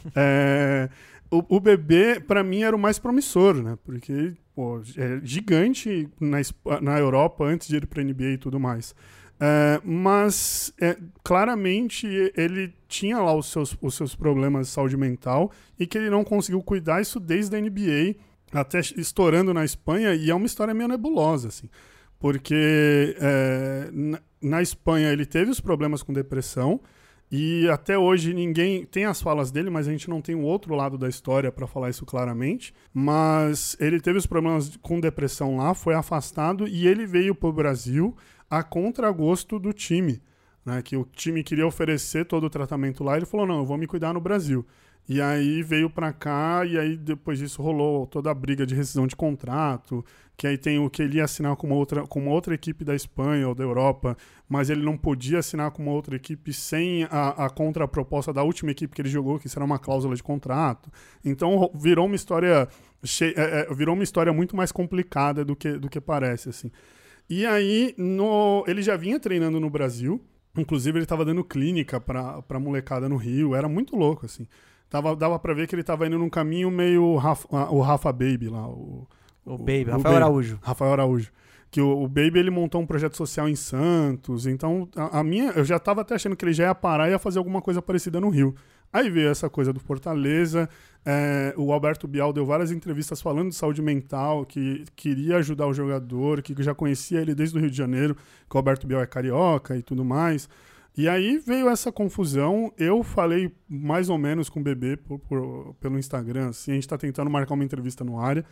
O Bebê, pra mim, era o mais promissor, né? Porque, pô, é gigante na Europa antes de ir pra NBA e tudo mais. Mas claramente ele tinha lá os seus problemas de saúde mental e que ele não conseguiu cuidar isso desde a NBA até estourando na Espanha, e é uma história meio nebulosa, assim. Porque na Espanha ele teve os problemas com depressão e até hoje ninguém tem as falas dele, mas a gente não tem o outro lado da história para falar isso claramente. Mas ele teve os problemas com depressão lá, foi afastado e ele veio para o Brasil a contragosto do time, né? Que o time queria oferecer todo o tratamento lá, ele falou, não, eu vou me cuidar no Brasil. E aí veio pra cá, e aí depois disso rolou toda a briga de rescisão de contrato, que aí tem o que ele ia assinar com uma outra equipe da Espanha ou da Europa, mas ele não podia assinar com uma outra equipe sem a contraproposta da última equipe que ele jogou, que isso era uma cláusula de contrato. Então virou uma história muito mais complicada do que parece, assim. E aí ele já vinha treinando no Brasil, inclusive ele estava dando clínica pra molecada no Rio, era muito louco, assim. Dava pra ver que ele tava indo num caminho meio o Rafa Baby lá. O
Baby, Rafael Araújo.
Rafael Araújo. Que o Baby, ele montou um projeto social em Santos. Então, eu já tava até achando que ele já ia parar e ia fazer alguma coisa parecida no Rio. Aí veio essa coisa do Fortaleza. O Alberto Bial deu várias entrevistas falando de saúde mental, que queria ajudar o jogador, que já conhecia ele desde o Rio de Janeiro, que o Alberto Bial é carioca e tudo mais. E aí veio essa confusão, eu falei mais ou menos com o Bebê pelo Instagram, assim, a gente tá tentando marcar uma entrevista no área,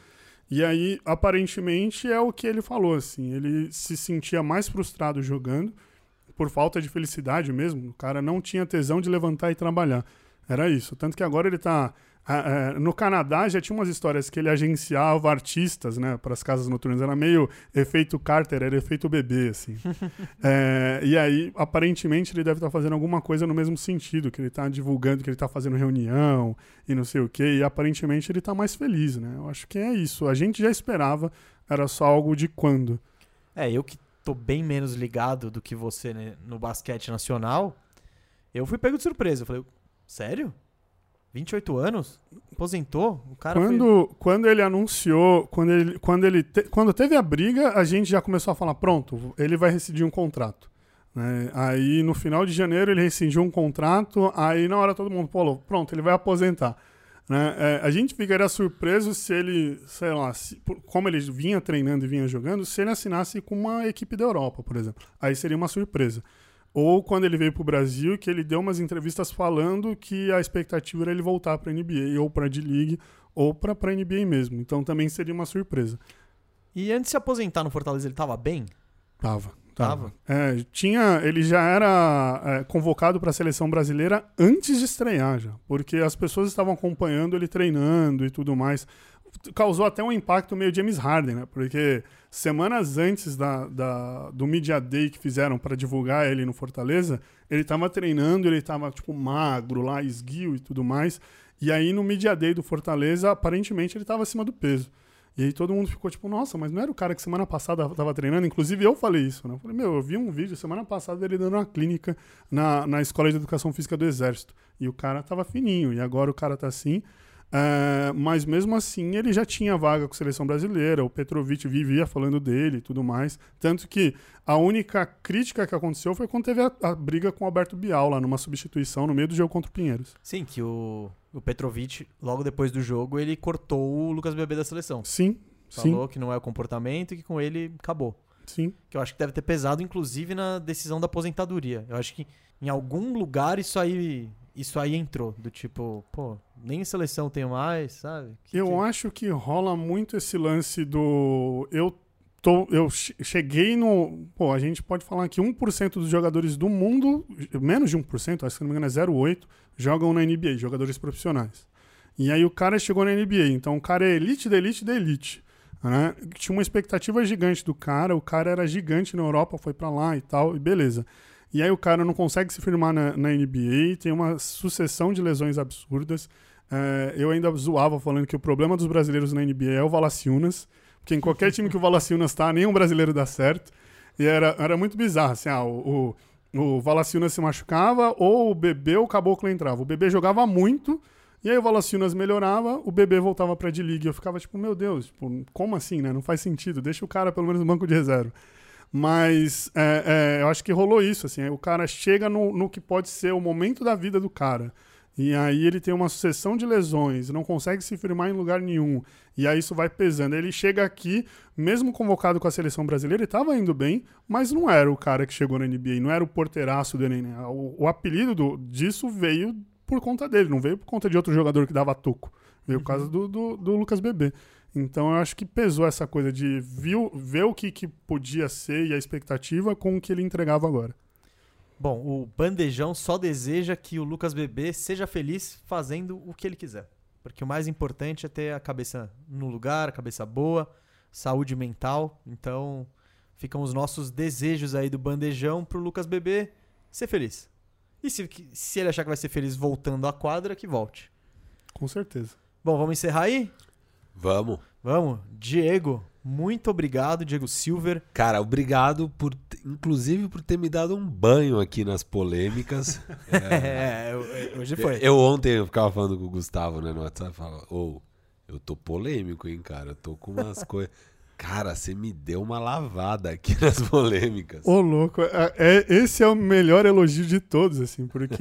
E aí, aparentemente, é o que ele falou, assim. Ele se sentia mais frustrado jogando, por falta de felicidade mesmo. O cara não tinha tesão de levantar e trabalhar. Era isso. Tanto que agora ele tá... no Canadá já tinha umas histórias que ele agenciava artistas, né, para as casas noturnas. Era meio efeito Carter, era efeito bebê, assim. E aí, aparentemente, ele deve estar fazendo alguma coisa no mesmo sentido, que ele está divulgando que ele está fazendo reunião e não sei o quê, e aparentemente ele está mais feliz, né? Eu acho que é isso. A gente já esperava, era só algo de quando.
Eu que tô bem menos ligado do que você, né, no basquete nacional, eu fui pego de surpresa. Eu falei, sério? 28 anos? Aposentou? O cara
quando ele anunciou, quando teve a briga, a gente já começou a falar, pronto, ele vai rescindir um contrato. Né? Aí no final de janeiro ele rescindiu um contrato, aí na hora todo mundo falou, pronto, ele vai aposentar. Né? A gente ficaria surpreso se ele, sei lá, como ele vinha treinando e vinha jogando, se ele assinasse com uma equipe da Europa, por exemplo. Aí seria uma surpresa. Ou quando ele veio pro Brasil, que ele deu umas entrevistas falando que a expectativa era ele voltar pra NBA, ou pra D-League, ou pra NBA mesmo. Então também seria uma surpresa.
E antes de se aposentar no Fortaleza, ele tava bem?
Tava.
Tava?
Ele já era convocado para a seleção brasileira antes de estrear já, porque as pessoas estavam acompanhando ele treinando e tudo mais. Causou até um impacto meio James Harden, né? Porque semanas antes do Media Day que fizeram para divulgar ele no Fortaleza, ele estava treinando, ele estava tipo magro lá, esguio e tudo mais. E aí no Media Day do Fortaleza, aparentemente ele estava acima do peso. E aí todo mundo ficou tipo, nossa, mas não era o cara que semana passada estava treinando? Inclusive eu falei isso, né? Eu falei, eu vi um vídeo semana passada dele dando uma clínica na Escola de Educação Física do Exército. E o cara tava fininho, e agora o cara tá assim. Mas mesmo assim ele já tinha vaga com a seleção brasileira, o Petrovic vivia falando dele e tudo mais. Tanto que a única crítica que aconteceu foi quando teve a briga com o Alberto Bial lá numa substituição no meio do jogo contra o Pinheiros.
Sim, que o Petrovic, logo depois do jogo, ele cortou o Lucas Bebê da seleção.
Sim.
Falou que não é o comportamento e que com ele acabou.
Sim.
Que eu acho que deve ter pesado, inclusive, na decisão da aposentadoria. Eu acho que em algum lugar isso aí entrou. Do tipo, nem seleção tenho mais, sabe?
Eu acho que rola muito esse lance do... Eu cheguei no... a gente pode falar que 1% dos jogadores do mundo, menos de 1%, acho que não me engano é 0,8%, jogam na NBA, jogadores profissionais. E aí o cara chegou na NBA, então o cara é elite da elite da elite. Né? Tinha uma expectativa gigante do cara, o cara era gigante na Europa, foi pra lá e tal, e beleza. E aí o cara não consegue se firmar na NBA, tem uma sucessão de lesões absurdas. Eu ainda zoava falando que o problema dos brasileiros na NBA é o Valanciunas, porque em qualquer time que o Valanciunas tá, nenhum brasileiro dá certo. E era muito bizarro, assim, o Valanciunas se machucava, ou o Bebê ou o Caboclo entrava. O Bebê jogava muito, e aí o Valanciunas melhorava, o Bebê voltava pra D-League. Eu ficava tipo, meu Deus, como assim, né? Não faz sentido, deixa o cara pelo menos no banco de reserva. Mas eu acho que rolou isso, assim, o cara chega no que pode ser o momento da vida do cara. E aí ele tem uma sucessão de lesões, não consegue se firmar em lugar nenhum. E aí isso vai pesando. Ele chega aqui, mesmo convocado com a seleção brasileira, ele estava indo bem, mas não era o cara que chegou na NBA, não era o porteiraço do Neném. O apelido disso veio por conta dele, não veio por conta de outro jogador que dava toco. Veio por causa do Lucas Bebê. Então eu acho que pesou essa coisa de ver o que podia ser e a expectativa com o que ele entregava agora.
Bom, o Bandejão só deseja que o Lucas Bebê seja feliz fazendo o que ele quiser. Porque o mais importante é ter a cabeça no lugar, a cabeça boa, saúde mental. Então, ficam os nossos desejos aí do Bandejão pro Lucas Bebê ser feliz. E se ele achar que vai ser feliz voltando à quadra, que volte.
Com certeza.
Bom, vamos encerrar aí?
Vamos.
Diego, muito obrigado, Diego Silver.
Cara, obrigado inclusive por ter me dado um banho aqui nas polêmicas.
Hoje foi.
Eu ontem ficava falando com o Gustavo, né, no WhatsApp, falava, eu tô polêmico, hein, cara, eu tô com umas coisas... Cara, você me deu uma lavada aqui nas polêmicas.
Ô, louco, esse é o melhor elogio de todos, assim, porque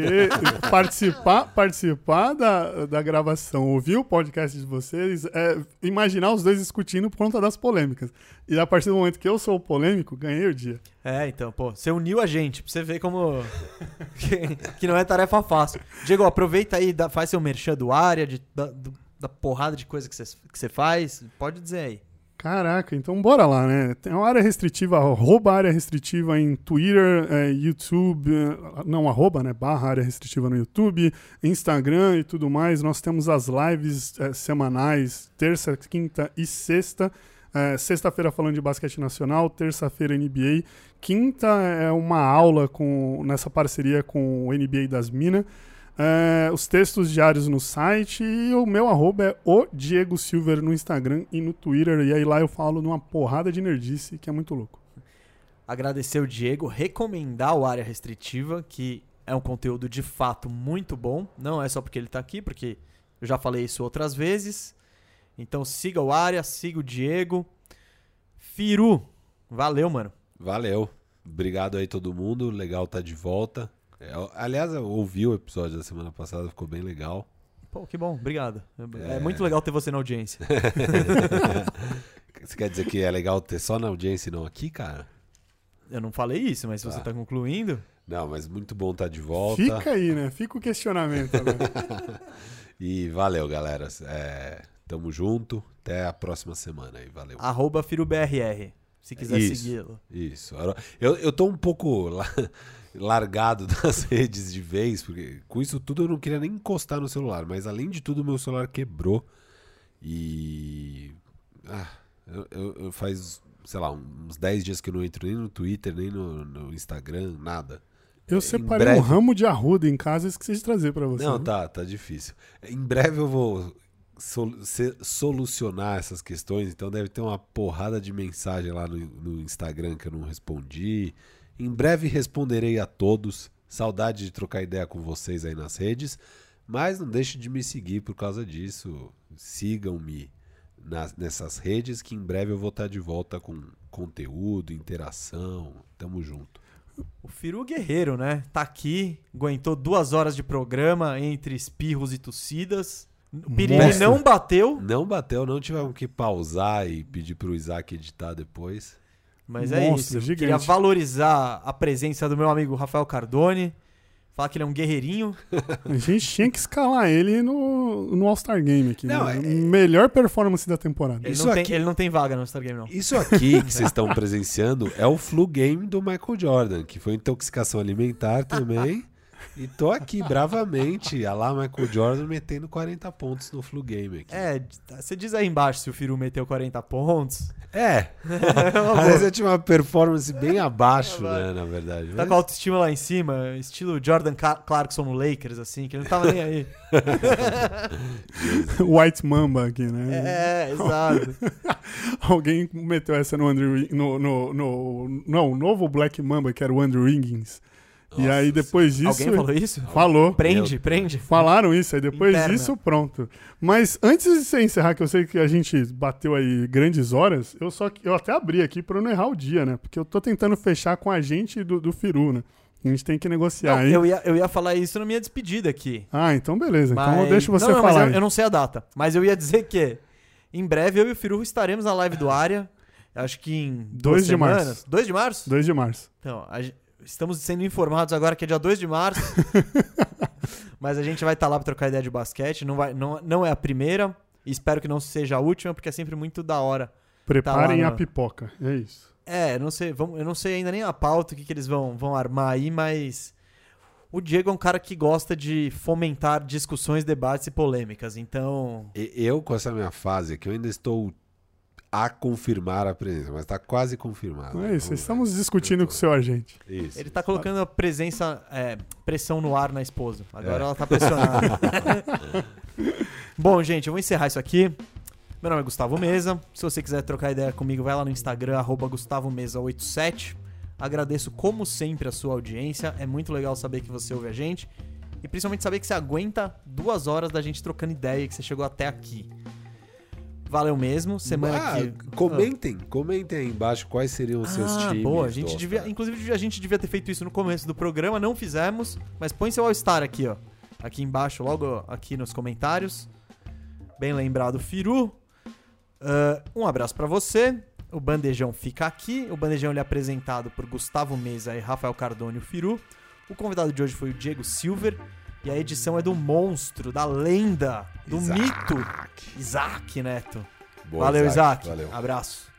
participar da gravação, ouvir o podcast de vocês, imaginar os dois discutindo por conta das polêmicas. E a partir do momento que eu sou o polêmico, ganhei o dia.
Então, você uniu a gente, pra você ver como... que não é tarefa fácil. Diego, aproveita aí, faz seu merchan do área, da porrada de coisa que você faz, pode dizer aí.
Caraca, então bora lá, né? Tem uma área restritiva, área restritiva em Twitter, YouTube, não arroba, né? / área restritiva no YouTube, Instagram e tudo mais. Nós temos as lives semanais, terça, quinta e sexta. Sexta-feira falando de basquete nacional, terça-feira NBA, quinta é uma aula nessa parceria com o NBA das Minas. Os textos diários no site e o meu arroba é o Diego Silver no Instagram e no Twitter. E aí lá eu falo numa porrada de nerdice que é muito louco.
Agradecer o Diego, recomendar o Área Restritiva, que é um conteúdo de fato muito bom. Não é só porque ele tá aqui, porque eu já falei isso outras vezes. Então siga o Área, siga o Diego. Firu, valeu, mano.
Valeu. Obrigado aí todo mundo. Legal estar de volta. Aliás, eu ouvi o episódio da semana passada, ficou bem legal.
Pô, que bom, obrigado. É muito legal ter você na audiência.
Você quer dizer que é legal ter só na audiência e não aqui, cara?
Eu não falei isso, mas se você tá concluindo...
Não, mas muito bom estar de volta.
Fica aí, né? Fica o questionamento agora.
E valeu, galera. Tamo junto. Até a próxima semana aí. Valeu.
@FiruBRR, se quiser segui-lo.
Isso. Eu tô um pouco... largado das redes de vez, porque com isso tudo eu não queria nem encostar no celular, mas além de tudo meu celular quebrou e eu faz, sei lá, uns 10 dias que eu não entro nem no Twitter, nem no Instagram, nada.
Eu separei um ramo de arruda em casa e esqueci de trazer pra você.
Não, tá difícil. Em breve eu vou solucionar essas questões, então deve ter uma porrada de mensagem lá no Instagram que eu não respondi. Em breve responderei a todos. Saudade de trocar ideia com vocês aí nas redes. Mas não deixe de me seguir por causa disso. Sigam-me nessas redes que em breve eu vou estar de volta com conteúdo, interação. Tamo junto.
O Firu guerreiro, né? Tá aqui, aguentou 2 horas de programa entre espirros e tossidas. O Pirini não bateu.
Não bateu, não tivemos que pausar e pedir pro Isaac editar depois.
Mas é isso, eu queria valorizar a presença do meu amigo Rafael Cardone, falar que ele é um guerreirinho.
A gente tinha que escalar ele no All-Star Game aqui. Não, né? Melhor performance da temporada.
Ele não tem vaga no All-Star Game, não.
Isso aqui que vocês estão presenciando é o flu game do Michael Jordan, que foi intoxicação alimentar também. E tô aqui bravamente, a lá Michael Jordan metendo 40 pontos no flu game aqui.
Você diz aí embaixo se o Firu meteu 40 pontos.
Às vezes eu tinha uma performance bem abaixo, né, na verdade.
Tá com a autoestima lá em cima, estilo Jordan Clarkson no Lakers, assim, que ele não tava nem aí.
White Mamba aqui, né?
Exato.
Alguém meteu essa no Andrew... Não, o novo Black Mamba, que era o Andrew Wiggins. Nossa, e aí depois disso...
Alguém falou isso?
Falou.
Prende.
Falaram isso, aí depois disso pronto. Mas antes de você encerrar, que eu sei que a gente bateu aí grandes horas, eu até abri aqui pra eu não errar o dia, né? Porque eu tô tentando fechar com a gente do Firu, né? A gente tem que negociar aí.
Eu ia falar isso na minha despedida aqui.
Então beleza. Então eu deixo você falar.
Mas eu não sei a data. Mas eu ia dizer que em breve eu e o Firu estaremos na live do Área. Acho que em 2 semanas.
Março.
2 de março?
2 de março.
Então, estamos sendo informados agora que é dia 2 de março. Mas a gente vai estar lá pra trocar ideia de basquete. Não é a primeira. E espero que não seja a última, porque é sempre muito da hora.
Preparem a pipoca. É isso.
Não sei. Eu não sei ainda nem a pauta, o que eles vão armar aí, mas o Diego é um cara que gosta de fomentar discussões, debates e polêmicas. Então.
Eu, com essa minha fase aqui, eu ainda estou a confirmar a presença, mas tá quase confirmado.
É isso, estamos discutindo com o seu agente.
Isso.
Ele tá colocando a pressão no ar na esposa. Agora ela tá pressionada. Bom, gente, eu vou encerrar isso aqui. Meu nome é Gustavo Meza. Se você quiser trocar ideia comigo, vai lá no Instagram, @GustavoMesa87. Agradeço, como sempre, a sua audiência. É muito legal saber que você ouve a gente. E principalmente saber que você aguenta 2 horas da gente trocando ideia e que você chegou até aqui. Valeu mesmo. Semana que...
Comentem aí embaixo quais seriam os seus times.
Boa. Inclusive, a gente devia ter feito isso no começo do programa. Não fizemos. Mas põe seu All-Star aqui, ó. Aqui embaixo, logo aqui nos comentários. Bem lembrado, Firu. Um abraço pra você. O Bandejão fica aqui. O Bandejão ele é apresentado por Gustavo Meza e Rafael Cardone, o Firu. O convidado de hoje foi o Diego Silver. E a edição é do monstro, da lenda, do
Isaac.
mito, Isaac Neto.
Boa,
Valeu, Isaac.
Valeu.
Abraço.